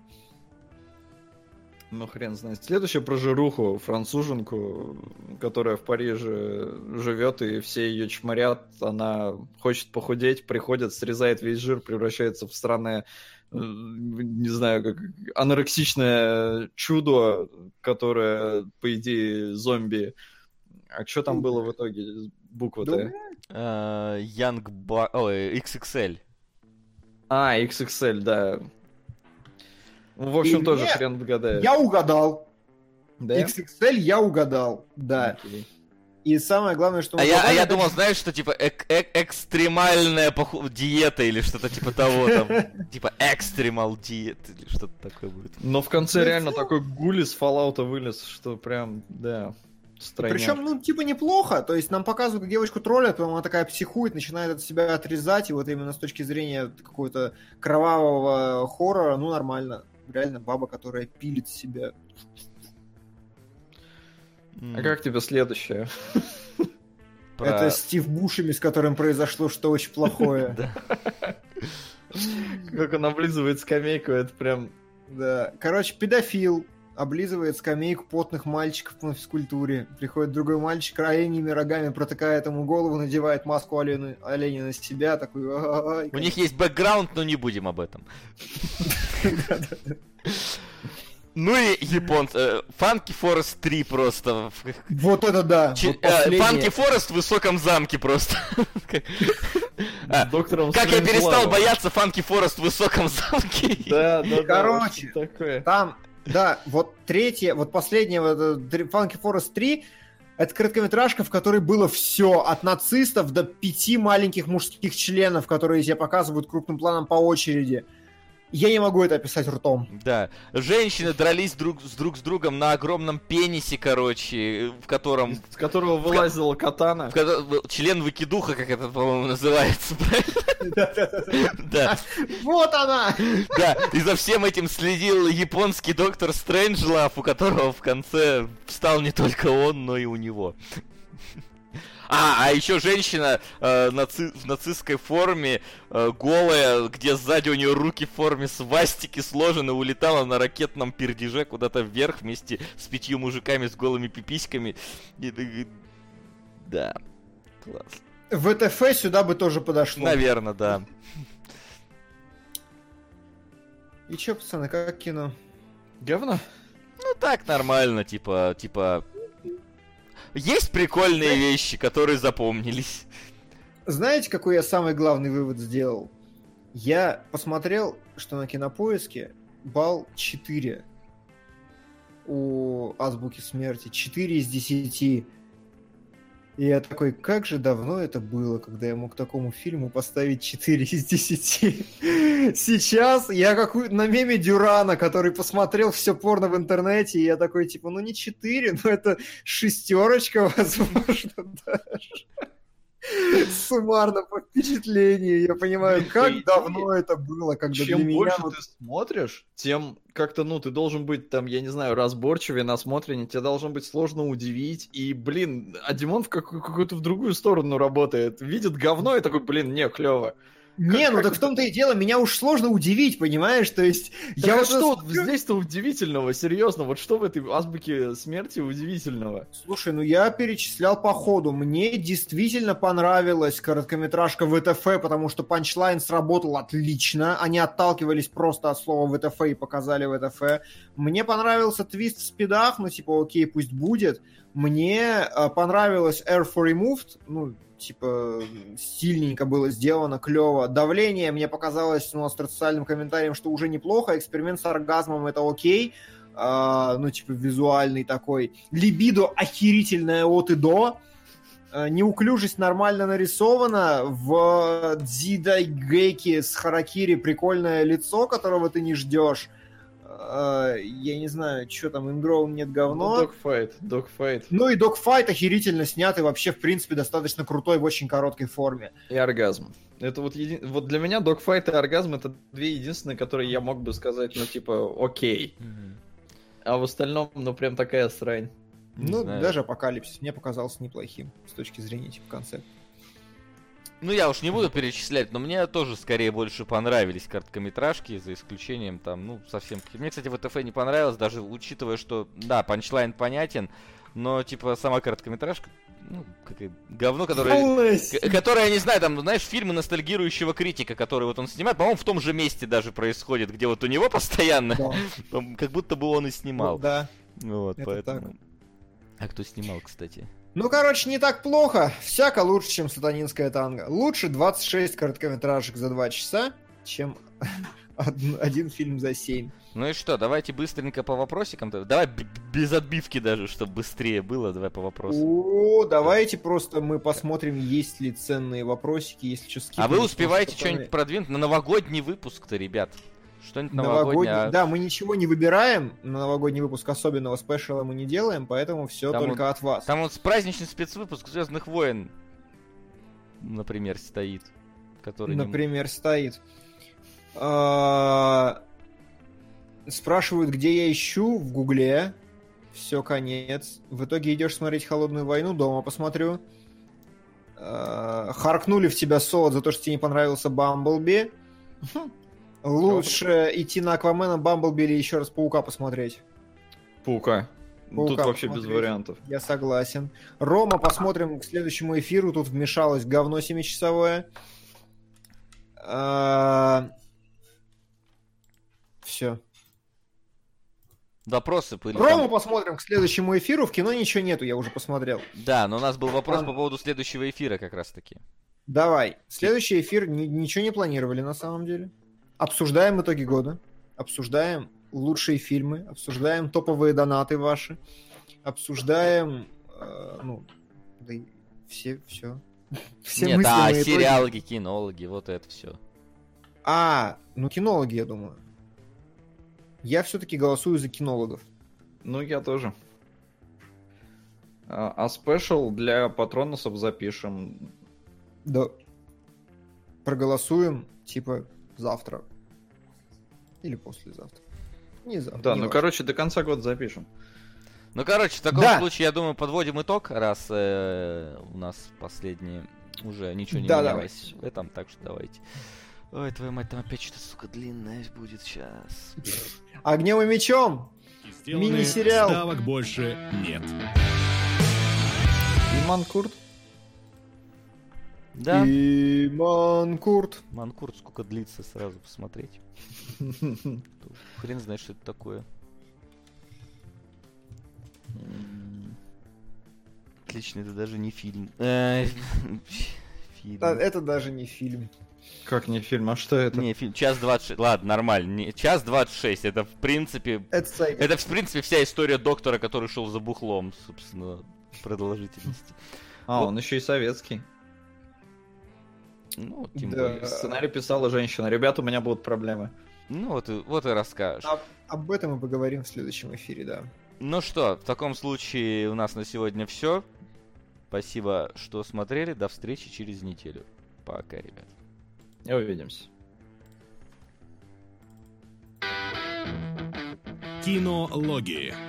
Ну, хрен знает. Следующая про жируху, француженку, которая в Париже живет, и все ее чморят. Она хочет похудеть, приходит, срезает весь жир, превращается в странное не знаю, как анорексичное чудо, которое, по идее, зомби. А что там было в итоге? Буква-то? Young Ba... Ой, икс икс эль. А, икс икс эль, да. В общем, И тоже мне... хрен угадает. Я угадал. Да? икс икс эль я угадал, да. Окей. И самое главное, что... А я, а я это... думал, знаешь, что типа эк- эк- экстремальная поху... диета или что-то типа того там. Типа экстремал диет или что-то такое будет. Но в конце реально такой гуль из Fallout вылез, что прям, да, стройняк. Причем, ну, типа, неплохо. То есть нам показывают, как девочку троллят, потом она такая психует, начинает от себя отрезать, и вот именно с точки зрения какого-то кровавого хоррора, ну, нормально. Реально баба, которая пилит себя. А как тебе следующее? Про- Это Стив Бушеми, с которым произошло что очень плохое. Да. Как он облизывает скамейку, это прям... Да. Короче, педофил облизывает скамейку потных мальчиков на физкультуре. Приходит другой мальчик, оленями рогами протыкает ему голову, надевает маску оленя, оленя на себя, такой... «Ай, У них есть бэкграунд, но не будем об этом. Ну и японцы. Funky Forest три просто. Вот это да. Чи- Вот э, последнее. Funky Forest в высоком замке просто. А, С доктором Как я перестал Стрэнджлавом. бояться Funky Forest в высоком замке. Да, да, да. Короче, что такое. Там, да, вот третье, вот последнее, вот это Funky Forest три, это короткометражка, в которой было все, от нацистов до пяти маленьких мужских членов, которые тебе показывают крупным планом по очереди. Я не могу это описать ртом. Да. Женщины дрались друг с друг с другом на огромном пенисе, короче, в котором... С которого вылазила катана. в ко- Член выкидуха, как это, по-моему, называется. Да. Вот она! Да, и за всем этим следил японский доктор Стрэнджлав, у которого в конце встал не только он, но и у него. А, а еще женщина э, наци- в нацистской форме, э, голая, где сзади у нее руки в форме свастики сложены, улетала на ракетном пердеже куда-то вверх вместе с пятью мужиками с голыми пиписьками. И, и- да, класс. ВТФ сюда бы тоже подошло. Наверное, да. И чё, пацаны, как кино? Говно? Ну так нормально, типа, типа... Есть прикольные вещи, которые запомнились. Знаете, какой я самый главный вывод сделал? Я посмотрел, что на Кинопоиске балл четыре у Азбуки Смерти. четыре из десяти. И я такой, как же давно это было, когда я мог такому фильму поставить четыре из десяти. Сейчас я как у- на меме Дюрана, который посмотрел все порно в интернете, и я такой, типа, ну не четыре, но это шестерочка, возможно, даже. Суммарно по впечатлению. Я понимаю, Блин, как по давно идее, это было, когда для Чем меня... больше вот- ты смотришь, тем как-то, ну, ты должен быть там, я не знаю, разборчивее, насмотреннее, тебе должно быть сложно удивить, и, блин, а Димон в какую- какую-то в другую сторону работает, видит говно и такой, блин, не, клево. Не, Как- ну как так в том-то и дело, меня уж сложно удивить, понимаешь? То есть, я Я вот что вот смотрю- здесь-то удивительного, серьезно, вот что в этой азбуке смерти удивительного? Слушай, ну я перечислял по ходу. Мне действительно понравилась короткометражка ВТФ, потому что панчлайн сработал отлично. Они отталкивались просто от слова ВТФ и показали ВТФ. Мне понравился твист в спидах, ну типа окей, пусть будет. Мне э, понравилось Air for Removed, ну типа стильненько было сделано, клево. Давление мне показалось, ну, астрациальным комментарием, что уже неплохо. Эксперимент с оргазмом это окей. Uh, ну, типа, визуальный такой. Либидо охерительное от и до. Uh, неуклюжесть нормально нарисована. В Дзидайгэки с Харакири прикольное лицо, которого ты не ждешь. Uh, я не знаю, что там, Ingrown нет говно. Ну, догфайт, догфайт. Ну и догфайт охерительно снят и вообще, в принципе, достаточно крутой в очень короткой форме. И оргазм. Это вот, еди... вот для меня догфайт и оргазм это две единственные, которые я мог бы сказать, ну, типа, окей. А в остальном, ну, прям такая срань. Не ну, знаю. даже Апокалипсис мне показался неплохим с точки зрения, типа, концепта. Ну, я уж не буду перечислять, но мне тоже скорее больше понравились короткометражки, за исключением там, ну, совсем... Мне, кстати, ВТФ не понравилось, даже учитывая, что, да, панчлайн понятен, но, типа, сама короткометражка ну, как, говно, которое, к- которое, я не знаю, там, знаешь, фильмы ностальгирующего критика, который вот он снимает, по-моему, в том же месте даже происходит, где вот у него постоянно, Да. как будто бы он и снимал. Ну, да. Вот, это поэтому... так. А кто снимал, кстати? Ну, короче, не так плохо. Всяко лучше, чем сатанинская танго. Лучше двадцать шесть короткометражек за два часа, чем один, один фильм за семь. Ну и что, давайте быстренько по вопросикам. Давай б- без отбивки даже, чтобы быстрее было. Давай по вопросам. О, давайте просто мы посмотрим, есть ли ценные вопросики, если что скипнуть. А вы успеваете Может, что-нибудь продвинуть на новогодний выпуск-то, ребят? Что-нибудь новогодний... новогоднее? а- Да, мы ничего не выбираем на новогодний выпуск, особенного спешала мы не делаем, поэтому все Там только вот- от вас. Там вот праздничный спецвыпуск Звездных войн, например, стоит. Который не- Например, стоит. А, Спрашивают, где я ищу, в Гугле. Все, конец. В итоге идешь смотреть «Холодную войну», дома посмотрю. А, Харкнули в тебя солод за то, что тебе не понравился Бамблби. Лучше идти на Аквамена, Бамблби или еще раз Паука посмотреть. Паука. Паука Тут вообще без посмотреть. вариантов. Я согласен. Рома, посмотрим к следующему эфиру. Тут вмешалось говно семичасовое. Все. Вопросы были. Рому там. посмотрим к следующему эфиру. В кино ничего нету, я уже посмотрел. Да, но у нас был вопрос Там- по поводу следующего эфира как раз-таки. Давай. Следующий эфир ни- ничего не планировали на самом деле. Обсуждаем итоги года. Обсуждаем лучшие фильмы. Обсуждаем топовые донаты ваши. Обсуждаем... э, ну, да и все, все. Все Нет, а мыслимые итоги. сериалоги, кинологи, вот это все. А, ну кинологи, я думаю. Я все-таки голосую за кинологов. Ну, я тоже. А, а спешл для патронусов запишем. Да. Проголосуем, типа, завтра. Или послезавтра. Не завтра. Да, не ну, важно. короче, до конца года запишем. Ну, короче, в таком Да. случае, я думаю, подводим итог, раз э, у нас последние уже ничего не Да, менялось в этом, так что давайте. Ой, твою мать, там опять что-то, сука, длинное будет сейчас. Огнем и мечом! Сделаны, Мини-сериал. ставок больше нет. И Манкурт. Да, И Манкурт. Манкурт сколько длится, сразу посмотреть. Хрен знает, что это такое. Отлично, это даже не фильм. Э, Фильм. Да, это даже не фильм. Как не фильм, а что это? Не, фильм. Час двадцать шесть. Ладно, нормально. Не, час двадцать шесть. Это в принципе. Это сайт. Это в принципе вся история доктора, который шел за бухлом, собственно, продолжительности. А, Вот. он еще и советский. Ну, вот тем Да. более. Сценарий писала женщина. Ребята, у меня будут проблемы. Ну вот и, вот и расскажешь. Об, об этом мы поговорим в следующем эфире, да. Ну что, в таком случае у нас на сегодня все. Спасибо, что смотрели. До встречи через неделю. Пока, ребят. Увидимся. Кинологии.